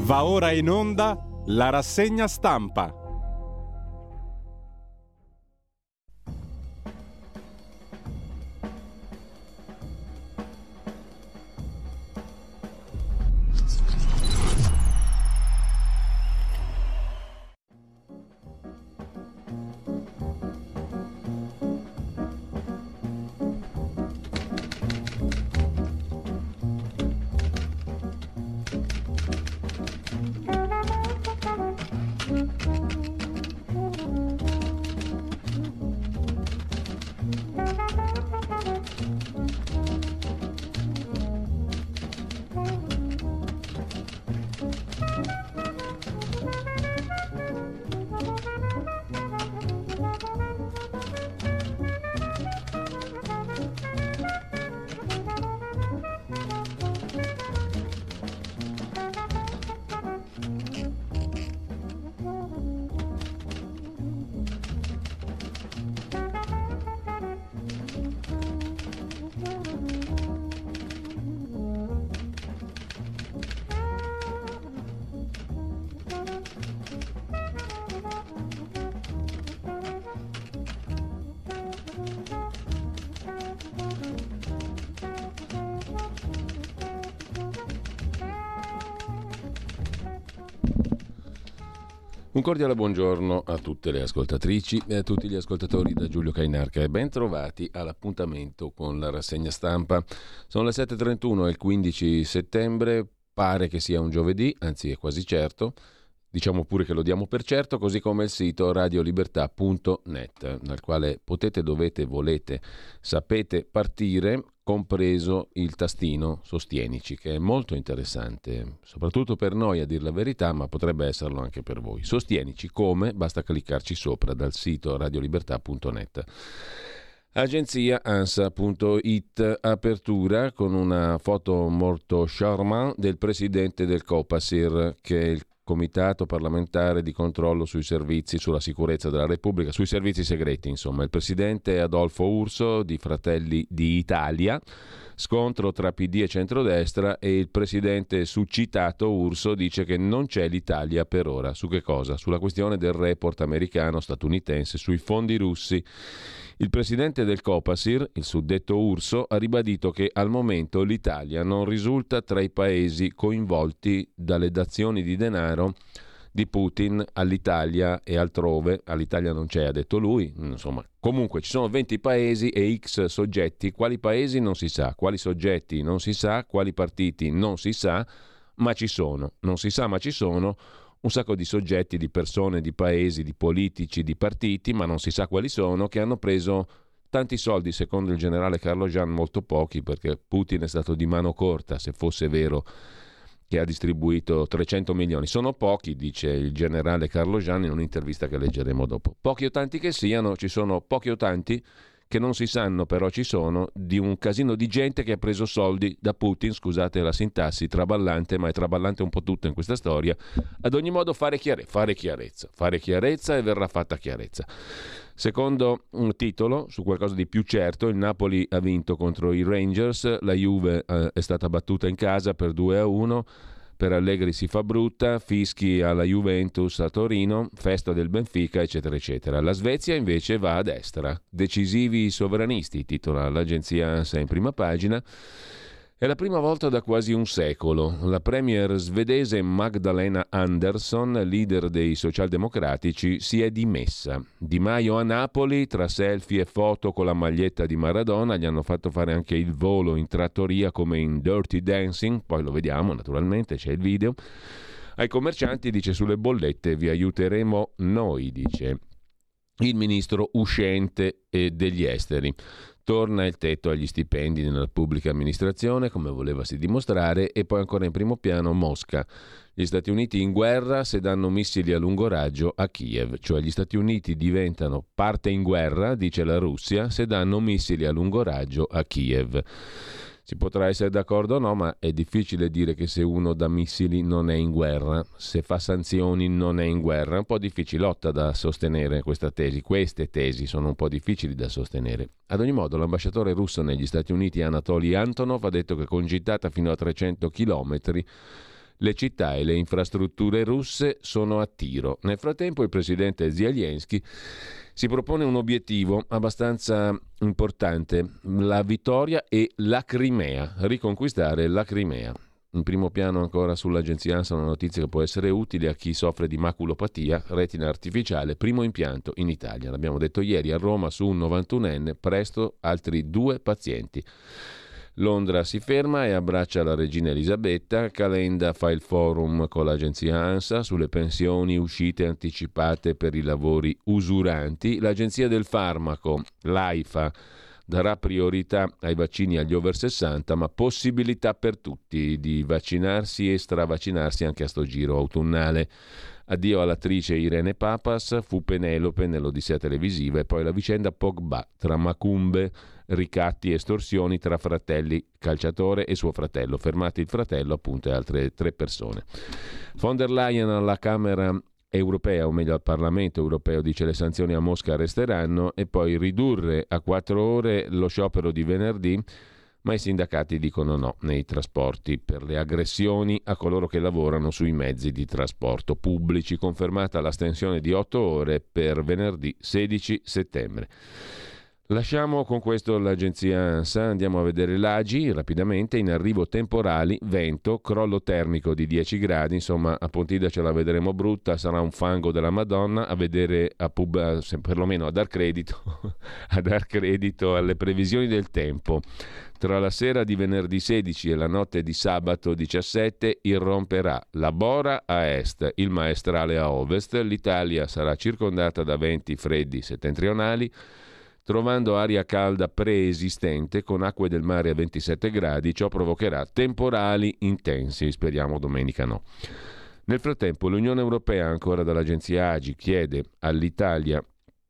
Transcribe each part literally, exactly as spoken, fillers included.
Va ora in onda la rassegna stampa. Un cordiale buongiorno a tutte le ascoltatrici e a tutti gli ascoltatori da Giulio Cainarca e ben trovati all'appuntamento con la rassegna stampa. Sono le sette e trentuno, è il quindici settembre, pare che sia un giovedì, anzi è quasi certo, diciamo pure che lo diamo per certo, così come il sito radiolibertà punto net, dal quale potete, dovete, volete, sapete partire, compreso il tastino Sostienici, che è molto interessante, soprattutto per noi a dir la verità, ma potrebbe esserlo anche per voi. Sostienici come? Basta cliccarci sopra dal sito radiolibertà punto net. Agenzia ansa punto it, apertura con una foto molto charmant del presidente del Copasir, che è il Comitato parlamentare di controllo sui servizi, sulla sicurezza della Repubblica, sui servizi segreti, insomma. Il presidente è Adolfo Urso di Fratelli d'Italia, scontro tra P D e centrodestra, e il presidente succitato Urso dice che non c'è l'Italia per ora. Su che cosa? Sulla questione del report americano-statunitense sui fondi russi. Il presidente del Copasir, il suddetto Urso, ha ribadito che al momento l'Italia non risulta tra i paesi coinvolti dalle dazioni di denaro di Putin all'Italia e altrove. All'Italia non c'è, ha detto lui. Insomma, comunque ci sono venti paesi e X soggetti. Quali paesi non si sa, quali soggetti non si sa, quali partiti non si sa, ma ci sono. Non si sa, ma ci sono un sacco di soggetti, di persone, di paesi, di politici, di partiti, ma non si sa quali sono, che hanno preso tanti soldi, secondo il generale Carlo Jan, molto pochi, perché Putin è stato di mano corta, se fosse vero che ha distribuito trecento milioni. Sono pochi, dice il generale Carlo Jan in un'intervista che leggeremo dopo. Pochi o tanti che siano, ci sono pochi o tanti che non si sanno, però ci sono, di un casino di gente che ha preso soldi da Putin, scusate la sintassi traballante, ma è traballante un po' tutto in questa storia. Ad ogni modo fare, chiare- fare chiarezza, fare chiarezza e verrà fatta chiarezza. Secondo un titolo, su qualcosa di più certo, il Napoli ha vinto contro i Rangers, la Juve eh, è stata battuta in casa per due a uno, per Allegri si fa brutta, fischi alla Juventus a Torino, festa del Benfica, eccetera, eccetera. La Svezia invece va a destra. Decisivi i sovranisti, titola l'agenzia ANSA in prima pagina. È la prima volta da quasi un secolo. La premier svedese Magdalena Andersson, leader dei socialdemocratici, si è dimessa. Di Maio a Napoli, tra selfie e foto con la maglietta di Maradona, gli hanno fatto fare anche il volo in trattoria come in Dirty Dancing, poi lo vediamo naturalmente, c'è il video. Ai commercianti dice: sulle bollette vi aiuteremo noi, dice il ministro uscente e degli esteri. Torna il tetto agli stipendi nella pubblica amministrazione, come volevasi dimostrare, e poi ancora in primo piano Mosca. Gli Stati Uniti in guerra se danno missili a lungo raggio a Kiev, cioè gli Stati Uniti diventano parte in guerra, dice la Russia, se danno missili a lungo raggio a Kiev. Si potrà essere d'accordo o no, ma è difficile dire che se uno dà missili non è in guerra, se fa sanzioni non è in guerra. È un po' difficilotta da sostenere questa tesi. Queste tesi sono un po' difficili da sostenere. Ad ogni modo, l'ambasciatore russo negli Stati Uniti Anatoly Antonov ha detto che con gittata fino a trecento chilometri Le città e le infrastrutture russe sono a tiro. Nel frattempo il presidente Zelensky si propone un obiettivo abbastanza importante, la vittoria e la Crimea, riconquistare la Crimea. In primo piano ancora sull'agenzia ANSA una notizia che può essere utile a chi soffre di maculopatia, retina artificiale, primo impianto in Italia. L'abbiamo detto ieri, a Roma su un novantunenne, presto altri due pazienti. Londra si ferma e abbraccia la regina Elisabetta. Calenda fa il forum con l'agenzia ANSA sulle pensioni, uscite anticipate per i lavori usuranti. L'agenzia del farmaco, l'AIFA, darà priorità ai vaccini agli over sessanta, ma possibilità per tutti di vaccinarsi e stravaccinarsi anche a sto giro autunnale. Addio all'attrice Irene Papas, fu Penelope nell'Odissea televisiva, e poi la vicenda Pogba, tra macumbe, ricatti e estorsioni tra fratelli, calciatore e suo fratello. Fermati il fratello, appunto, e altre tre persone. Von der Leyen alla Camera europea, o meglio al Parlamento europeo, dice le sanzioni a Mosca resteranno, e poi ridurre a quattro ore lo sciopero di venerdì, ma i sindacati dicono no nei trasporti per le aggressioni a coloro che lavorano sui mezzi di trasporto pubblici. Confermata l'astensione di otto ore per venerdì sedici settembre. Lasciamo con questo l'agenzia ANSA, andiamo a vedere l'A G I rapidamente. In arrivo temporali, vento, crollo termico di dieci gradi, insomma a Pontida ce la vedremo brutta, sarà un fango della Madonna, a vedere, a pub, perlomeno a dar credito, a dar credito alle previsioni del tempo. Tra la sera di venerdì sedici e la notte di sabato diciassette irromperà la Bora a est, il maestrale a ovest, l'Italia sarà circondata da venti freddi settentrionali, trovando aria calda preesistente con acque del mare a ventisette gradi. Ciò provocherà temporali intensi, speriamo domenica no. Nel frattempo l'Unione Europea, ancora dall'agenzia A G I, chiede all'Italia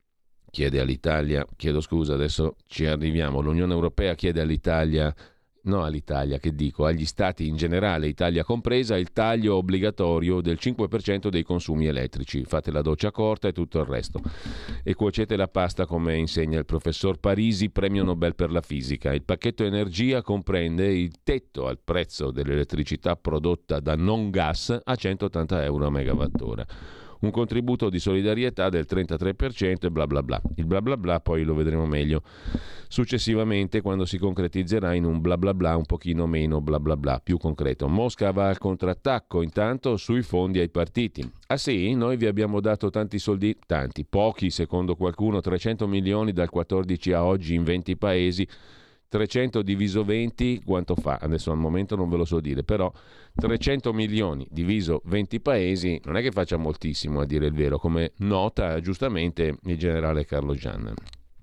chiede all'Italia, chiedo scusa, adesso ci arriviamo, l'Unione Europea chiede all'Italia, no all'Italia che dico, agli stati in generale, Italia compresa, il taglio obbligatorio del cinque per cento dei consumi elettrici. Fate la doccia corta e tutto il resto. E cuocete la pasta come insegna il professor Parisi, premio Nobel per la fisica. Il pacchetto energia comprende il tetto al prezzo dell'elettricità prodotta da non gas a centottanta euro a megawattora. Un contributo di solidarietà del trentatré per cento e bla bla bla. Il bla bla bla poi lo vedremo meglio successivamente, quando si concretizzerà in un bla bla bla un pochino meno bla bla bla, più concreto. Mosca va al contrattacco intanto sui fondi ai partiti. Ah sì? Noi vi abbiamo dato tanti soldi, tanti, pochi secondo qualcuno, trecento milioni dal quattordici a oggi in venti paesi. trecento diviso venti quanto fa? Adesso al momento non ve lo so dire, però trecento milioni diviso venti paesi non è che faccia moltissimo, a dire il vero, come nota giustamente il generale Carlo Gianna.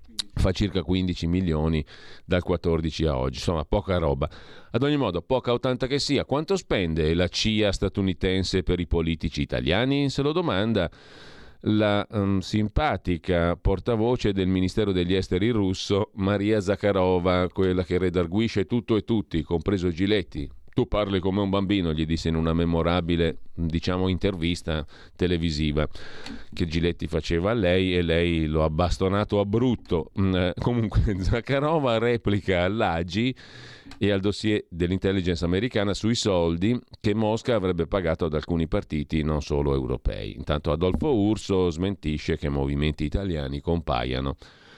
Fa circa quindici milioni dal quattordici a oggi, insomma poca roba. Ad ogni modo, poca o tanta che sia, quanto spende la C I A statunitense per i politici italiani? Se lo domanda la um, simpatica portavoce del Ministero degli Esteri russo, Maria Zakharova, quella che redarguisce tutto e tutti, compreso Giletti. Tu parli come un bambino, gli disse in una memorabile, diciamo, intervista televisiva che Giletti faceva a lei, e lei lo ha bastonato a brutto. Mm, comunque Zakharova replica all'A G I e al dossier dell'intelligence americana sui soldi che Mosca avrebbe pagato ad alcuni partiti, non solo europei. Intanto Adolfo Urso smentisce che movimenti italiani compaiano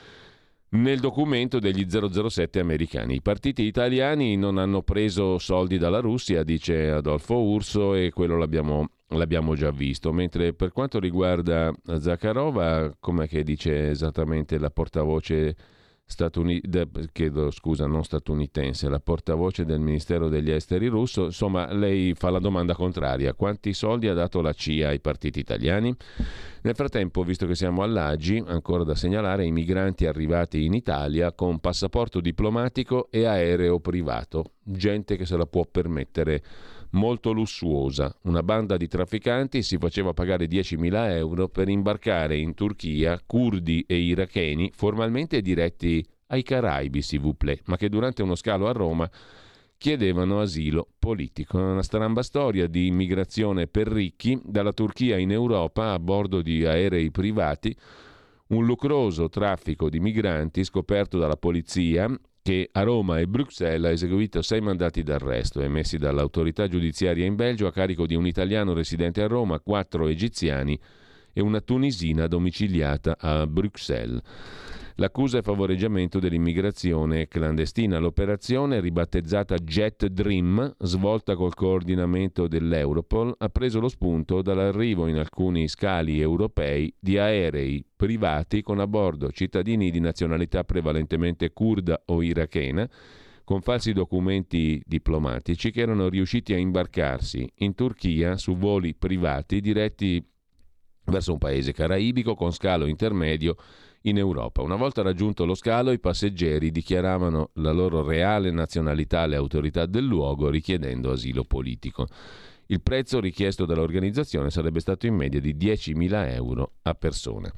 nel documento degli zero zero sette americani. I partiti italiani non hanno preso soldi dalla Russia, dice Adolfo Urso, e quello l'abbiamo, l'abbiamo già visto. Mentre per quanto riguarda Zakharova, com'è che dice esattamente la portavoce statunitense, chiedo scusa, non statunitense, la portavoce del Ministero degli Esteri russo, insomma lei fa la domanda contraria: quanti soldi ha dato la C I A ai partiti italiani? Nel frattempo, visto che siamo all'A G I, ancora da segnalare i migranti arrivati in Italia con passaporto diplomatico e aereo privato, gente che se la può permettere, molto lussuosa. Una banda di trafficanti si faceva pagare diecimila euro per imbarcare in Turchia curdi e iracheni formalmente diretti ai Caraibi, s'il vous plaît, ma che durante uno scalo a Roma chiedevano asilo politico. Una stramba storia di immigrazione per ricchi dalla Turchia in Europa a bordo di aerei privati, un lucroso traffico di migranti scoperto dalla polizia che a Roma e Bruxelles ha eseguito sei mandati d'arresto emessi dall'autorità giudiziaria in Belgio a carico di un italiano residente a Roma, quattro egiziani e una tunisina domiciliata a Bruxelles. L'accusa è favoreggiamento dell'immigrazione clandestina. L'operazione, ribattezzata Jet Dream, svolta col coordinamento dell'Europol, ha preso lo spunto dall'arrivo in alcuni scali europei di aerei privati con a bordo cittadini di nazionalità prevalentemente curda o irachena, con falsi documenti diplomatici, che erano riusciti a imbarcarsi in Turchia su voli privati diretti verso un paese caraibico con scalo intermedio in Europa. Una volta raggiunto lo scalo, i passeggeri dichiaravano la loro reale nazionalità alle autorità del luogo, richiedendo asilo politico. Il prezzo richiesto dall'organizzazione sarebbe stato in media di diecimila euro a persona.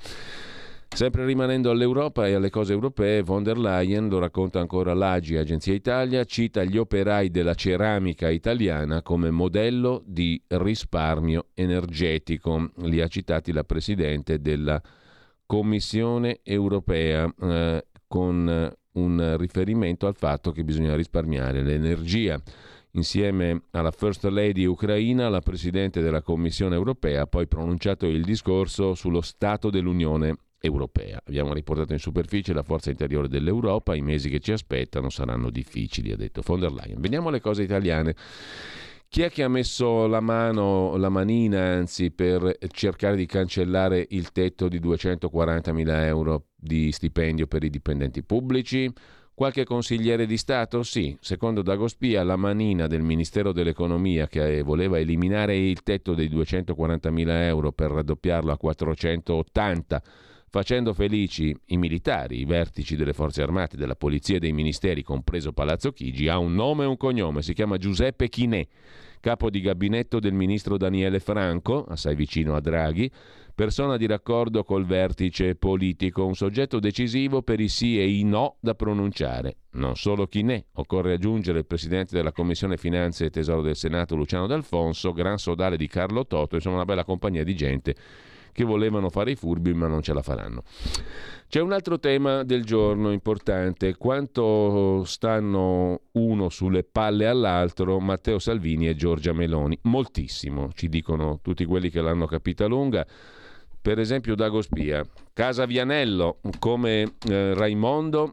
Sempre rimanendo all'Europa e alle cose europee, von der Leyen, lo racconta ancora l'A G I, Agenzia Italia, cita gli operai della ceramica italiana come modello di risparmio energetico. Li ha citati la Presidente della Commissione europea eh, con un riferimento al fatto che bisogna risparmiare l'energia. Insieme alla First Lady ucraina, la Presidente della Commissione europea ha poi pronunciato il discorso sullo stato dell'Unione europea. Abbiamo riportato in superficie la forza interiore dell'Europa, i mesi che ci aspettano saranno difficili, ha detto von der Leyen. Veniamo alle cose italiane. Chi è che ha messo la mano, la manina anzi, per cercare di cancellare il tetto di duecentoquarantamila euro di stipendio per i dipendenti pubblici? Qualche consigliere di Stato? Sì. Secondo Dagospia, la manina del Ministero dell'Economia che voleva eliminare il tetto dei duecentoquarantamila euro per raddoppiarlo a quattrocentottanta, facendo felici i militari, i vertici delle forze armate, della polizia e dei ministeri, compreso Palazzo Chigi, ha un nome e un cognome, si chiama Giuseppe Chinè, capo di gabinetto del ministro Daniele Franco, assai vicino a Draghi, persona di raccordo col vertice politico, un soggetto decisivo per i sì e i no da pronunciare. Non solo Chinè, occorre aggiungere il presidente della Commissione Finanze e Tesoro del Senato Luciano D'Alfonso, gran sodale di Carlo Toto, insomma una bella compagnia di gente che volevano fare i furbi ma non ce la faranno. C'è un altro tema del giorno importante: quanto stanno uno sulle palle all'altro Matteo Salvini e Giorgia Meloni. Moltissimo, ci dicono tutti quelli che l'hanno capita lunga. Per esempio Dagospia, Casa Vianello, come eh, Raimondo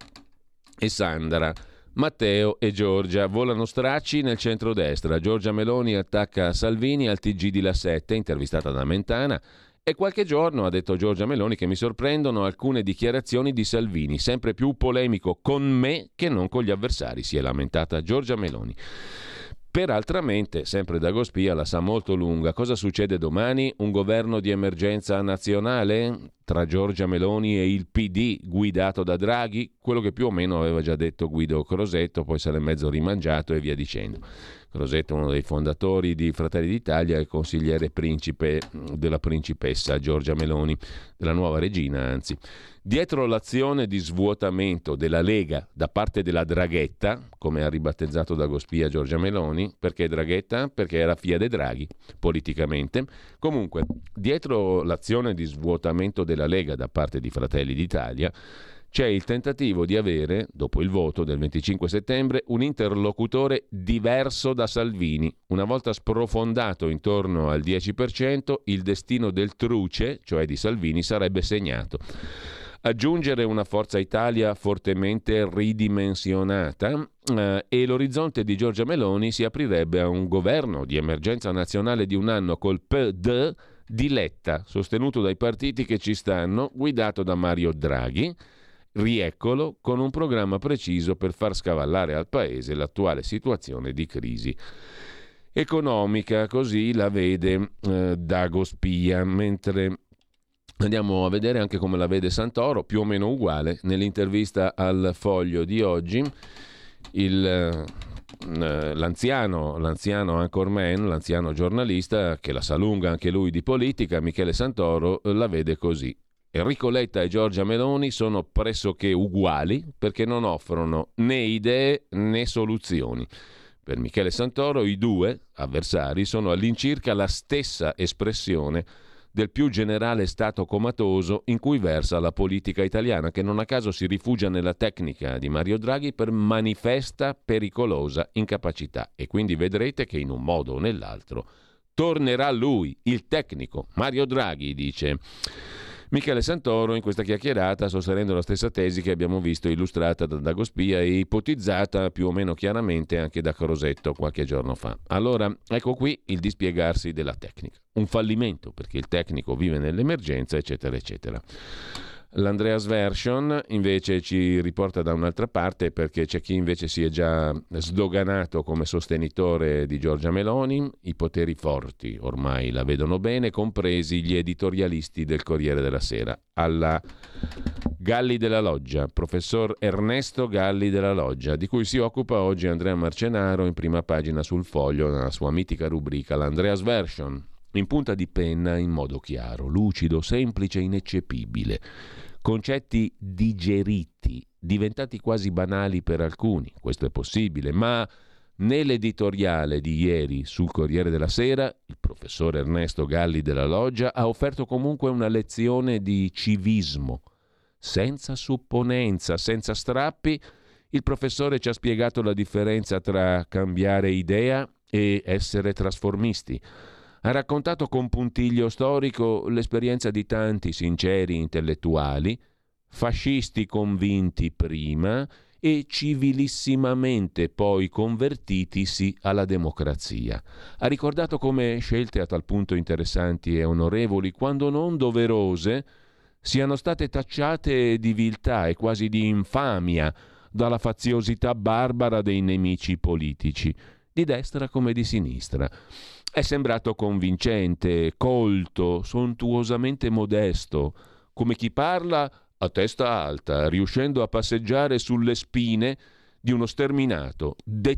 e Sandra, Matteo e Giorgia volano stracci nel centrodestra. Giorgia Meloni attacca Salvini al T G di La Sette, intervistata da Mentana. E qualche giorno, ha detto Giorgia Meloni, che mi sorprendono alcune dichiarazioni di Salvini, sempre più polemico con me che non con gli avversari, si è lamentata Giorgia Meloni. Peraltramente, sempre Dagospia la sa molto lunga, cosa succede domani? Un governo di emergenza nazionale tra Giorgia Meloni e il P D guidato da Draghi, quello che più o meno aveva già detto Guido Crosetto, poi se l'è mezzo rimangiato e via dicendo. Crosetto, uno dei fondatori di Fratelli d'Italia e consigliere principe della principessa Giorgia Meloni, della nuova regina anzi. Dietro l'azione di svuotamento della Lega da parte della Draghetta, come ha ribattezzato Dagospia Giorgia Meloni, perché Draghetta? Perché era figlia de Draghi, politicamente. Comunque, dietro l'azione di svuotamento della Lega da parte di Fratelli d'Italia c'è il tentativo di avere, dopo il voto del venticinque settembre, un interlocutore diverso da Salvini. Una volta sprofondato intorno al dieci per cento, il destino del truce, cioè di Salvini, sarebbe segnato. Aggiungere una Forza Italia fortemente ridimensionata eh, e l'orizzonte di Giorgia Meloni si aprirebbe a un governo di emergenza nazionale di un anno col P D di Letta, sostenuto dai partiti che ci stanno, guidato da Mario Draghi, rieccolo, con un programma preciso per far scavallare al Paese l'attuale situazione di crisi economica. Così la vede eh, Dagospia, mentre andiamo a vedere anche come la vede Santoro, più o meno uguale. Nell'intervista al Foglio di oggi, il, l'anziano, l'anziano anchorman, l'anziano giornalista, che la sa lunga anche lui di politica, Michele Santoro, la vede così. Enrico Letta e Giorgia Meloni sono pressoché uguali perché non offrono né idee né soluzioni. Per Michele Santoro i due avversari sono all'incirca la stessa espressione del più generale stato comatoso in cui versa la politica italiana, che non a caso si rifugia nella tecnica di Mario Draghi per manifesta pericolosa incapacità. E quindi vedrete che in un modo o nell'altro tornerà lui, il tecnico, Mario Draghi, dice Michele Santoro in questa chiacchierata, sostenendo la stessa tesi che abbiamo visto illustrata da Dagospia e ipotizzata più o meno chiaramente anche da Crosetto qualche giorno fa. Allora, ecco qui il dispiegarsi della tecnica. Un fallimento, perché il tecnico vive nell'emergenza, eccetera, eccetera. L'Andreas Version invece ci riporta da un'altra parte, perché c'è chi invece si è già sdoganato come sostenitore di Giorgia Meloni. I poteri forti ormai la vedono bene, compresi gli editorialisti del Corriere della Sera. Alla Galli della Loggia, professor Ernesto Galli della Loggia, di cui si occupa oggi Andrea Marcenaro in prima pagina sul Foglio, nella sua mitica rubrica l'Andreas Version. In punta di penna, in modo chiaro, lucido, semplice, ineccepibile. Concetti digeriti, diventati quasi banali per alcuni, questo è possibile, ma nell'editoriale di ieri sul Corriere della Sera, il professor Ernesto Galli della Loggia ha offerto comunque una lezione di civismo, senza supponenza, senza strappi. Il professore ci ha spiegato la differenza tra cambiare idea e essere trasformisti. Ha raccontato con puntiglio storico l'esperienza di tanti sinceri intellettuali, fascisti convinti prima e civilissimamente poi convertitisi alla democrazia. Ha ricordato come scelte a tal punto interessanti e onorevoli, quando non doverose, siano state tacciate di viltà e quasi di infamia dalla faziosità barbara dei nemici politici, di destra come di sinistra. È sembrato convincente, colto, sontuosamente modesto, come chi parla a testa alta, riuscendo a passeggiare sulle spine di uno sterminato.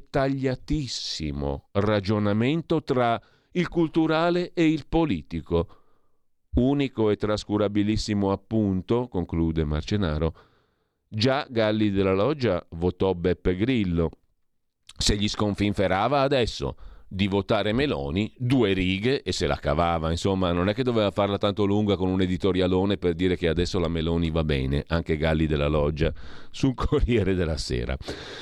Dettagliatissimo ragionamento tra il culturale e il politico. Unico e trascurabilissimo appunto, conclude Marcenaro, già Galli della Loggia votò Beppe Grillo. Se gli sconfinferava adesso di votare Meloni, due righe e se la cavava, insomma non è che doveva farla tanto lunga con un editorialone per dire che adesso la Meloni va bene, anche Galli della Loggia sul Corriere della Sera.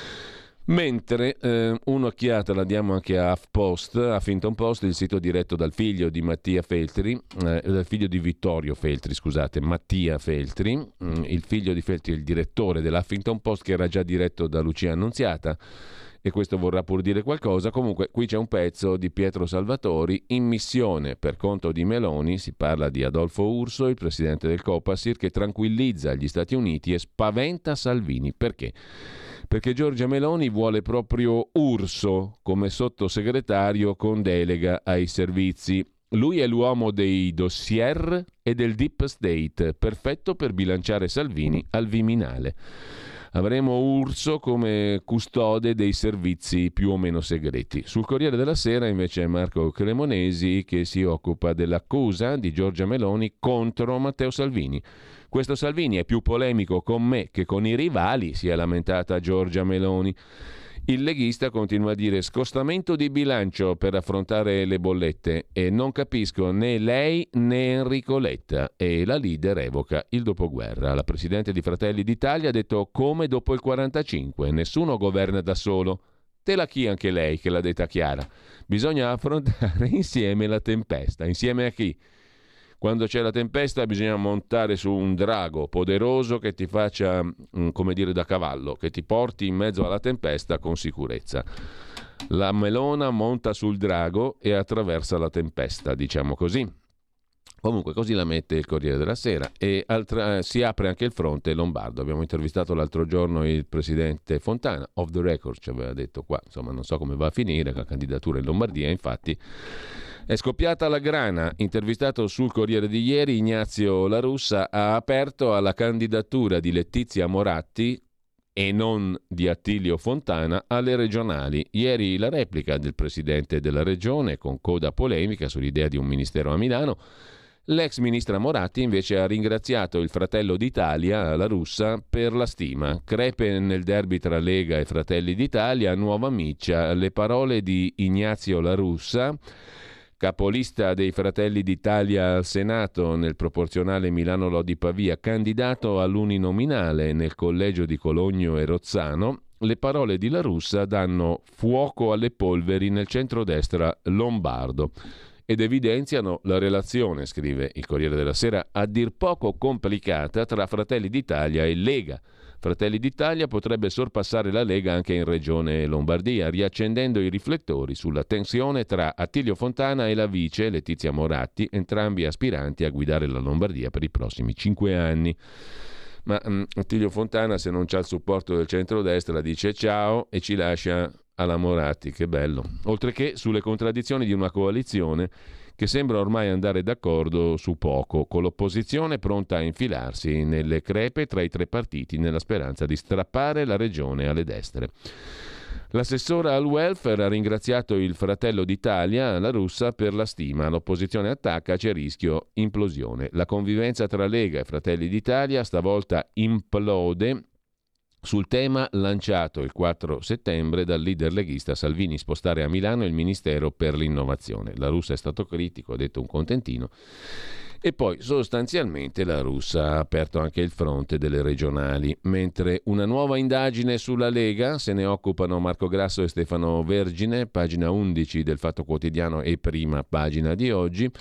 Mentre eh, un'occhiata la diamo anche a HuffPost, a Huffington Post, il sito diretto dal figlio di Mattia Feltri, eh, dal figlio di Vittorio Feltri, scusate, Mattia Feltri, mh, il figlio di Feltri, il direttore dell'Huffington Post, che era già diretto da Lucia Annunziata, e questo vorrà pur dire qualcosa. Comunque qui c'è un pezzo di Pietro Salvatori in missione per conto di Meloni. Si parla di Adolfo Urso, il presidente del Copasir, che tranquillizza gli Stati Uniti e spaventa Salvini. Perché? Perché Giorgia Meloni vuole proprio Urso come sottosegretario con delega ai servizi. Lui è l'uomo dei dossier e del deep state, perfetto per bilanciare Salvini al Viminale. Avremo Urso come custode dei servizi più o meno segreti. Sul Corriere della Sera invece è Marco Cremonesi che si occupa dell'accusa di Giorgia Meloni contro Matteo Salvini. Questo Salvini è più polemico con me che con i rivali, si è lamentata Giorgia Meloni. Il leghista continua a dire scostamento di bilancio per affrontare le bollette e non capisco né lei né Enrico Letta, e la leader evoca il dopoguerra. La presidente di Fratelli d'Italia ha detto come dopo il quarantacinque, nessuno governa da solo. Te la chi anche lei che l'ha detta chiara. Bisogna affrontare insieme la tempesta. Insieme a chi? Quando c'è la tempesta bisogna montare su un drago poderoso che ti faccia, come dire, da cavallo, che ti porti in mezzo alla tempesta con sicurezza. La Melona monta sul drago e attraversa la tempesta, diciamo così. Comunque così la mette il Corriere della Sera e altra, si apre anche il fronte lombardo. Abbiamo intervistato l'altro giorno il presidente Fontana, off the record ci aveva detto qua, insomma non so come va a finire la candidatura in Lombardia, infatti è scoppiata la grana. Intervistato sul Corriere di ieri, Ignazio La Russa ha aperto alla candidatura di Letizia Moratti e non di Attilio Fontana alle regionali. Ieri la replica del presidente della regione con coda polemica sull'idea di un ministero a Milano. L'ex ministra Moratti invece ha ringraziato il Fratello d'Italia, La Russa, per la stima. Crepe nel derby tra Lega e Fratelli d'Italia, nuova miccia. Le parole di Ignazio La Russa capolista dei Fratelli d'Italia al Senato nel proporzionale Milano-Lodi-Pavia, candidato all'uninominale nel collegio di Cologno e Rozzano, le parole di La Russa danno fuoco alle polveri nel centrodestra lombardo ed evidenziano la relazione, scrive il Corriere della Sera, a dir poco complicata tra Fratelli d'Italia e Lega. Fratelli d'Italia potrebbe sorpassare la Lega anche in Regione Lombardia, riaccendendo i riflettori sulla tensione tra Attilio Fontana e la vice Letizia Moratti, entrambi aspiranti a guidare la Lombardia per i prossimi cinque anni. Ma um, Attilio Fontana, se non c'ha il supporto del centrodestra, dice ciao e ci lascia alla Moratti, che bello. Oltre che sulle contraddizioni di una coalizione che sembra ormai andare d'accordo su poco, con l'opposizione pronta a infilarsi nelle crepe tra i tre partiti nella speranza di strappare la regione alle destre. L'assessora al welfare ha ringraziato il Fratello d'Italia, La Russa, per la stima. L'opposizione attacca, c'è rischio implosione. La convivenza tra Lega e Fratelli d'Italia stavolta implode sul tema lanciato il quattro settembre dal leader leghista Salvini, spostare a Milano il Ministero per l'innovazione. La Russa è stato critico, ha detto un contentino, e poi sostanzialmente La Russa ha aperto anche il fronte delle regionali, mentre una nuova indagine sulla Lega, se ne occupano Marco Grasso e Stefano Vergine, pagina undici del Fatto Quotidiano e prima pagina di oggi.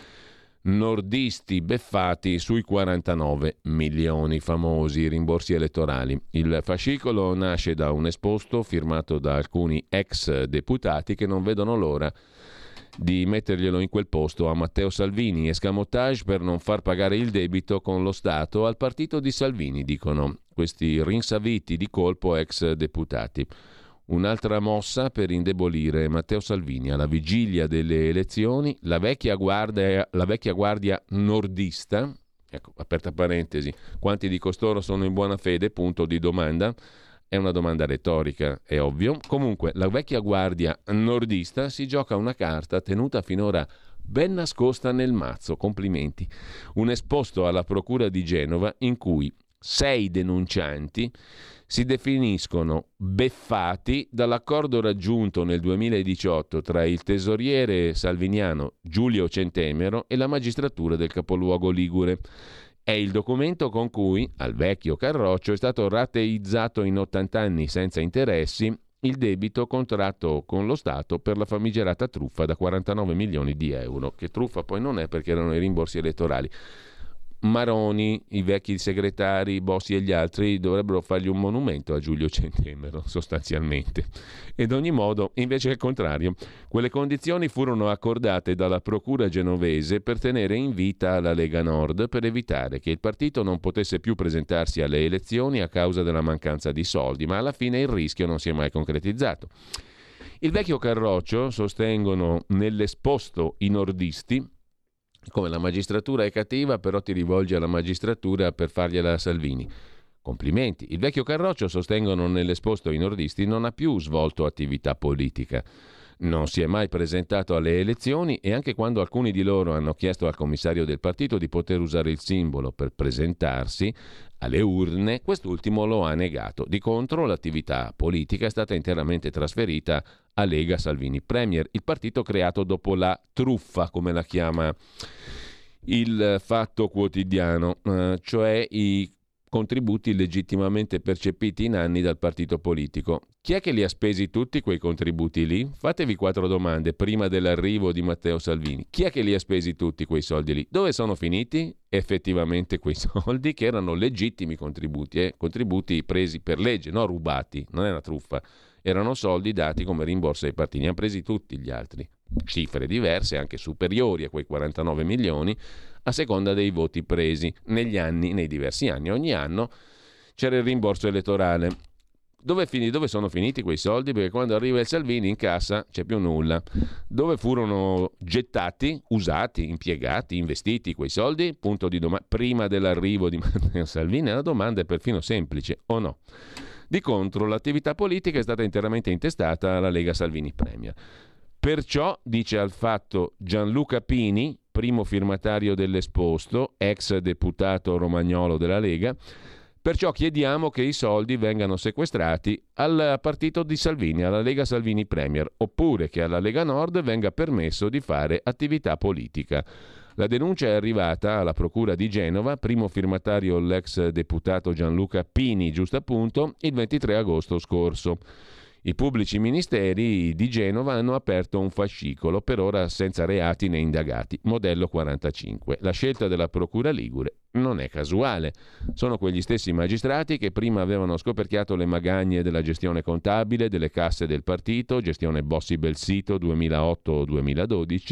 Nordisti beffati sui quarantanove milioni famosi rimborsi elettorali. Il fascicolo nasce da un esposto firmato da alcuni ex deputati che non vedono l'ora di metterglielo in quel posto a Matteo Salvini. Escamotage per non far pagare il debito con lo Stato al partito di Salvini, dicono questi rinsaviti di colpo ex deputati. Un'altra mossa per indebolire Matteo Salvini. Alla vigilia delle elezioni la vecchia guardia, la vecchia guardia nordista, ecco, aperta parentesi, quanti di costoro sono in buona fede, punto di domanda, è una domanda retorica, è ovvio. Comunque la vecchia guardia nordista si gioca una carta tenuta finora ben nascosta nel mazzo, complimenti. Un esposto alla procura di Genova in cui sei denuncianti si definiscono beffati dall'accordo raggiunto nel duemiladiciotto tra il tesoriere salviniano Giulio Centemero e la magistratura del capoluogo ligure. È il documento con cui al vecchio Carroccio è stato rateizzato in ottanta anni senza interessi il debito contratto con lo Stato per la famigerata truffa da quarantanove milioni di euro, che truffa poi non è perché erano i rimborsi elettorali. Maroni, i vecchi segretari, Bossi e gli altri dovrebbero fargli un monumento a Giulio Centemero, sostanzialmente. Ed ogni modo, invece è il contrario. Quelle condizioni furono accordate dalla procura genovese per tenere in vita la Lega Nord, per evitare che il partito non potesse più presentarsi alle elezioni a causa della mancanza di soldi, ma alla fine il rischio non si è mai concretizzato. Il vecchio Carroccio, sostengono nell'esposto i nordisti, come la magistratura è cattiva, però ti rivolgi alla magistratura per fargliela a Salvini. Complimenti. Il vecchio Carroccio, sostengono nell'esposto i nordisti, non ha più svolto attività politica. Non si è mai presentato alle elezioni e anche quando alcuni di loro hanno chiesto al commissario del partito di poter usare il simbolo per presentarsi alle urne, quest'ultimo lo ha negato. Di contro, l'attività politica è stata interamente trasferita a Lega Salvini Premier, il partito creato dopo la truffa, come la chiama il Fatto Quotidiano, eh, cioè i contributi legittimamente percepiti in anni dal partito politico. Chi è che li ha spesi tutti quei contributi lì? Fatevi quattro domande prima dell'arrivo di Matteo Salvini. Chi è che li ha spesi tutti quei soldi lì? Dove sono finiti effettivamente quei soldi che erano legittimi contributi, eh? Contributi presi per legge, no rubati, non è una truffa. Erano soldi dati come rimborso ai partiti, ne hanno presi tutti gli altri. Cifre diverse, anche superiori a quei quarantanove milioni, a seconda dei voti presi negli anni, nei diversi anni. Ogni anno c'era il rimborso elettorale. Dove, fini, dove sono finiti quei soldi? Perché quando arriva il Salvini in cassa c'è più nulla. Dove furono gettati, usati, impiegati, investiti quei soldi? Punto di domanda. Prima dell'arrivo di Matteo Salvini, la domanda è perfino semplice, o no? Di contro, l'attività politica è stata interamente intestata alla Lega Salvini Premier. Perciò, dice al Fatto Gianluca Pini, primo firmatario dell'esposto, ex deputato romagnolo della Lega, Perciò chiediamo che i soldi vengano sequestrati al partito di Salvini, alla Lega Salvini Premier, oppure che alla Lega Nord venga permesso di fare attività politica. La denuncia è arrivata alla Procura di Genova, primo firmatario l'ex deputato Gianluca Pini, giusto appunto, il ventitré agosto scorso. I pubblici ministeri di Genova hanno aperto un fascicolo, per ora senza reati né indagati, modello quarantacinque. La scelta della Procura Ligure non è casuale. Sono quegli stessi magistrati che prima avevano scoperchiato le magagne della gestione contabile delle casse del partito, gestione Bossi-Belsito duemilaotto duemiladodici,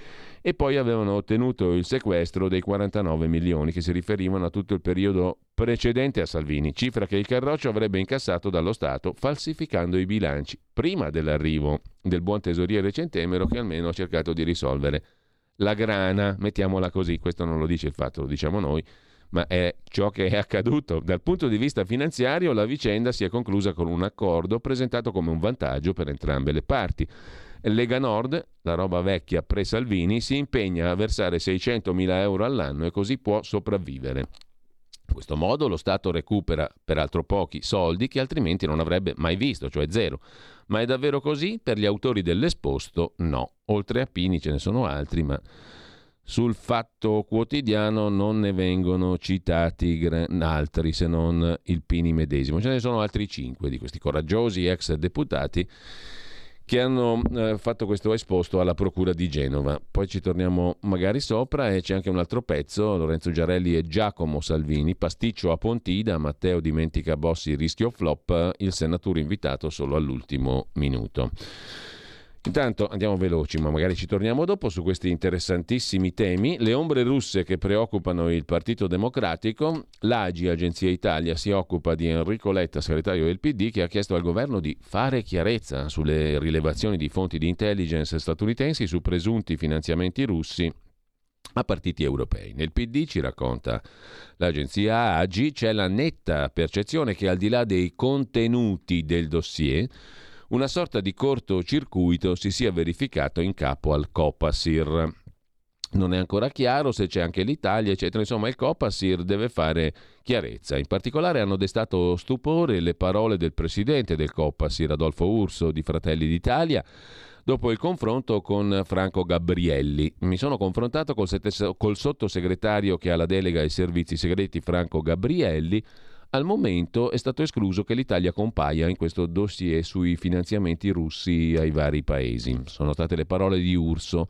e poi avevano ottenuto il sequestro dei quarantanove milioni che si riferivano a tutto il periodo precedente a Salvini, cifra che il Carroccio avrebbe incassato dallo Stato falsificando i bilanci, prima dell'arrivo del buon tesoriere Centemero, che almeno ha cercato di risolvere la grana, mettiamola così. Questo non lo dice il Fatto, lo diciamo noi, ma è ciò che è accaduto. Dal punto di vista finanziario la vicenda si è conclusa con un accordo presentato come un vantaggio per entrambe le parti. Lega Nord, la roba vecchia pre-Salvini, si impegna a versare seicentomila euro all'anno e così può sopravvivere. In questo modo lo Stato recupera, peraltro pochi, soldi che altrimenti non avrebbe mai visto, cioè zero. Ma è davvero così? Per gli autori dell'esposto no. Oltre a Pini ce ne sono altri, ma sul Fatto Quotidiano non ne vengono citati altri se non il Pini medesimo. Ce ne sono altri cinque di questi coraggiosi ex deputati che hanno eh, fatto questo esposto alla Procura di Genova. Poi ci torniamo magari sopra, e c'è anche un altro pezzo, Lorenzo Giarelli e Giacomo Salvini, pasticcio a Pontida, Matteo dimentica Bossi, rischio flop, il senatore invitato solo all'ultimo minuto. Intanto andiamo veloci, ma magari ci torniamo dopo su questi interessantissimi temi. Le ombre russe che preoccupano il Partito Democratico. L'A G I, Agenzia Italia, si occupa di Enrico Letta, segretario del P D, che ha chiesto al governo di fare chiarezza sulle rilevazioni di fonti di intelligence statunitensi su presunti finanziamenti russi a partiti europei. Nel P D, ci racconta l'agenzia A G I, c'è la netta percezione che al di là dei contenuti del dossier una sorta di cortocircuito si sia verificato in capo al Copasir. Non è ancora chiaro se c'è anche l'Italia, eccetera. Insomma, il Copasir deve fare chiarezza. In particolare hanno destato stupore le parole del presidente del Copasir, Adolfo Urso, di Fratelli d'Italia, dopo il confronto con Franco Gabrielli. Mi sono confrontato col, sette, col sottosegretario che ha la delega ai servizi segreti, Franco Gabrielli. Al momento è stato escluso che l'Italia compaia in questo dossier sui finanziamenti russi ai vari paesi. Sono state le parole di Urso.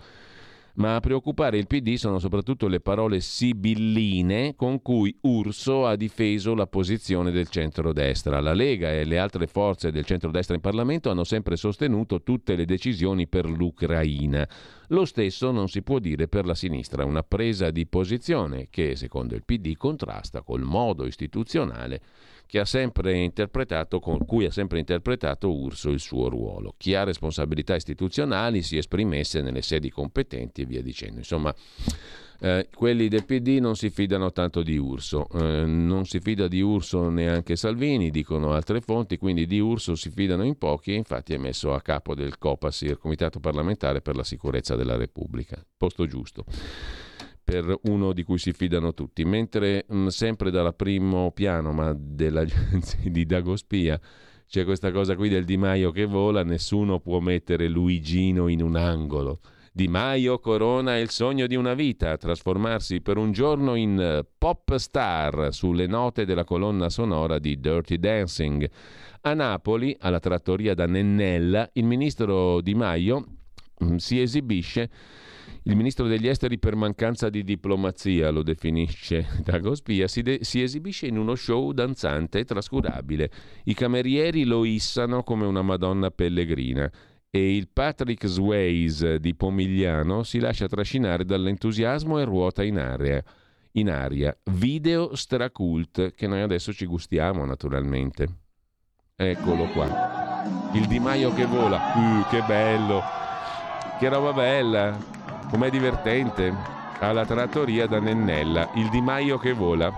Ma a preoccupare il P D sono soprattutto le parole sibilline con cui Urso ha difeso la posizione del centrodestra. La Lega e le altre forze del centrodestra in Parlamento hanno sempre sostenuto tutte le decisioni per l'Ucraina. Lo stesso non si può dire per la sinistra, una presa di posizione che, secondo il P D, contrasta col modo istituzionale che ha sempre interpretato, con cui ha sempre interpretato Urso il suo ruolo. Chi ha responsabilità istituzionali si esprimesse nelle sedi competenti e via dicendo. Insomma, eh, quelli del P D non si fidano tanto di Urso, eh, non si fida di Urso neanche Salvini, dicono altre fonti, quindi di Urso si fidano in pochi, e infatti è messo a capo del Copasir, Comitato Parlamentare per la Sicurezza della Repubblica. Posto giusto per uno di cui si fidano tutti, mentre mh, sempre dal primo piano, ma dell'agenzia di Dagospia, c'è questa cosa qui del Di Maio che vola, nessuno può mettere Luigino in un angolo. Di Maio corona il sogno di una vita, trasformarsi per un giorno in pop star sulle note della colonna sonora di Dirty Dancing. A Napoli, alla trattoria da Nennella, il ministro Di Maio mh, si esibisce. Il ministro degli esteri per mancanza di diplomazia, lo definisce Dagospia, si, de- si esibisce in uno show danzante e trascurabile. I camerieri lo issano come una Madonna pellegrina e il Patrick Swayze di Pomigliano si lascia trascinare dall'entusiasmo e ruota in aria. In aria. Video stracult che noi adesso ci gustiamo naturalmente. Eccolo qua. Il Di Maio che vola. Uh, che bello! Che roba bella! Com'è divertente, alla trattoria da Nennella, il Di Maio che vola.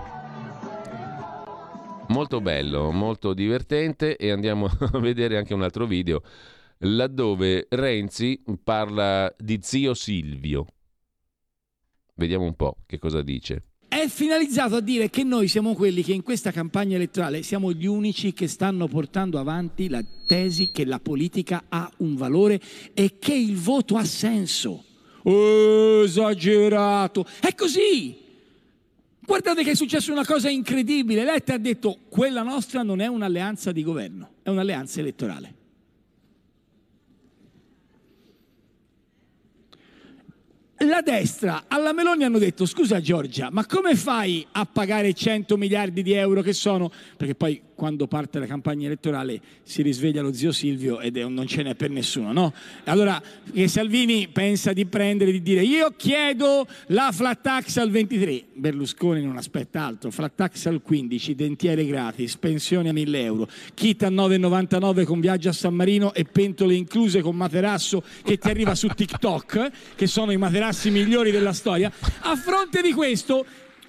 Molto bello, molto divertente, e andiamo a vedere anche un altro video laddove Renzi parla di zio Silvio. Vediamo un po' che cosa dice. È è finalizzato a dire che noi siamo quelli che in questa campagna elettorale siamo gli unici che stanno portando avanti la tesi che la politica ha un valore e che il voto ha senso. Oh, esagerato! È così! Guardate che è successa una cosa incredibile. Letta ha detto: quella nostra non è un'alleanza di governo, è un'alleanza elettorale. La destra alla Meloni hanno detto: scusa Giorgia, ma come fai a pagare cento miliardi di euro che sono? Perché poi quando parte la campagna elettorale si risveglia lo zio Silvio ed è un non ce n'è per nessuno, no? Allora che Salvini pensa di prendere, di dire: io chiedo la flat tax al ventitré, Berlusconi non aspetta altro, flat tax al quindici, dentiere gratis, pensione a mille euro, kit a nove e novantanove con viaggio a San Marino e pentole incluse con materasso che ti arriva su TikTok, che sono i materassi migliori della storia. A fronte di questo,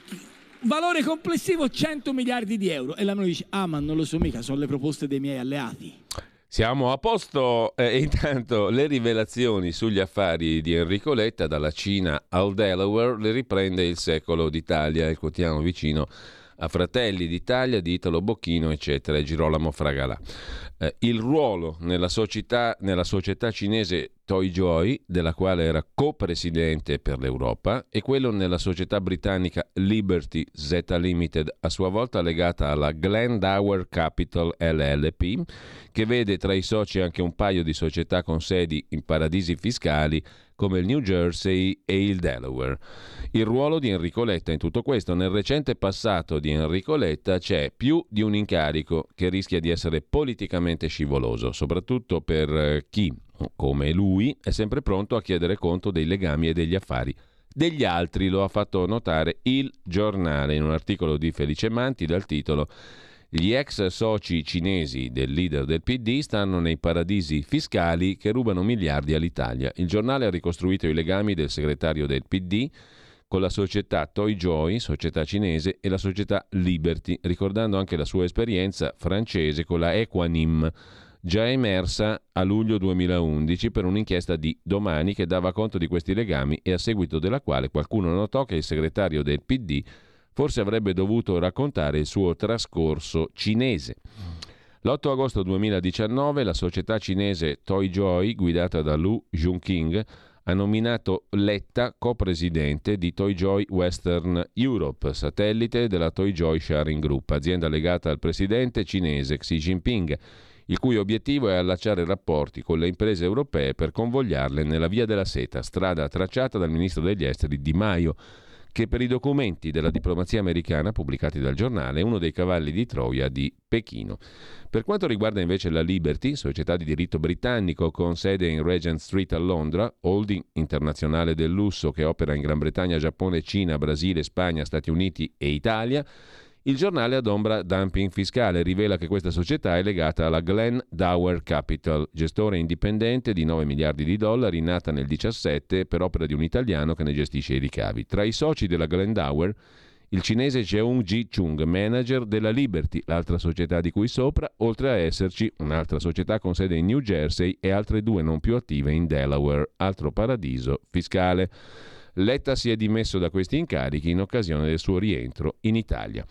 valore complessivo cento miliardi di euro. E la Meloni dice: ah, ma non lo so mica, sono le proposte dei miei alleati. Siamo a posto. E eh, intanto le rivelazioni sugli affari di Enrico Letta, dalla Cina al Delaware, le riprende Il Secolo d'Italia, il quotidiano vicino a Fratelli d'Italia di Italo Bocchino, eccetera, e Girolamo Fragalà. Eh, il ruolo nella società, nella società cinese Toyjoy, della quale era co-presidente per l'Europa, e quello nella società britannica Liberty Z Limited, a sua volta legata alla Glendower Capital L L P, che vede tra i soci anche un paio di società con sedi in paradisi fiscali come il New Jersey e il Delaware. Il ruolo di Enrico Letta in tutto questo: nel recente passato di Enrico Letta c'è più di un incarico che rischia di essere politicamente scivoloso, soprattutto per chi, come lui, è sempre pronto a chiedere conto dei legami e degli affari degli altri. Lo ha fatto notare Il Giornale in un articolo di Felice Manti dal titolo: gli ex soci cinesi del leader del P D stanno nei paradisi fiscali che rubano miliardi all'Italia. Il giornale ha ricostruito i legami del segretario del P D con la società Toyjoy, società cinese, e la società Liberty, ricordando anche la sua esperienza francese con la Equanim, già emersa a luglio duemilaundici per un'inchiesta di Domani che dava conto di questi legami e a seguito della quale qualcuno notò che il segretario del P D forse avrebbe dovuto raccontare il suo trascorso cinese. L'otto agosto duemiladiciannove la società cinese Toyjoy, guidata da Lu Junqing, ha nominato Letta co-presidente di Toyjoy Western Europe, satellite della Toyjoy Sharing Group, azienda legata al presidente cinese Xi Jinping, il cui obiettivo è allacciare rapporti con le imprese europee per convogliarle nella via della seta, strada tracciata dal ministro degli esteri Di Maio, che per i documenti della diplomazia americana pubblicati dal giornale è uno dei cavalli di Troia di Pechino. Per quanto riguarda invece la Liberty, società di diritto britannico con sede in Regent Street a Londra, holding internazionale del lusso che opera in Gran Bretagna, Giappone, Cina, Brasile, Spagna, Stati Uniti e Italia, il giornale adombra dumping fiscale, rivela che questa società è legata alla Glendower Capital, gestore indipendente di nove miliardi di dollari, nata nel diciassette per opera di un italiano che ne gestisce i ricavi. Tra i soci della Glendower, il cinese Jeong Ji-chung, manager della Liberty, l'altra società di cui sopra, oltre a esserci un'altra società con sede in New Jersey e altre due non più attive in Delaware, altro paradiso fiscale. Letta si è dimesso da questi incarichi in occasione del suo rientro in Italia.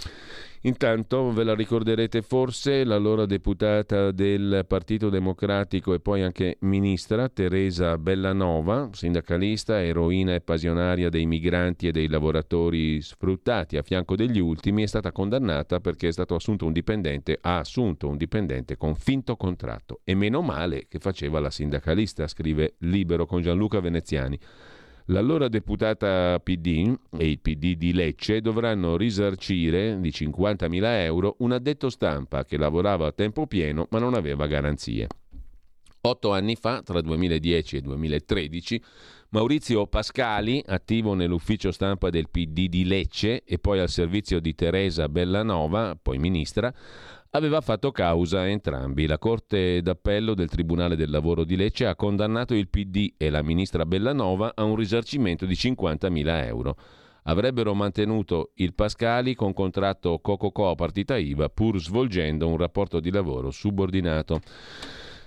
Intanto ve la ricorderete forse, l'allora deputata del Partito Democratico e poi anche ministra Teresa Bellanova, sindacalista, eroina e passionaria dei migranti e dei lavoratori sfruttati a fianco degli ultimi, è stata condannata perché è stato assunto un dipendente, ha assunto un dipendente con finto contratto. E meno male che faceva la sindacalista, scrive Libero con Gianluca Veneziani. L'allora deputata P D e il P D di Lecce dovranno risarcire di cinquantamila euro un addetto stampa che lavorava a tempo pieno ma non aveva garanzie. Otto anni fa, tra duemiladieci e duemilatredici, Maurizio Pascali, attivo nell'ufficio stampa del P D di Lecce e poi al servizio di Teresa Bellanova, poi ministra, aveva fatto causa a entrambi. La Corte d'Appello del Tribunale del Lavoro di Lecce ha condannato il P D e la ministra Bellanova a un risarcimento di cinquantamila euro. Avrebbero mantenuto il Pascali con contratto co-co-co a partita I V A pur svolgendo un rapporto di lavoro subordinato.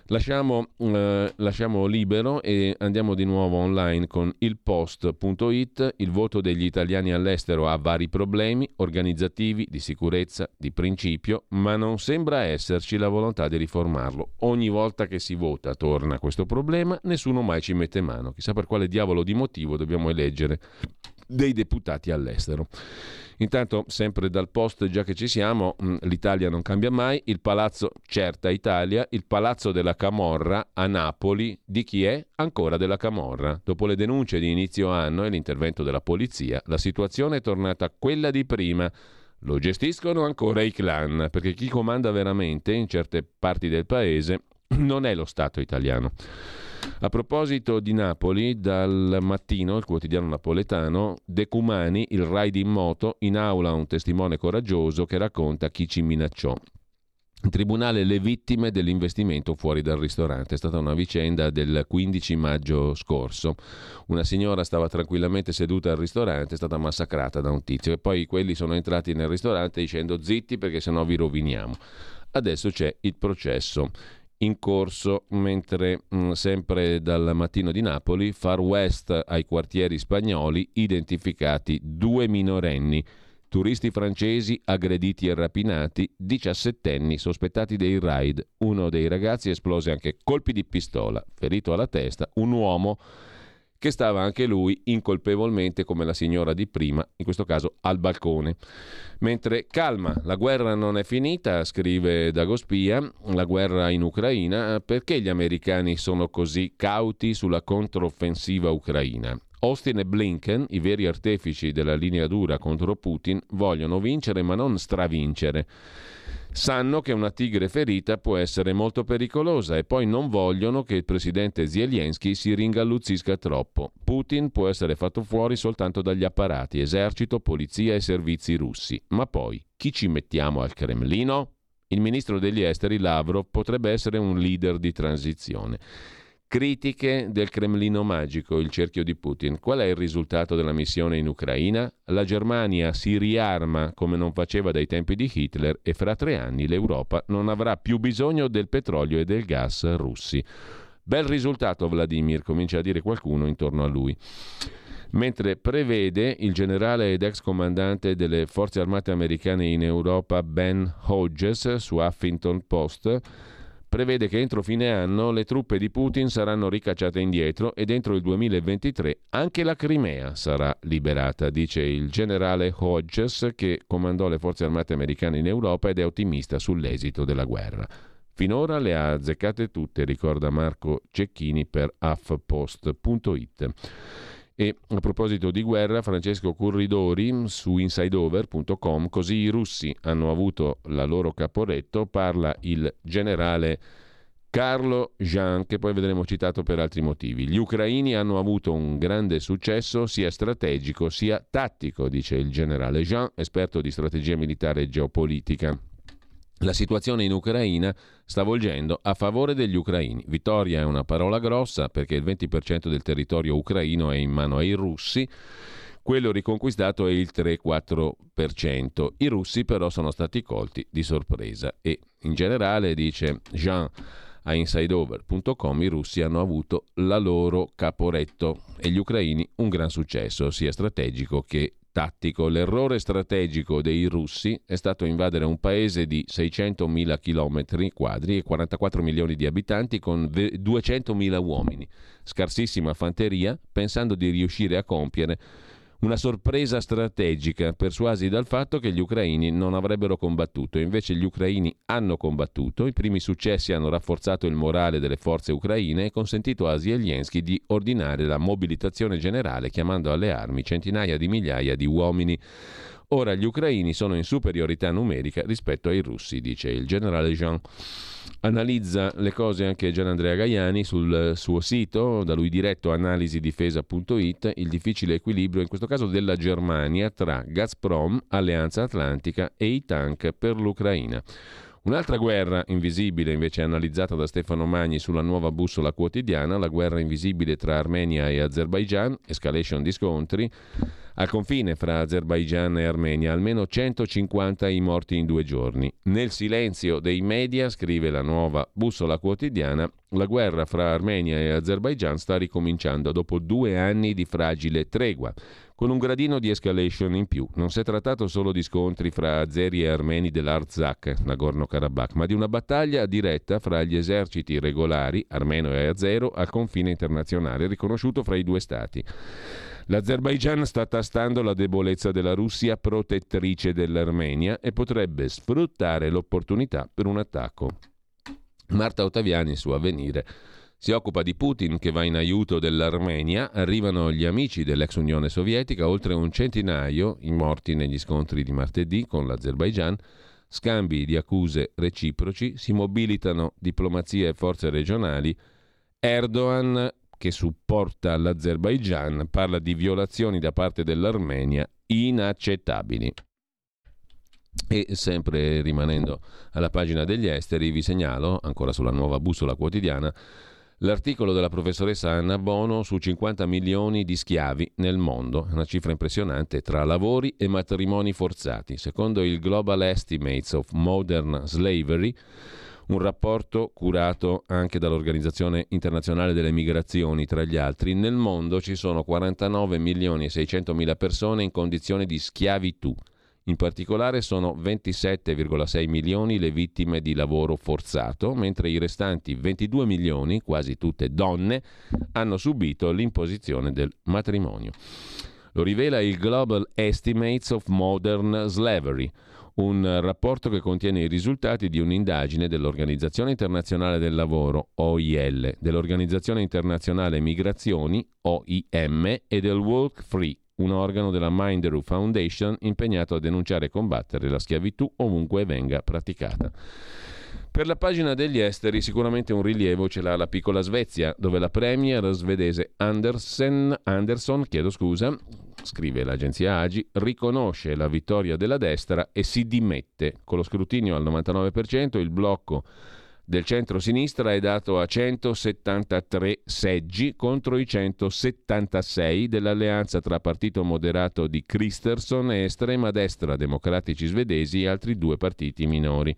Lasciamo, eh, lasciamo libero e andiamo di nuovo online con il post punto it. Il voto degli italiani all'estero ha vari problemi organizzativi, di sicurezza, di principio, ma non sembra esserci la volontà di riformarlo. Ogni volta che si vota torna questo problema, nessuno mai ci mette mano. Chissà per quale diavolo di motivo dobbiamo eleggere dei deputati all'estero. Intanto, sempre dal post, già che ci siamo, l'Italia non cambia mai, il palazzo Certa Italia, il palazzo della Camorra a Napoli, di chi è? Ancora della Camorra. Dopo le denunce di inizio anno e l'intervento della polizia, la situazione è tornata quella di prima. Lo gestiscono ancora i clan, perché chi comanda veramente in certe parti del paese non è lo Stato italiano. A proposito di Napoli, dal Mattino, il quotidiano napoletano, Decumani, il ride in moto, in aula un testimone coraggioso che racconta chi ci minacciò. In tribunale le vittime dell'investimento fuori dal ristorante. È stata una vicenda del quindici maggio scorso. Una signora stava tranquillamente seduta al ristorante, è stata massacrata da un tizio e poi quelli sono entrati nel ristorante dicendo zitti perché sennò vi roviniamo. Adesso c'è il processo in corso, mentre mh, sempre dal Mattino di Napoli, Far West ai quartieri spagnoli, identificati due minorenni, turisti francesi aggrediti e rapinati, diciassettenni sospettati dei raid, uno dei ragazzi esplose anche colpi di pistola, ferito alla testa, un uomo che stava anche lui incolpevolmente come la signora di prima, in questo caso al balcone. Mentre calma, la guerra non è finita, scrive Dagospia, la guerra in Ucraina, perché gli americani sono così cauti sulla controffensiva ucraina? Austin e Blinken, i veri artefici della linea dura contro Putin, vogliono vincere ma non stravincere. Sanno che una tigre ferita può essere molto pericolosa e poi non vogliono che il presidente Zelensky si ringalluzzisca troppo. Putin può essere fatto fuori soltanto dagli apparati, esercito, polizia e servizi russi. Ma poi, chi ci mettiamo al Cremlino? Il ministro degli esteri Lavrov potrebbe essere un leader di transizione. Critiche del Cremlino magico, il cerchio di Putin. Qual è il risultato della missione in Ucraina? La Germania si riarma come non faceva dai tempi di Hitler e fra tre anni l'Europa non avrà più bisogno del petrolio e del gas russi. Bel risultato, Vladimir, comincia a dire qualcuno intorno a lui. Mentre prevede il generale ed ex comandante delle forze armate americane in Europa Ben Hodges su Huffington Post, prevede che entro fine anno le truppe di Putin saranno ricacciate indietro e entro il duemilaventitré anche la Crimea sarà liberata, dice il generale Hodges, che comandò le forze armate americane in Europa ed è ottimista sull'esito della guerra. Finora le ha azzeccate tutte, ricorda Marco Cecchini per huffpost punto it. E a proposito di guerra, Francesco Curridori su insideover punto com, così i russi hanno avuto la loro Caporetto, parla il generale Carlo Jean, che poi vedremo citato per altri motivi. Gli ucraini hanno avuto un grande successo sia strategico sia tattico, dice il generale Jean, esperto di strategia militare e geopolitica. La situazione in Ucraina sta volgendo a favore degli ucraini. Vittoria è una parola grossa perché il venti per cento del territorio ucraino è in mano ai russi, quello riconquistato è il tre quattro per cento. I russi però sono stati colti di sorpresa e in generale, dice Jean a insideover punto com, i russi hanno avuto la loro Caporetto e gli ucraini un gran successo sia strategico che tattico. L'errore strategico dei russi è stato invadere un paese di seicentomila chilometri quadri e quarantaquattro milioni di abitanti con duecentomila uomini, scarsissima fanteria, pensando di riuscire a compiere una sorpresa strategica, persuasi dal fatto che gli ucraini non avrebbero combattuto. Invece gli ucraini hanno combattuto, i primi successi hanno rafforzato il morale delle forze ucraine e consentito a Zelensky di ordinare la mobilitazione generale, chiamando alle armi centinaia di migliaia di uomini. Ora gli ucraini sono in superiorità numerica rispetto ai russi, dice il generale Jean. Analizza le cose anche Gianandrea Gaiani sul suo sito, da lui diretto analisidifesa punto it, il difficile equilibrio, in questo caso della Germania, tra Gazprom, Alleanza Atlantica e i tank per l'Ucraina. Un'altra guerra invisibile invece analizzata da Stefano Magni sulla Nuova Bussola Quotidiana, la guerra invisibile tra Armenia e Azerbaigian, escalation di scontri. Al confine fra Azerbaigian e Armenia, almeno centocinquanta i morti in due giorni. Nel silenzio dei media, scrive la Nuova Bussola Quotidiana, la guerra fra Armenia e Azerbaigian sta ricominciando dopo due anni di fragile tregua, con un gradino di escalation in più. Non si è trattato solo di scontri fra azeri e armeni dell'Artsakh, Nagorno-Karabakh, ma di una battaglia diretta fra gli eserciti regolari, armeno e azero, al confine internazionale riconosciuto fra i due stati. L'Azerbaigian sta tastando la debolezza della Russia protettrice dell'Armenia e potrebbe sfruttare l'opportunità per un attacco. Marta Ottaviani, su Avvenire, si occupa di Putin che va in aiuto dell'Armenia. Arrivano gli amici dell'ex Unione Sovietica, oltre un centinaio i morti negli scontri di martedì con l'Azerbaigian, scambi di accuse reciproci, si mobilitano diplomazia e forze regionali. Erdogan, che supporta l'Azerbaigian, parla di violazioni da parte dell'Armenia inaccettabili. E sempre rimanendo alla pagina degli esteri, vi segnalo, ancora sulla Nuova Bussola Quotidiana, l'articolo della professoressa Anna Bono su cinquanta milioni di schiavi nel mondo, una cifra impressionante tra lavori e matrimoni forzati. Secondo il Global Estimates of Modern Slavery, un rapporto curato anche dall'Organizzazione Internazionale delle Migrazioni, tra gli altri, nel mondo ci sono quarantanove milioni e seicentomila persone in condizione di schiavitù. In particolare sono ventisette virgola sei milioni le vittime di lavoro forzato, mentre i restanti ventidue milioni, quasi tutte donne, hanno subito l'imposizione del matrimonio. Lo rivela il Global Estimates of Modern Slavery, un rapporto che contiene i risultati di un'indagine dell'Organizzazione Internazionale del Lavoro, O I L, dell'Organizzazione Internazionale Migrazioni, O I M, e del Walk Free, un organo della Minderoo Foundation impegnato a denunciare e combattere la schiavitù ovunque venga praticata. Per la pagina degli esteri sicuramente un rilievo ce l'ha la piccola Svezia, dove la premier svedese Andersen, Andersson, chiedo scusa, scrive l'agenzia Agi, riconosce la vittoria della destra e si dimette. Con lo scrutinio al novantanove per cento il blocco del centro-sinistra è dato a centosettantatré seggi contro i centosettantasei dell'alleanza tra partito moderato di Kristersson e estrema destra democratici svedesi e altri due partiti minori.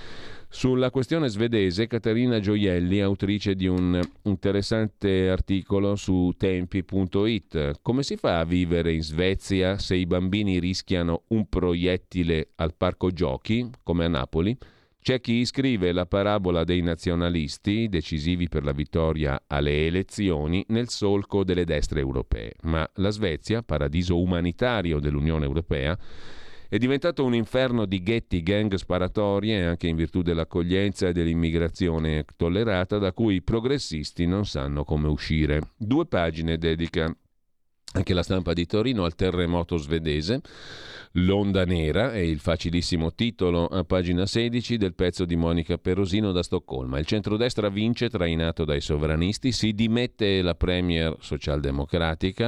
Sulla questione svedese, Caterina Gioielli, autrice di un interessante articolo su tempi punto it. Come si fa a vivere in Svezia se i bambini rischiano un proiettile al parco giochi, come a Napoli? C'è chi scrive la parabola dei nazionalisti, decisivi per la vittoria alle elezioni, nel solco delle destre europee. Ma la Svezia, paradiso umanitario dell'Unione Europea, è diventato un inferno di ghetti, gang sparatorie, anche in virtù dell'accoglienza e dell'immigrazione tollerata, da cui i progressisti non sanno come uscire. Due pagine dedica anche la Stampa di Torino al terremoto svedese. L'onda nera è il facilissimo titolo a pagina sedici del pezzo di Monica Perosino da Stoccolma. Il centrodestra vince, trainato dai sovranisti, si dimette la premier socialdemocratica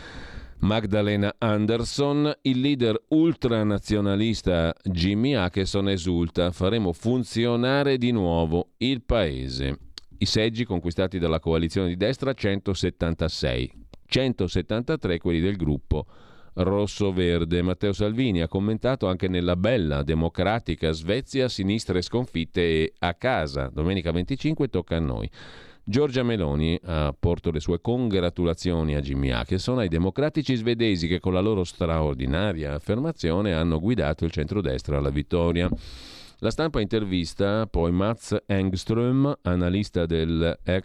Magdalena Andersson, il leader ultranazionalista Jimmy Akeson esulta: faremo funzionare di nuovo il paese. I seggi conquistati dalla coalizione di destra centosettantasei, centosettantatré quelli del gruppo rosso-verde. Matteo Salvini ha commentato anche nella bella democratica Svezia sinistre sconfitte e a casa. Domenica venticinque tocca a noi. Giorgia Meloni ha porto le sue congratulazioni a Jimmy Akeson, ai democratici svedesi che con la loro straordinaria affermazione hanno guidato il centrodestra alla vittoria. La Stampa intervista poi Mats Engström, analista del E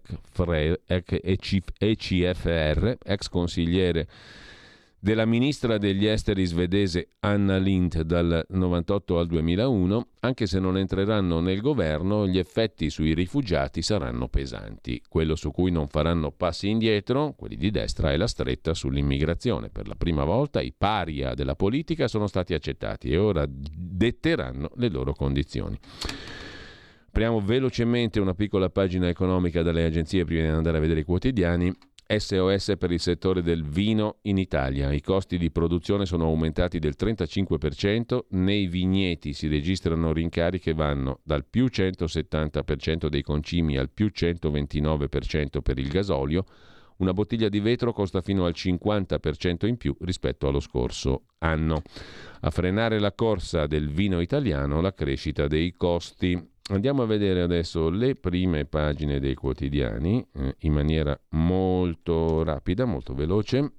C F R, ex consigliere della ministra degli esteri svedese Anna Lindh dal novantotto al duemilauno. Anche se non entreranno nel governo, gli effetti sui rifugiati saranno pesanti. Quello su cui non faranno passi indietro, quelli di destra, è la stretta sull'immigrazione. Per la prima volta i paria della politica sono stati accettati e ora detteranno le loro condizioni. Apriamo velocemente una piccola pagina economica dalle agenzie prima di andare a vedere i quotidiani. S O S per il settore del vino in Italia. I costi di produzione sono aumentati del trentacinque per cento, nei vigneti si registrano rincari che vanno dal più centosettanta per cento dei concimi al più centoventinove per cento per il gasolio, Una bottiglia di vetro costa fino al cinquanta per cento in più rispetto allo scorso anno. A frenare la corsa del vino italiano, la crescita dei costi. Andiamo a vedere adesso le prime pagine dei quotidiani eh, in maniera molto rapida, molto veloce.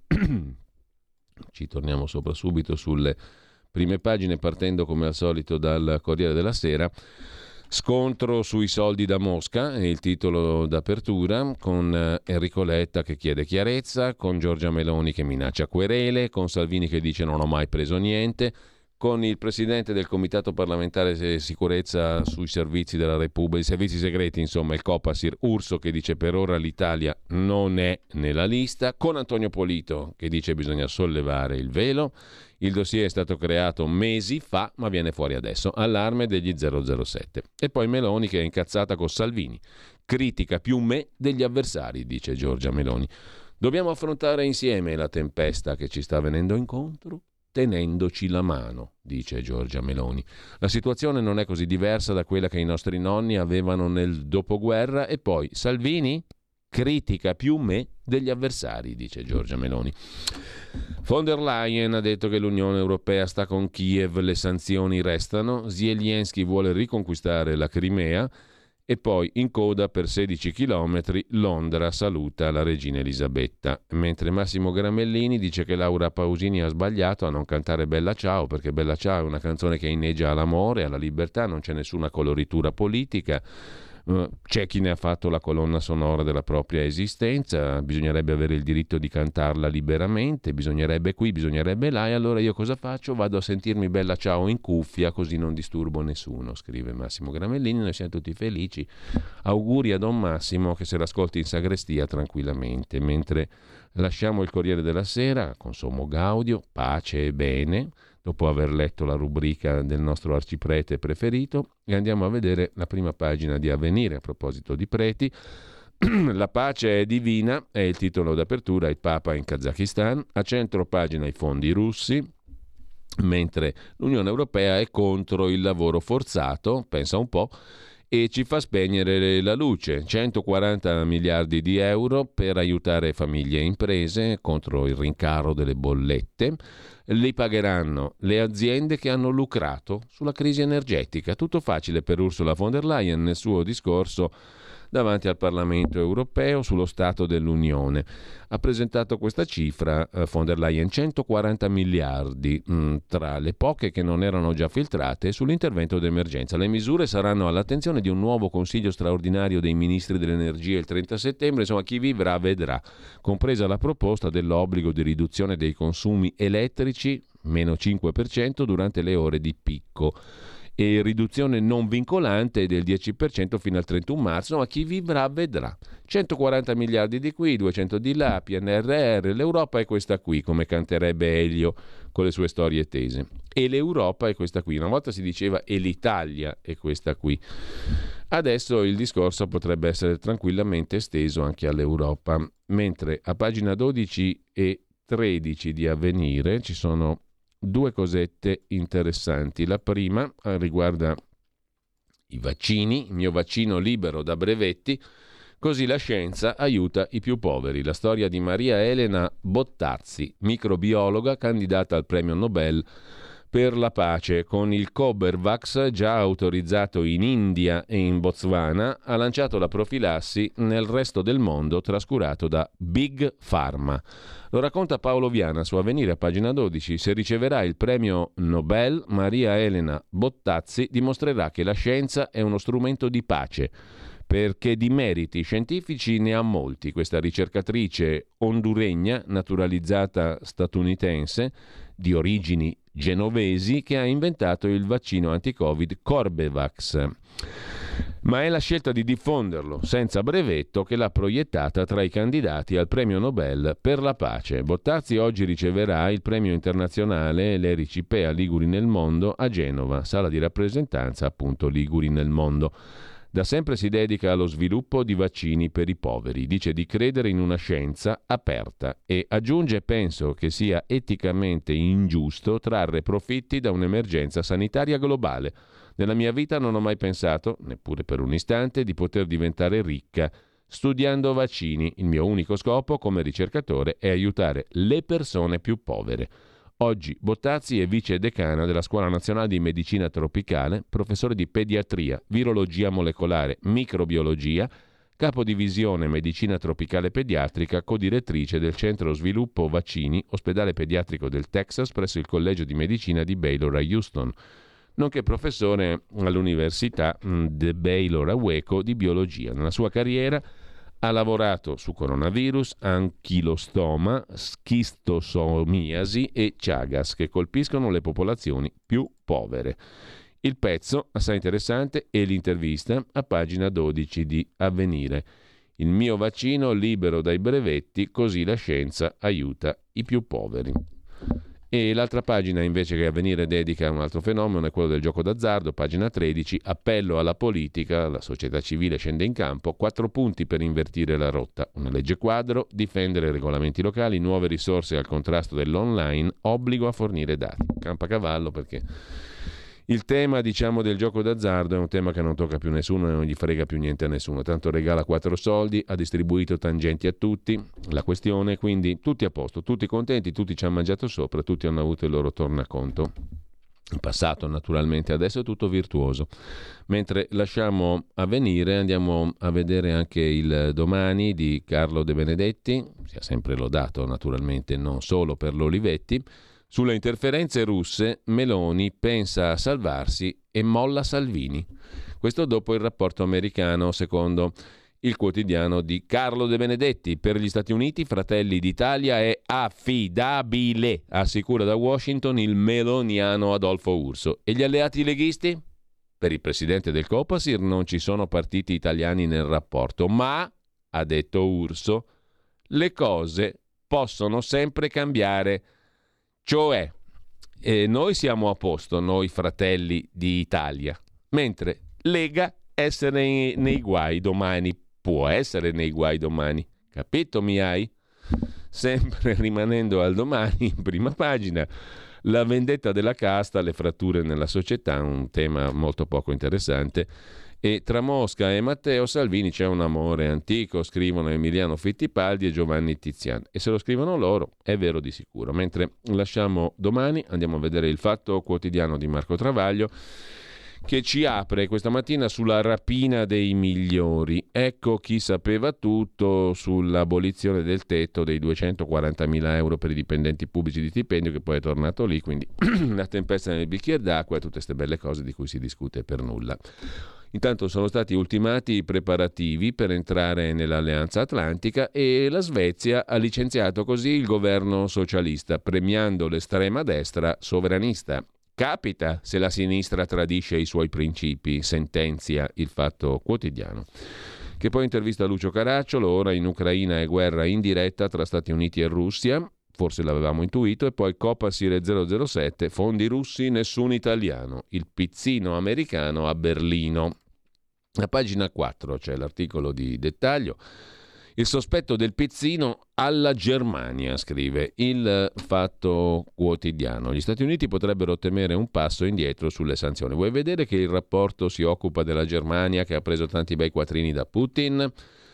Ci torniamo sopra subito sulle prime pagine, partendo come al solito dal Corriere della Sera. Scontro sui soldi da Mosca è il titolo d'apertura, con Enrico Letta che chiede chiarezza, con Giorgia Meloni che minaccia querele, con Salvini che dice non ho mai preso niente, con il presidente del Comitato parlamentare di sicurezza sui servizi della Repubblica, i servizi segreti, insomma, il Copasir, Urso, che dice per ora l'Italia non è nella lista, con Antonio Polito che dice bisogna sollevare il velo. Il dossier è stato creato mesi fa, ma viene fuori adesso. Allarme degli zero zero sette. E poi Meloni che è incazzata con Salvini. Critica più me degli avversari, dice Giorgia Meloni. Dobbiamo affrontare insieme la tempesta che ci sta venendo incontro, tenendoci la mano, dice Giorgia Meloni. La situazione non è così diversa da quella che i nostri nonni avevano nel dopoguerra. E poi Salvini critica più me degli avversari, dice Giorgia Meloni. Von der Leyen ha detto che l'Unione Europea sta con Kiev, le sanzioni restano, Zelensky vuole riconquistare la Crimea. E poi in coda per sedici chilometri Londra saluta la regina Elisabetta, mentre Massimo Gramellini dice che Laura Pausini ha sbagliato a non cantare Bella Ciao, perché Bella Ciao è una canzone che inneggia all'amore, alla libertà, non c'è nessuna coloritura politica. C'è chi ne ha fatto la colonna sonora della propria esistenza, bisognerebbe avere il diritto di cantarla liberamente, bisognerebbe qui, bisognerebbe là, e allora io cosa faccio? Vado a sentirmi Bella Ciao in cuffia, così non disturbo nessuno, scrive Massimo Gramellini. Noi siamo tutti felici. Auguri a Don Massimo che se l'ascolti in sagrestia tranquillamente, mentre lasciamo il Corriere della Sera con sommo gaudio, pace e bene, dopo aver letto la rubrica del nostro arciprete preferito, e andiamo a vedere la prima pagina di Avvenire a proposito di preti. La pace è divina è il titolo d'apertura, il Papa in Kazakistan, a centro pagina i fondi russi, mentre l'Unione Europea è contro il lavoro forzato, pensa un po', e ci fa spegnere la luce. centoquaranta miliardi di euro per aiutare famiglie e imprese contro il rincaro delle bollette. Li pagheranno le aziende che hanno lucrato sulla crisi energetica. Tutto facile per Ursula von der Leyen nel suo discorso davanti al Parlamento europeo sullo Stato dell'Unione. Ha presentato questa cifra eh, von der Leyen, centoquaranta miliardi, mh, tra le poche che non erano già filtrate, sull'intervento d'emergenza. Le misure saranno all'attenzione di un nuovo Consiglio straordinario dei Ministri dell'Energia il trenta settembre, insomma chi vivrà vedrà, compresa la proposta dell'obbligo di riduzione dei consumi elettrici, meno cinque per cento durante le ore di picco, e riduzione non vincolante del dieci per cento fino al trentuno marzo, ma chi vivrà vedrà. centoquaranta miliardi di qui, duecento di là, P N R R, l'Europa è questa qui, come canterebbe Elio con le sue storie tese. E l'Europa è questa qui, una volta si diceva e l'Italia è questa qui. Adesso il discorso potrebbe essere tranquillamente esteso anche all'Europa, mentre a pagina dodici e tredici di Avvenire ci sono due cosette interessanti. La prima riguarda i vaccini, il mio vaccino libero da brevetti, così la scienza aiuta i più poveri. La storia di Maria Elena Bottazzi, microbiologa candidata al premio Nobel per la pace. Con il Cobervax, già autorizzato in India e in Botswana, ha lanciato la profilassi nel resto del mondo, trascurato da Big Pharma. Lo racconta Paolo Viana su Avvenire a pagina dodici. Se riceverà il premio Nobel, Maria Elena Bottazzi dimostrerà che la scienza è uno strumento di pace, perché di meriti scientifici ne ha molti. Questa ricercatrice honduregna, naturalizzata statunitense, di origini genovesi, che ha inventato il vaccino anti-Covid Corbevax. Ma è la scelta di diffonderlo senza brevetto che l'ha proiettata tra i candidati al premio Nobel per la pace. Bottazzi oggi riceverà il premio internazionale L'Ericipea Liguri nel Mondo a Genova, sala di rappresentanza appunto Liguri nel Mondo. Da sempre si dedica allo sviluppo di vaccini per i poveri, dice di credere in una scienza aperta e aggiunge: penso che sia eticamente ingiusto trarre profitti da un'emergenza sanitaria globale. Nella mia vita non ho mai pensato, neppure per un istante, di poter diventare ricca studiando vaccini. Il mio unico scopo come ricercatore è aiutare le persone più povere. Oggi Bottazzi è vice decana della Scuola Nazionale di Medicina Tropicale, professore di pediatria, virologia molecolare, microbiologia, capodivisione Medicina Tropicale Pediatrica, codirettrice del Centro Sviluppo Vaccini, ospedale pediatrico del Texas presso il Collegio di Medicina di Baylor a Houston, nonché professore all'Università di Baylor a Waco di biologia. Nella sua carriera ha lavorato su coronavirus, anchilostoma, schistosomiasi e Chagas, che colpiscono le popolazioni più povere. Il pezzo, assai interessante, è l'intervista a pagina dodici di Avvenire. Il mio vaccino libero dai brevetti, così la scienza aiuta i più poveri. E l'altra pagina invece che Avvenire dedica a un altro fenomeno è quello del gioco d'azzardo, pagina tredici, appello alla politica, la società civile scende in campo, quattro punti per invertire la rotta, una legge quadro, difendere i regolamenti locali, nuove risorse al contrasto dell'online, obbligo a fornire dati. Campacavallo perché il tema, diciamo, del gioco d'azzardo è un tema che non tocca più nessuno e non gli frega più niente a nessuno, tanto regala quattro soldi, ha distribuito tangenti a tutti, la questione, quindi tutti a posto, tutti contenti, tutti ci hanno mangiato sopra, tutti hanno avuto il loro tornaconto. In passato naturalmente, adesso è tutto virtuoso. Mentre lasciamo Avvenire, andiamo a vedere anche il Domani di Carlo De Benedetti, sia sempre lodato naturalmente non solo per l'Olivetti. Sulle interferenze russe, Meloni pensa a salvarsi e molla Salvini. Questo dopo il rapporto americano, secondo il quotidiano di Carlo De Benedetti. Per gli Stati Uniti, Fratelli d'Italia è affidabile, assicura da Washington il meloniano Adolfo Urso. E gli alleati leghisti? Per il presidente del Copasir non ci sono partiti italiani nel rapporto, ma, ha detto Urso, le cose possono sempre cambiare. Cioè, eh, noi siamo a posto, noi Fratelli d'Italia, mentre Lega essere nei guai domani, può essere nei guai domani, capito mi hai? Sempre rimanendo al Domani, in prima pagina, la vendetta della casta, le fratture nella società, un tema molto poco interessante. E tra Mosca e Matteo Salvini c'è un amore antico, scrivono Emiliano Fittipaldi e Giovanni Tizian, e se lo scrivono loro è vero di sicuro. Mentre lasciamo Domani, andiamo a vedere il Fatto Quotidiano di Marco Travaglio, che ci apre questa mattina sulla rapina dei migliori. Ecco chi sapeva tutto sull'abolizione del tetto dei duecentoquarantamila euro per i dipendenti pubblici di stipendio, che poi è tornato lì, quindi la tempesta nel bicchiere d'acqua e tutte queste belle cose di cui si discute per nulla. Intanto sono stati ultimati i preparativi per entrare nell'Alleanza Atlantica e la Svezia ha licenziato così il governo socialista, premiando l'estrema destra sovranista. Capita se la sinistra tradisce i suoi principi, sentenzia il Fatto Quotidiano. Che poi intervista Lucio Caracciolo, ora in Ucraina è guerra indiretta tra Stati Uniti e Russia, forse l'avevamo intuito, e poi Copasir zero zero sette, fondi russi, nessun italiano, il pizzino americano a Berlino. A pagina quattro c'è l'articolo di dettaglio. Il sospetto del pizzino alla Germania, scrive il Fatto Quotidiano. Gli Stati Uniti potrebbero temere un passo indietro sulle sanzioni. Vuoi vedere che il rapporto si occupa della Germania, che ha preso tanti bei quattrini da Putin?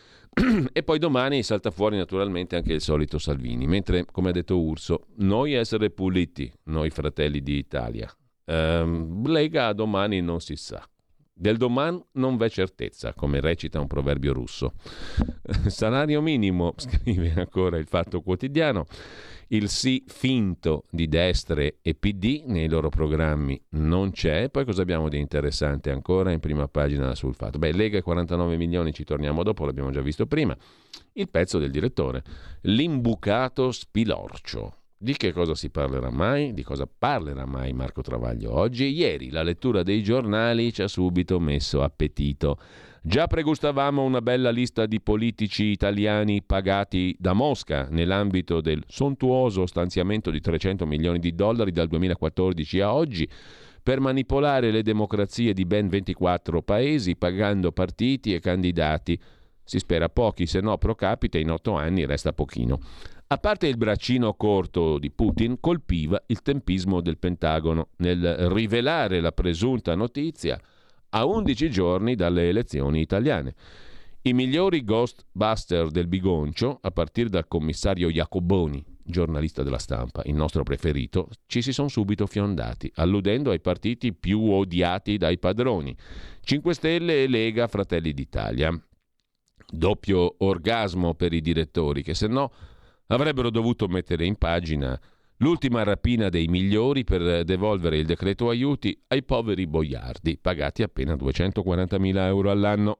E poi domani salta fuori naturalmente anche il solito Salvini, mentre, come ha detto Urso, noi essere puliti, noi Fratelli d'Italia. Ehm, Lega domani non si sa. Del domani non v'è certezza, come recita un proverbio russo. Salario minimo, scrive ancora il Fatto Quotidiano. Il sì finto di destre e P D nei loro programmi non c'è. Poi cosa abbiamo di interessante ancora in prima pagina sul Fatto? Beh, Lega e quarantanove milioni, ci torniamo dopo, l'abbiamo già visto prima. Il pezzo del direttore. L'imbucato spilorcio. Di che cosa si parlerà mai? Di cosa parlerà mai Marco Travaglio oggi? Ieri la lettura dei giornali ci ha subito messo appetito. Già pregustavamo una bella lista di politici italiani pagati da Mosca nell'ambito del sontuoso stanziamento di trecento milioni di dollari dal duemilaquattordici a oggi per manipolare le democrazie di ben ventiquattro paesi pagando partiti e candidati. Si spera pochi, se no pro capite in otto anni resta pochino. A parte il braccino corto di Putin, colpiva il tempismo del Pentagono nel rivelare la presunta notizia a undici giorni dalle elezioni italiane. I migliori ghostbuster del Bigoncio, a partire dal commissario Jacoboni, giornalista della Stampa, il nostro preferito, ci si sono subito fiondati, alludendo ai partiti più odiati dai padroni, cinque Stelle e Lega Fratelli d'Italia. Doppio orgasmo per i direttori, che se no avrebbero dovuto mettere in pagina l'ultima rapina dei migliori per devolvere il decreto aiuti ai poveri boiardi, pagati appena duecentoquarantamila euro all'anno.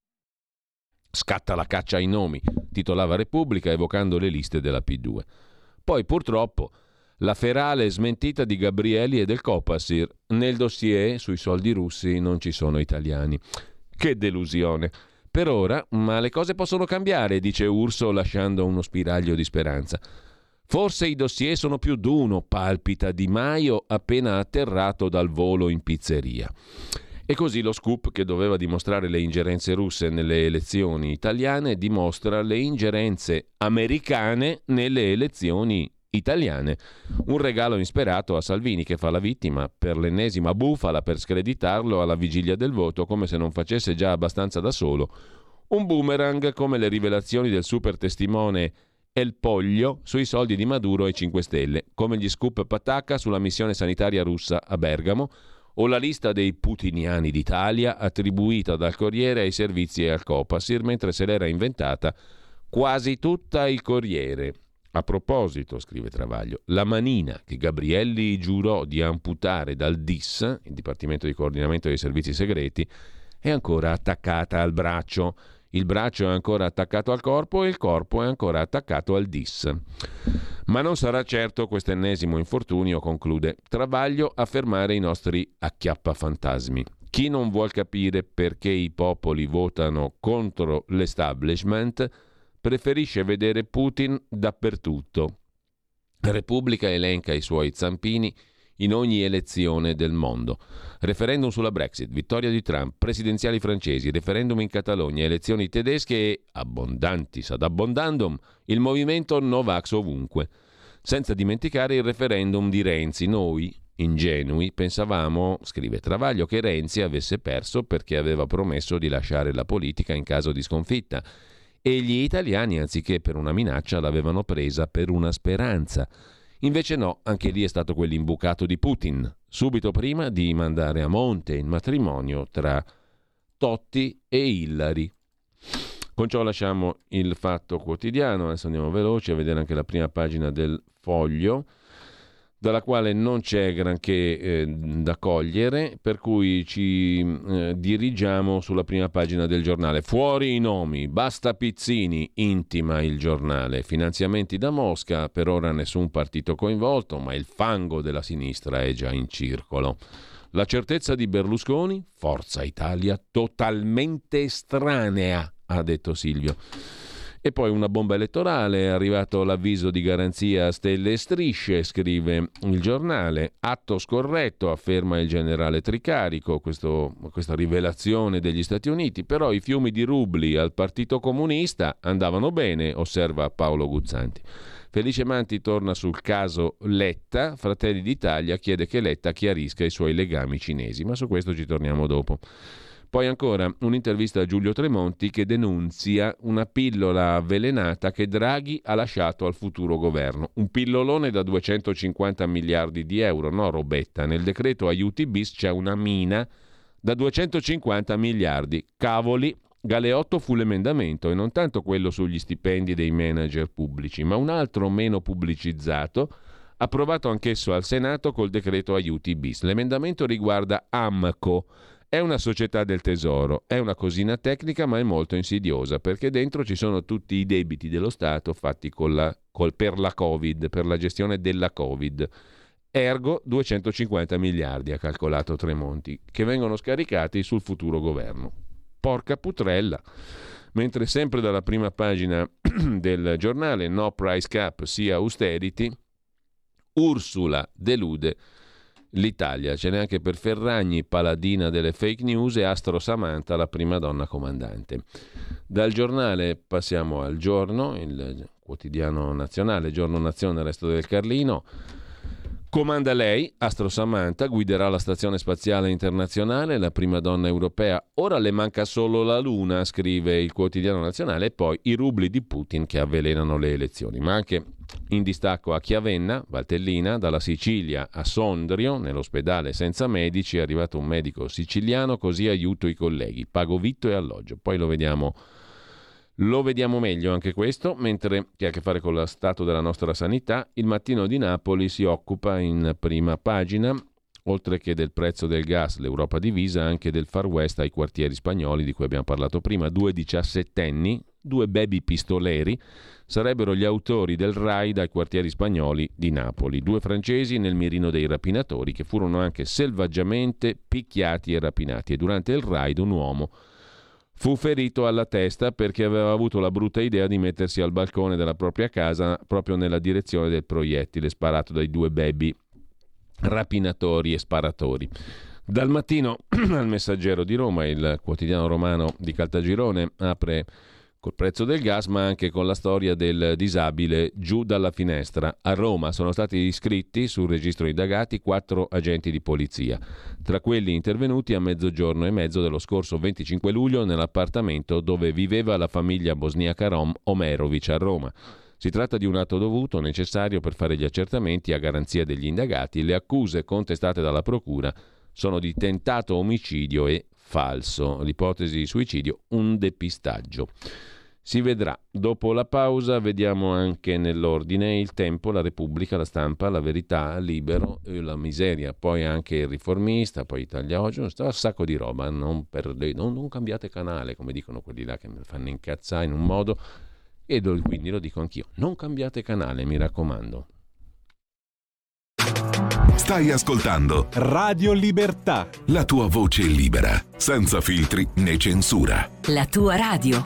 Scatta la caccia ai nomi, titolava Repubblica evocando le liste della P due. Poi purtroppo la ferale smentita di Gabrielli e del Copasir. Nel dossier sui soldi russi non ci sono italiani. Che delusione. Per ora, ma le cose possono cambiare, dice Urso lasciando uno spiraglio di speranza. Forse i dossier sono più d'uno, palpita Di Maio appena atterrato dal volo in pizzeria. E così lo scoop che doveva dimostrare le ingerenze russe nelle elezioni italiane dimostra le ingerenze americane nelle elezioni italiane. Un regalo insperato a Salvini, che fa la vittima per l'ennesima bufala per screditarlo alla vigilia del voto, come se non facesse già abbastanza da solo. Un boomerang come le rivelazioni del super testimone El Poglio sui soldi di Maduro ai cinque Stelle, come gli scoop patacca sulla missione sanitaria russa a Bergamo, o la lista dei putiniani d'Italia attribuita dal Corriere ai servizi e al Copasir, mentre se l'era inventata quasi tutta il Corriere. A proposito, scrive Travaglio, la manina che Gabrielli giurò di amputare dal D I S, il Dipartimento di Coordinamento dei Servizi Segreti, è ancora attaccata al braccio. Il braccio è ancora attaccato al corpo e il corpo è ancora attaccato al D I S. Ma non sarà certo quest'ennesimo infortunio, conclude Travaglio, a fermare i nostri acchiappafantasmi. Chi non vuol capire perché i popoli votano contro l'establishment preferisce vedere Putin dappertutto. Repubblica elenca i suoi zampini in ogni elezione del mondo. Referendum sulla Brexit, vittoria di Trump, presidenziali francesi, referendum in Catalogna, elezioni tedesche e, abbondantis ad abbondandum, il movimento Novax ovunque. Senza dimenticare il referendum di Renzi. Noi, ingenui, pensavamo, scrive Travaglio, che Renzi avesse perso perché aveva promesso di lasciare la politica in caso di sconfitta. E gli italiani, anziché per una minaccia, l'avevano presa per una speranza. Invece no, anche lì è stato quell'imbucato di Putin, subito prima di mandare a monte il matrimonio tra Totti e Hillary. Con ciò lasciamo il Fatto Quotidiano, adesso andiamo veloci a vedere anche la prima pagina del Foglio, dalla quale non c'è granché eh, da cogliere, per cui ci eh, dirigiamo sulla prima pagina del giornale. Fuori i nomi, basta Pizzini, intima il giornale. Finanziamenti da Mosca, per ora nessun partito coinvolto, ma il fango della sinistra è già in circolo. La certezza di Berlusconi, Forza Italia totalmente estranea, ha detto Silvio. E poi una bomba elettorale, è arrivato l'avviso di garanzia a stelle e strisce, scrive il giornale. Atto scorretto, afferma il generale Tricarico, questo, questa rivelazione degli Stati Uniti, però i fiumi di rubli al Partito Comunista andavano bene, osserva Paolo Guzzanti. Felice Manti torna sul caso Letta, Fratelli d'Italia chiede che Letta chiarisca i suoi legami cinesi, ma su questo ci torniamo dopo. Poi ancora un'intervista a Giulio Tremonti che denunzia una pillola avvelenata che Draghi ha lasciato al futuro governo. Un pillolone da duecentocinquanta miliardi di euro, no robetta. Nel decreto aiuti bis c'è una mina da duecentocinquanta miliardi. Cavoli, Galeotto fu l'emendamento e non tanto quello sugli stipendi dei manager pubblici, ma un altro meno pubblicizzato, approvato anch'esso al Senato col decreto aiuti bis. L'emendamento riguarda Amco. È una società del tesoro, è una cosina tecnica ma è molto insidiosa perché dentro ci sono tutti i debiti dello Stato fatti con la, col, per la Covid, per la gestione della Covid. Ergo duecentocinquanta miliardi, ha calcolato Tremonti, che vengono scaricati sul futuro governo. Porca putrella. Mentre sempre dalla prima pagina del giornale, no price cap sia austerity, Ursula delude l'Italia, ce n'è anche per Ferragni, paladina delle fake news, e Astro Samantha, la prima donna comandante. Dal giornale passiamo al Giorno, il quotidiano nazionale, Giorno Nazione, Resto del Carlino, Comanda lei, Astro Samantha, guiderà la Stazione Spaziale Internazionale, la prima donna europea. Ora le manca solo la Luna, scrive il Quotidiano Nazionale, e poi i rubli di Putin che avvelenano le elezioni. Ma anche in distacco a Chiavenna, Valtellina, dalla Sicilia a Sondrio, nell'ospedale senza medici, è arrivato un medico siciliano, così aiuto i colleghi, pago vitto e alloggio. Poi lo vediamo Lo vediamo meglio anche questo, mentre che ha a che fare con lo stato della nostra sanità. Il Mattino di Napoli si occupa in prima pagina, oltre che del prezzo del gas, l'Europa divisa, anche del Far West ai quartieri spagnoli di cui abbiamo parlato prima. Due diciassettenni, due baby pistoleri, sarebbero gli autori del raid ai quartieri spagnoli di Napoli. Due francesi nel mirino dei rapinatori che furono anche selvaggiamente picchiati e rapinati. E durante il raid un uomo fu ferito alla testa perché aveva avuto la brutta idea di mettersi al balcone della propria casa proprio nella direzione del proiettile sparato dai due baby rapinatori e sparatori. Dal Mattino al Messaggero di Roma, il quotidiano romano di Caltagirone apre col prezzo del gas, ma anche con la storia del disabile giù dalla finestra. A Roma sono stati iscritti sul registro indagati quattro agenti di polizia, tra quelli intervenuti a mezzogiorno e mezzo dello scorso venticinque luglio nell'appartamento dove viveva la famiglia bosniaca rom Omerovic a Roma. Si tratta di un atto dovuto, necessario per fare gli accertamenti a garanzia degli indagati. Le accuse contestate dalla procura sono di tentato omicidio e falso. L'ipotesi di suicidio, un depistaggio. Si vedrà. Dopo la pausa vediamo anche nell'ordine Il Tempo, La Repubblica, La Stampa, La Verità, Libero, La Miseria, poi anche Il Riformista, poi Italia Oggi, un sacco di roba. Non, perde, non, non cambiate canale, come dicono quelli là che mi fanno incazzare in un modo, e quindi lo dico anch'io. Non cambiate canale, mi raccomando. Stai ascoltando Radio Libertà, la tua voce libera, senza filtri né censura. La tua radio.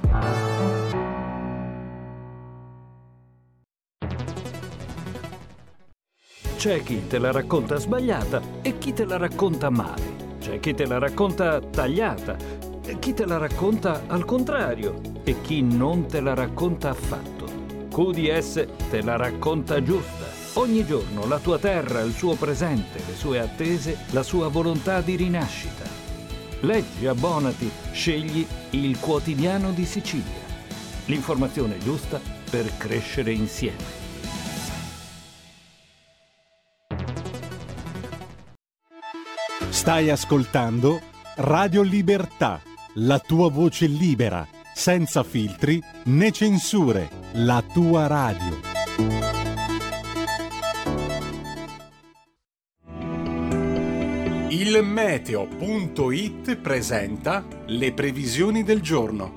C'è chi te la racconta sbagliata e chi te la racconta male. C'è chi te la racconta tagliata e chi te la racconta al contrario e chi non te la racconta affatto. Q D S te la racconta giusta. Ogni giorno la tua terra, il suo presente, le sue attese, la sua volontà di rinascita. Leggi, abbonati, scegli il Quotidiano di Sicilia. L'informazione giusta per crescere insieme. Stai ascoltando Radio Libertà, la tua voce libera, senza filtri né censure, la tua radio. Il meteo punto it presenta le previsioni del giorno.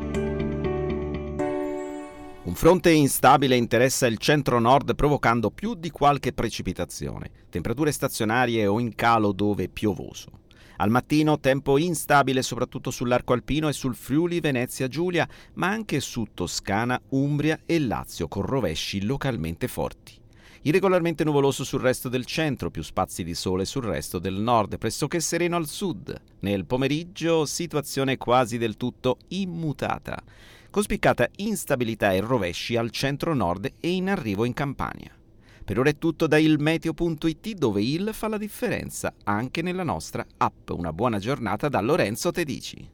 Un fronte instabile interessa il centro-nord provocando più di qualche precipitazione, temperature stazionarie o in calo dove piovoso. Al mattino tempo instabile soprattutto sull'arco alpino e sul Friuli Venezia Giulia, ma anche su Toscana, Umbria e Lazio con rovesci localmente forti. Irregolarmente nuvoloso sul resto del centro, più spazi di sole sul resto del nord, pressoché sereno al sud. Nel pomeriggio situazione quasi del tutto immutata, con spiccata instabilità e rovesci al centro-nord e in arrivo in Campania. Per ora è tutto da il meteo punto it, dove il fa la differenza anche nella nostra app. Una buona giornata da Lorenzo Tedici.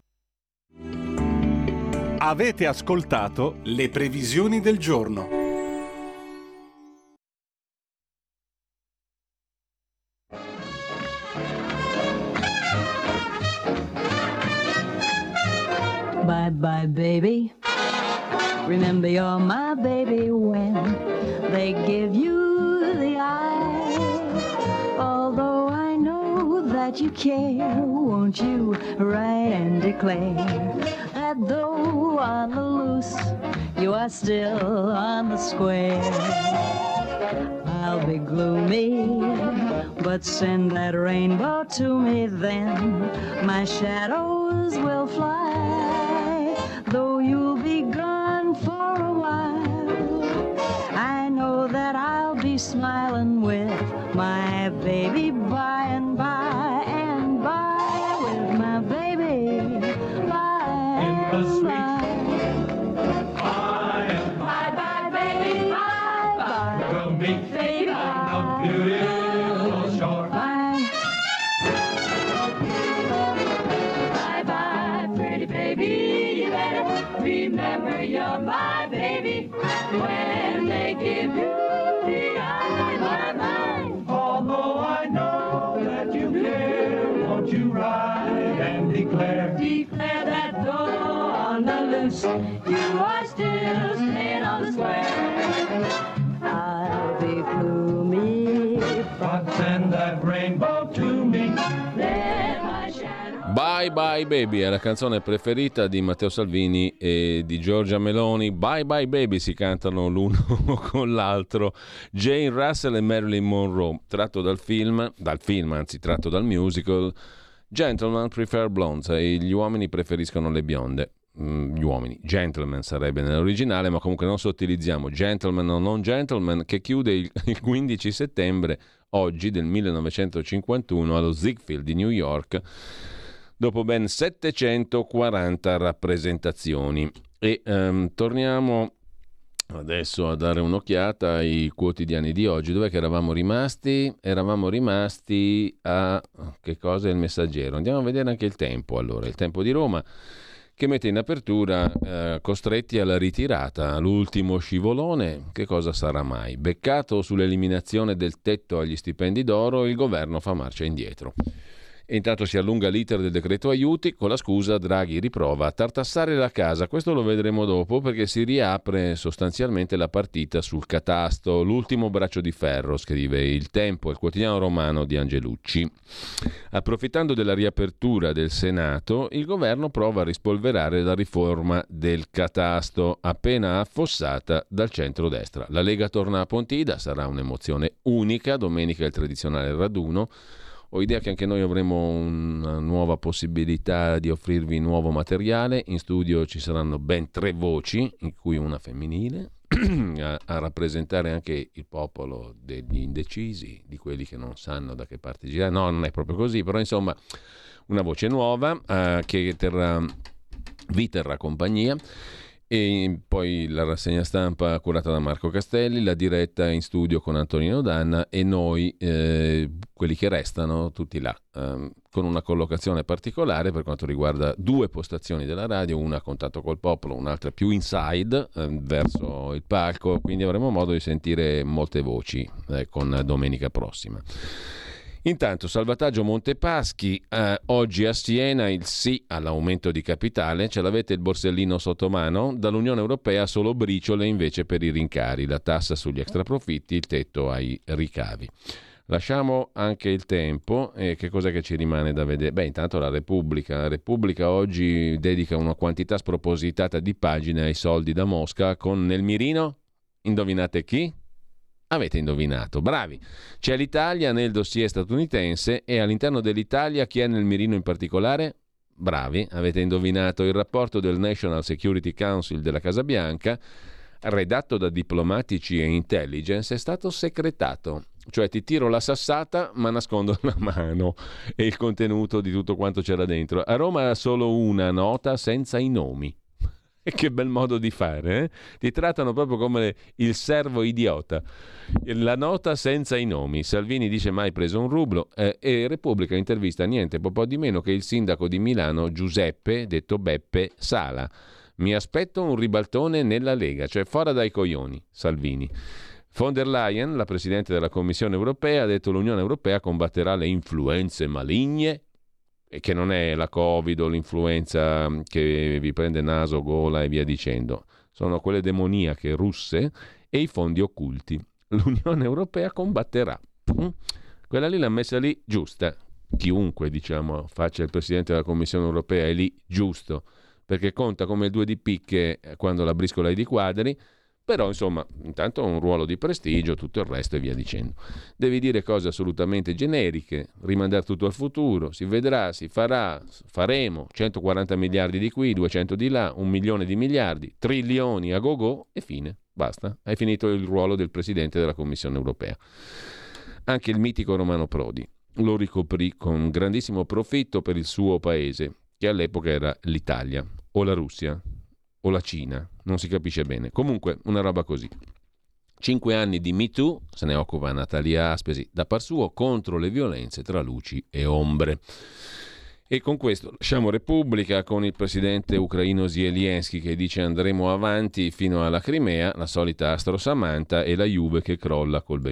Avete ascoltato le previsioni del giorno. Bye bye baby, remember you're my baby when they give you the eye. Although I know that you care, won't you write and declare that though on the loose you are still on the square. I'll be gloomy, but send that rainbow to me then. My shadows will fly, though you'll be gone for a while. I know that I'll be smiling with my baby by and by, and by with my baby by and by. Bye bye baby, bye bye. We'll meet baby, bye. loose, you are still staying on the square. I'll be gloomy, but send that rainbow to me. Let my shadow. Bye Bye Baby è la canzone preferita di Matteo Salvini e di Giorgia Meloni. Bye Bye Baby si cantano l'uno con l'altro. Jane Russell e Marilyn Monroe, tratto dal film, dal film anzi tratto dal musical Gentlemen Prefer Blondes, e gli uomini preferiscono le bionde. Gli uomini, gentleman sarebbe nell'originale, ma comunque non sottilizziamo, gentleman o non gentleman, che chiude il, il quindici settembre oggi del millenovecentocinquantuno allo Ziegfeld di New York dopo ben settecentoquaranta rappresentazioni. E um, torniamo adesso a dare un'occhiata ai quotidiani di oggi. Dov'è che eravamo rimasti? Eravamo rimasti a che cosa è il Messaggero. Andiamo a vedere anche il Tempo. Allora, il Tempo di Roma, che mette in apertura eh, costretti alla ritirata, l'ultimo scivolone, che cosa sarà mai? Beccato sull'eliminazione del tetto agli stipendi d'oro, il governo fa marcia indietro. E intanto si allunga l'iter del decreto aiuti, con la scusa Draghi riprova a tartassare la casa. Questo lo vedremo dopo, perché si riapre sostanzialmente la partita sul catasto, l'ultimo braccio di ferro, scrive Il Tempo, il quotidiano romano di Angelucci. Approfittando della riapertura del Senato, il governo prova a rispolverare la riforma del catasto, appena affossata dal centrodestra. La Lega torna a Pontida, sarà un'emozione unica, domenica è il tradizionale raduno. Ho idea che anche noi avremo una nuova possibilità di offrirvi nuovo materiale. In studio ci saranno ben tre voci, in cui una femminile, a, a rappresentare anche il popolo degli indecisi, di quelli che non sanno da che parte girare. No, non è proprio così, però insomma una voce nuova eh, che terrà, vi terrà compagnia. E poi la rassegna stampa curata da Marco Castelli, la diretta in studio con Antonino Danna e noi, eh, quelli che restano, tutti là, eh, con una collocazione particolare per quanto riguarda due postazioni della radio, una a contatto col popolo, un'altra più inside, eh, verso il palco, quindi avremo modo di sentire molte voci eh, con domenica prossima. Intanto, salvataggio Montepaschi, eh, oggi a Siena il sì all'aumento di capitale, ce l'avete il borsellino sotto mano? Dall'Unione Europea solo briciole invece per i rincari, la tassa sugli extraprofitti, il tetto ai ricavi. Lasciamo anche il Tempo, e che cos'è che ci rimane da vedere? Beh, intanto la Repubblica. La Repubblica oggi dedica una quantità spropositata di pagine ai soldi da Mosca, con nel mirino, indovinate chi? Avete indovinato, bravi. C'è l'Italia nel dossier statunitense, e all'interno dell'Italia chi è nel mirino in particolare? Bravi, avete indovinato. Il rapporto del National Security Council della Casa Bianca, redatto da diplomatici e intelligence, è stato secretato. Cioè ti tiro la sassata ma nascondo la mano e il contenuto di tutto quanto c'era dentro. A Roma era solo una nota senza i nomi. E che bel modo di fare, eh? Ti trattano proprio come il servo idiota. La nota senza i nomi. Salvini dice mai preso un rublo, eh, e Repubblica intervista niente po' di meno che il sindaco di Milano Giuseppe, detto Beppe Sala. Mi aspetto un ribaltone nella Lega, cioè fora dai coglioni, Salvini. Von der Leyen, la Presidente della Commissione Europea, ha detto l'Unione Europea combatterà le influenze maligne, e che non è la Covid o l'influenza che vi prende naso, gola e via dicendo. Sono quelle demoniache russe e i fondi occulti. L'Unione Europea combatterà. Quella lì l'ha messa lì giusta. Chiunque, diciamo, faccia il Presidente della Commissione Europea è lì giusto, perché conta come il due di picche quando la briscola è di quadri. Però insomma, intanto un ruolo di prestigio, tutto il resto e via dicendo. Devi dire cose assolutamente generiche, rimandare tutto al futuro, si vedrà, si farà, faremo centoquaranta miliardi di qui, duecento di là, un milione di miliardi, trilioni a go-go e fine, basta. Hai finito il ruolo del Presidente della Commissione Europea. Anche il mitico Romano Prodi lo ricoprì con grandissimo profitto per il suo paese, che all'epoca era l'Italia o la Russia o la Cina, non si capisce bene. Comunque, una roba così. Cinque anni di Me Too, se ne occupa Natalia Aspesi da par suo, contro le violenze tra luci e ombre. E con questo lasciamo Repubblica con il presidente ucraino Zelensky che dice andremo avanti fino alla Crimea, la solita Astro Samantha, e la Juve che crolla col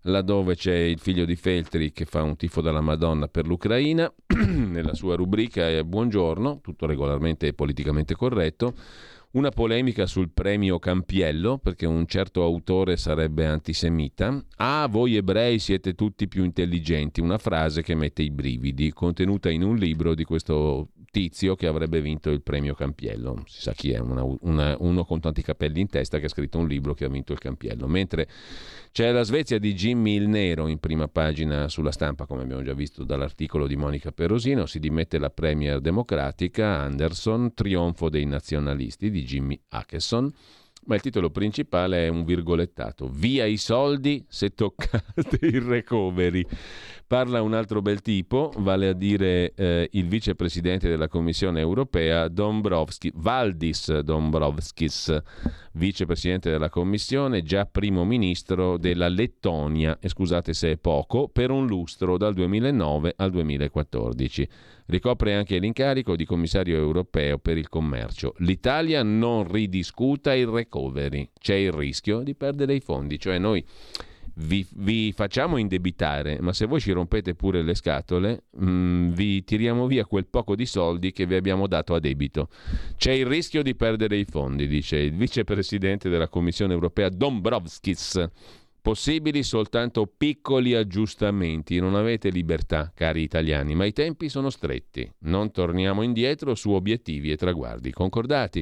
laddove c'è il figlio di Feltri che fa un tifo dalla Madonna per l'Ucraina. Nella sua rubrica è Buongiorno, tutto regolarmente e politicamente corretto. Una polemica sul premio Campiello, perché un certo autore sarebbe antisemita. Ah, voi ebrei siete tutti più intelligenti, una frase che mette i brividi, contenuta in un libro di questo tizio che avrebbe vinto il premio Campiello. Si sa chi è, una, una, uno con tanti capelli in testa che ha scritto un libro che ha vinto il Campiello. Mentre c'è la Svezia di Jimmy il Nero in prima pagina sulla Stampa, come abbiamo già visto dall'articolo di Monica Perosino. Si dimette la premier democratica Anderson, trionfo dei nazionalisti di Jimmy Akeson. Ma il titolo principale è un virgolettato: via i soldi se toccate il recovery. Parla un altro bel tipo, vale a dire eh, il vicepresidente della Commissione europea Dombrovskis, Valdis Dombrovskis, vicepresidente della Commissione, già primo ministro della Lettonia, e scusate se è poco, per un lustro dal duemilanove al duemilaquattordici. Ricopre anche l'incarico di commissario europeo per il commercio. L'Italia non ridiscuta il recovery, c'è il rischio di perdere i fondi, cioè noi vi, vi facciamo indebitare, ma se voi ci rompete pure le scatole, mh, vi tiriamo via quel poco di soldi che vi abbiamo dato a debito. C'è il rischio di perdere i fondi, dice il vicepresidente della Commissione europea Dombrovskis. Possibili soltanto piccoli aggiustamenti, non avete libertà, cari italiani, ma i tempi sono stretti. Non torniamo indietro su obiettivi e traguardi concordati.